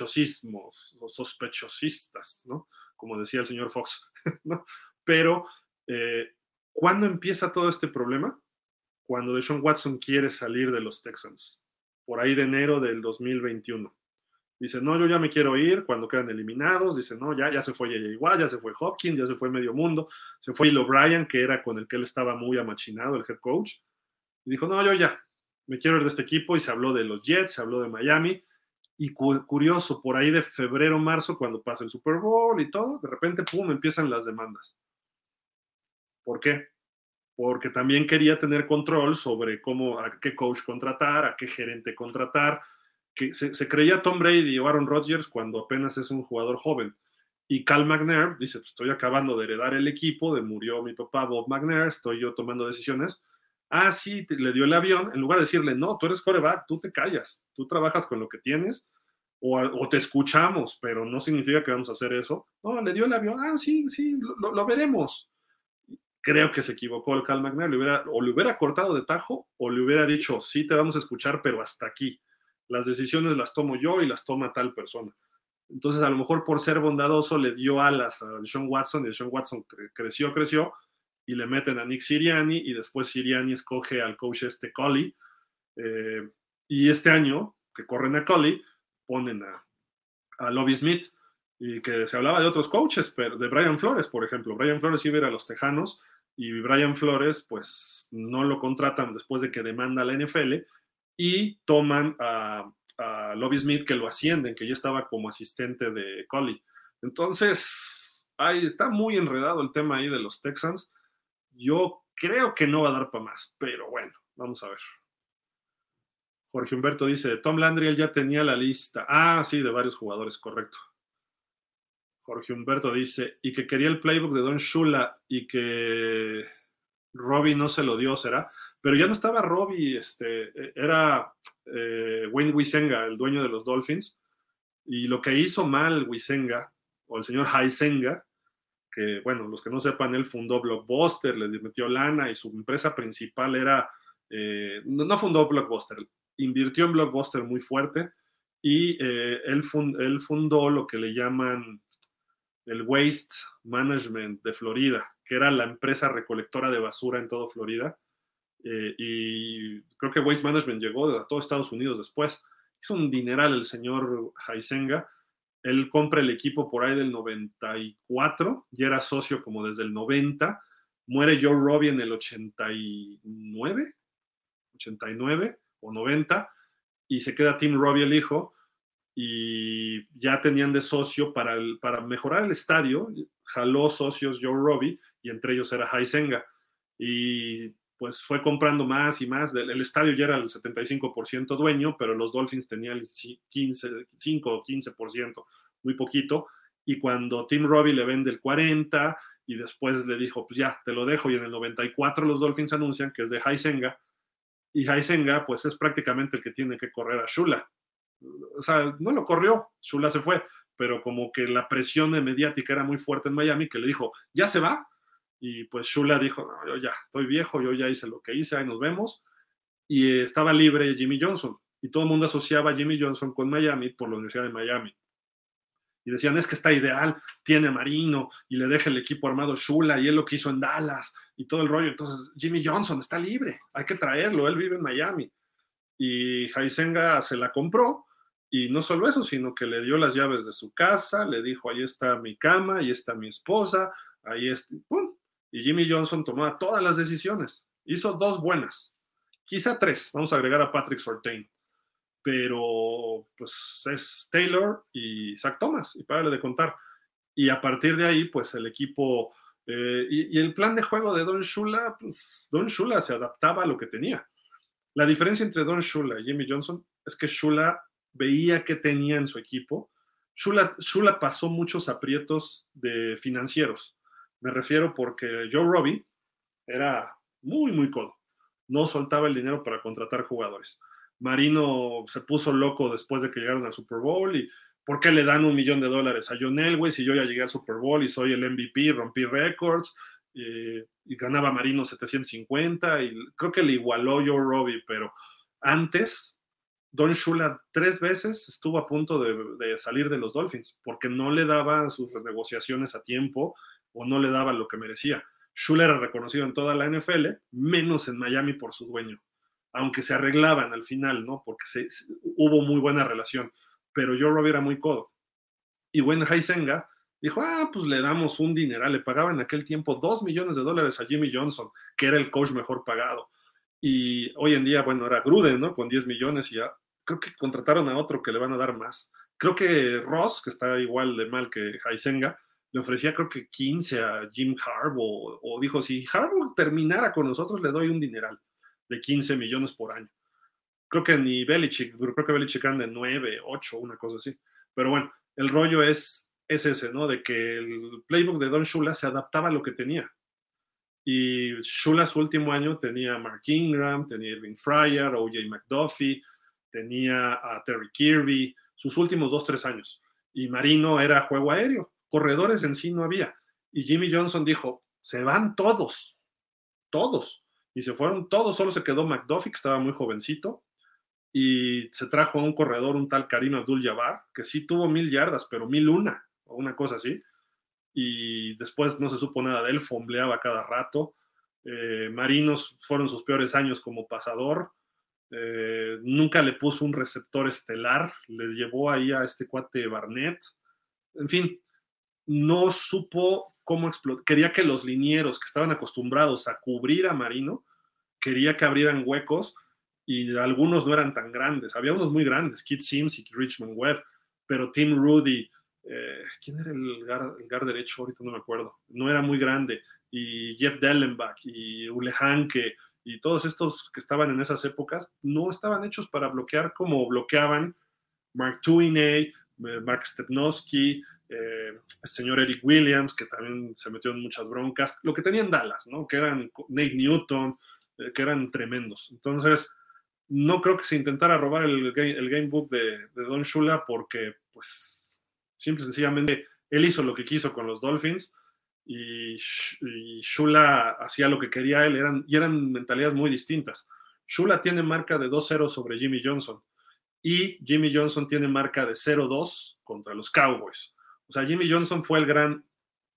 sospechosistas, ¿no? Como decía el señor Fox, ¿no? Pero, ¿cuándo empieza todo este problema? Cuando Deshaun Watson quiere salir de los Texans, por ahí de enero del 2021. Dice, no, yo ya me quiero ir cuando quedan eliminados. Dice, no, ya se fue J.J. Watt, ya se fue Hopkins, ya se fue medio mundo. Se fue Bill O'Brien, que era con el que él estaba muy amachinado, el head coach. Y dijo, no, yo ya me quiero ir de este equipo. Y se habló de los Jets, se habló de Miami. Y curioso, por ahí de febrero, marzo, cuando pasa el Super Bowl y todo, de repente, pum, empiezan las demandas. ¿Por qué? Porque también quería tener control sobre a qué coach contratar, a qué gerente contratar, que se creía Tom Brady o Aaron Rodgers cuando apenas es un jugador joven. Y Cal McNair dice, pues estoy acabando de heredar el equipo, murió mi papá Bob McNair, estoy yo tomando decisiones. Ah, sí, le dio el avión, en lugar de decirle, no, tú eres quarterback, tú te callas, tú trabajas con lo que tienes, o te escuchamos, pero no significa que vamos a hacer eso. No, le dio el avión, ah, sí, lo veremos. Creo que se equivocó el Cal McNair, le hubiera cortado de tajo, o le hubiera dicho, sí te vamos a escuchar, pero hasta aquí. Las decisiones las tomo yo y las toma tal persona. Entonces, a lo mejor por ser bondadoso le dio alas a Deshaun Watson, y Deshaun Watson creció, y le meten a Nick Sirianni, y después Sirianni escoge al coach Culley, y este año, que corren a Culley, ponen a Lovie Smith, y que se hablaba de otros coaches, pero de Brian Flores, por ejemplo. Brian Flores iba a ir a los Tejanos, y Brian Flores, pues, no lo contratan después de que demanda a la NFL, y toman a Lovie Smith, que lo ascienden, que ya estaba como asistente de Culley. Entonces, ahí está muy enredado el tema ahí de los Texans. Yo creo que no va a dar para más, pero bueno, vamos a ver. Jorge Humberto dice, Tom Landry, él ya tenía la lista. Ah, sí, de varios jugadores, correcto. Jorge Humberto dice, y que quería el playbook de Don Shula y que Robbie no se lo dio, ¿será? Pero ya no estaba Robbie, era Wayne Huizenga, el dueño de los Dolphins, y lo que hizo mal Huizenga, o el señor Huizenga, que, bueno, los que no sepan, él fundó Blockbuster, le metió lana, y su empresa principal era, no fundó Blockbuster, invirtió en Blockbuster muy fuerte, y él fundó lo que le llaman el Waste Management de Florida, que era la empresa recolectora de basura en todo Florida, y creo que Waste Management llegó a todo Estados Unidos después. Hizo un dineral el señor Huizenga. Él compra el equipo por ahí del 94, y era socio como desde el 90. Muere Joe Robbie en el 89 o 90, y se queda Tim Robbie, el hijo, y ya tenían de socio para mejorar el estadio. Jaló socios Joe Robbie, y entre ellos era Huizenga, y pues fue comprando más y más. El estadio ya era el 75% dueño, pero los Dolphins tenían el 5 o 15%, muy poquito, y cuando Tim Robbie le vende el 40%, y después le dijo, pues ya, te lo dejo, y en el 94 los Dolphins anuncian que es de Huizenga, y Huizenga pues es prácticamente el que tiene que correr a Shula. O sea, no lo corrió, Shula se fue, pero como que la presión mediática era muy fuerte en Miami, que le dijo, ya se va, y pues Shula dijo, no, yo ya estoy viejo, yo ya hice lo que hice, ahí nos vemos, y estaba libre Jimmy Johnson, y todo el mundo asociaba a Jimmy Johnson con Miami por la Universidad de Miami, y decían, es que está ideal, tiene a Marino, y le deja el equipo armado Shula, y él lo que hizo en Dallas, y todo el rollo. Entonces Jimmy Johnson está libre, hay que traerlo, él vive en Miami, y Huizenga se la compró, y no solo eso, sino que le dio las llaves de su casa, le dijo, ahí está mi cama, ahí está mi esposa, ahí está, ¡pum! Y Jimmy Johnson tomaba todas las decisiones, hizo 2 buenas, quizá 3, vamos a agregar a Patrick Surtain, pero pues es Taylor y Zach Thomas, y párale de contar. Y a partir de ahí, pues el equipo, y el plan de juego de Don Shula, pues Don Shula se adaptaba a lo que tenía. La diferencia entre Don Shula y Jimmy Johnson es que Shula veía que tenía en su equipo. Shula pasó muchos aprietos financieros. Me refiero porque Joe Robbie era muy, muy codo. No soltaba el dinero para contratar jugadores. Marino se puso loco después de que llegaron al Super Bowl, y ¿por qué le dan $1 millón a John Elway si yo ya llegué al Super Bowl y soy el MVP, rompí récords, y ganaba Marino 750, y creo que le igualó Joe Robbie, pero antes Don Shula 3 veces estuvo a punto de salir de los Dolphins porque no le daba sus renegociaciones a tiempo o no le daba lo que merecía. Shula era reconocido en toda la NFL, menos en Miami por su dueño, aunque se arreglaban al final, ¿no? Porque hubo muy buena relación, pero Joe Robbie era muy codo. Y Wayne Huizenga dijo, pues le damos un dineral, le pagaban en aquel tiempo $2 millones a Jimmy Johnson, que era el coach mejor pagado. Y hoy en día, bueno, era Gruden, ¿no? Con 10 millones y ya creo que contrataron a otro que le van a dar más. Creo que Ross, que está igual de mal que Huizenga, le ofrecía creo que 15 a Jim Harbaugh, o dijo, si Harbaugh terminara con nosotros, le doy un dineral de 15 millones por año. Creo que ni Belichick, creo que Belichick anda en 9, 8, una cosa así. Pero bueno, el rollo es ese, ¿no? De que el playbook de Don Shula se adaptaba a lo que tenía. Y Shula su último año tenía a Mark Ingram, tenía a Irving Fryer, O.J. McDuffie, tenía a Terry Kirby, sus últimos 2-3 años. Y Marino era juego aéreo, corredores en sí no había. Y Jimmy Johnson dijo, se van todos. Y se fueron todos, solo se quedó McDuffie, que estaba muy jovencito, y se trajo a un corredor, un tal Karim Abdul-Jabbar, que sí tuvo 1,000 yardas, pero 1,001, o una cosa así. Y después no se supo nada de él, fombleaba cada rato. Marinos fueron sus peores años como pasador. Nunca le puso un receptor estelar, le llevó ahí a este cuate Barnett. En fin, no supo cómo explotar. Quería que los linieros que estaban acostumbrados a cubrir a Marino, quería que abrieran huecos, y algunos no eran tan grandes. Había unos muy grandes, Kid Sims y Richmond Webb, pero Tim Rudy, ¿quién era el guard derecho? Ahorita no me acuerdo. No era muy grande. Y Jeff Dellenbach y Ule Hanke y todos estos que estaban en esas épocas no estaban hechos para bloquear como bloqueaban Mark Tuiney, Mark Stepnowski, el señor Eric Williams, que también se metió en muchas broncas. Lo que tenían Dallas, ¿no? Que eran Nate Newton, que eran tremendos. Entonces, no creo que se intentara robar el gamebook de Don Shula porque, pues, simple y sencillamente, él hizo lo que quiso con los Dolphins y Shula hacía lo que quería él, eran mentalidades muy distintas. Shula tiene marca de 2-0 sobre Jimmy Johnson y Jimmy Johnson tiene marca de 0-2 contra los Cowboys. O sea, Jimmy Johnson fue el gran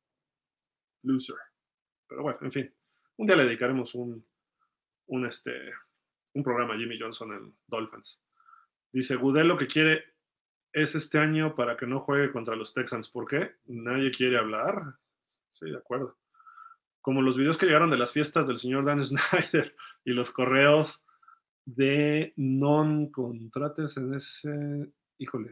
loser. Pero bueno, en fin, un día le dedicaremos un programa a Jimmy Johnson en Dolphins. Dice, Goodell lo que quiere es este año para que no juegue contra los Texans. ¿Por qué? Nadie quiere hablar. Sí, de acuerdo. Como los videos que llegaron de las fiestas del señor Dan Snyder y los correos de non-contrates en ese... Híjole,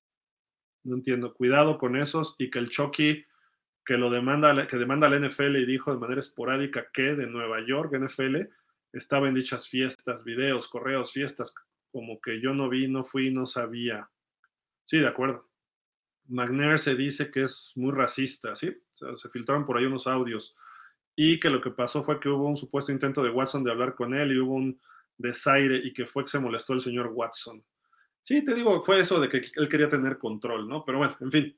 no entiendo. Cuidado con esos, y que el Chucky que demanda la NFL y dijo de manera esporádica que de Nueva York, NFL, estaba en dichas fiestas, videos, correos, fiestas, como que yo no vi, no fui, no sabía. Sí, de acuerdo. McNair se dice que es muy racista, ¿sí? O sea, se filtraron por ahí unos audios, y que lo que pasó fue que hubo un supuesto intento de Watson de hablar con él, y hubo un desaire, y que fue que se molestó el señor Watson. Sí, te digo, fue eso de que él quería tener control, ¿no? Pero bueno, en fin.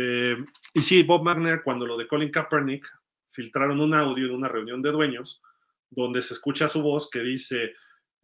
Y sí, Bob McNair, cuando lo de Colin Kaepernick, filtraron un audio en una reunión de dueños, donde se escucha su voz que dice,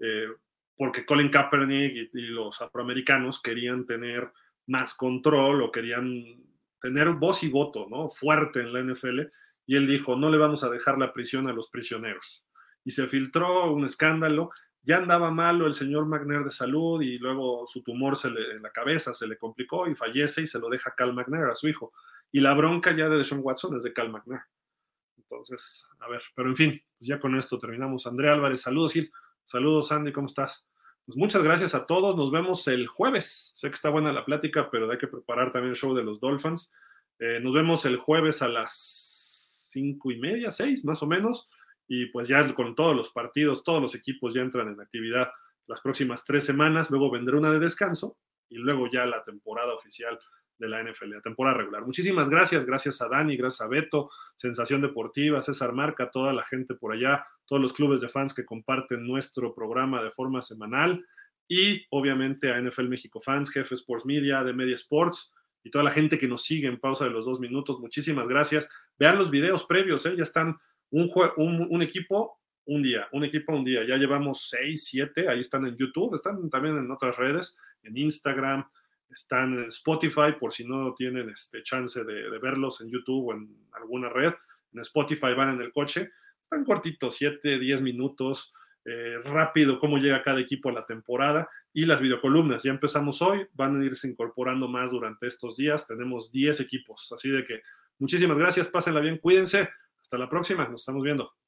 porque Colin Kaepernick y los afroamericanos querían tener más control o querían tener voz y voto, ¿no? Fuerte en la NFL, y él dijo, no le vamos a dejar la prisión a los prisioneros. Y se filtró un escándalo. Ya andaba malo el señor McNair de salud, y luego su tumor en la cabeza se le complicó y fallece, y se lo deja Cal McNair, a su hijo. Y la bronca ya de Deshaun Watson es de Cal McNair. Entonces, a ver, pero en fin, ya con esto terminamos. Andrea Álvarez, saludos, Gil. Saludos, Andy, ¿cómo estás? Pues muchas gracias a todos. Nos vemos el jueves. Sé que está buena la plática, pero hay que preparar también el show de los Dolphins. Nos vemos el jueves a las 5:30, 6 más o menos. Y pues ya con todos los partidos, todos los equipos ya entran en actividad las próximas 3 semanas. Luego vendrá una de descanso y luego ya la temporada oficial de la NFL, la temporada regular. Muchísimas gracias a Dani, gracias a Beto, Sensación Deportiva, César Marca, toda la gente por allá, todos los clubes de fans que comparten nuestro programa de forma semanal, y obviamente a NFL México Fans, Jefe Sports Media, de Media Sports, y toda la gente que nos sigue en Pausa de los 2 minutos, muchísimas gracias. Vean los videos previos, ya están un equipo un día, ya llevamos 6, 7, ahí están en YouTube, están también en otras redes, en Instagram, están en Spotify, por si no tienen chance de verlos en YouTube o en alguna red. En Spotify van en el coche, están cortitos, 7, 10 minutos, rápido cómo llega cada equipo a la temporada, y las videocolumnas, ya empezamos hoy, van a irse incorporando más durante estos días, tenemos 10 equipos, así de que muchísimas gracias, pásenla bien, cuídense, hasta la próxima, nos estamos viendo.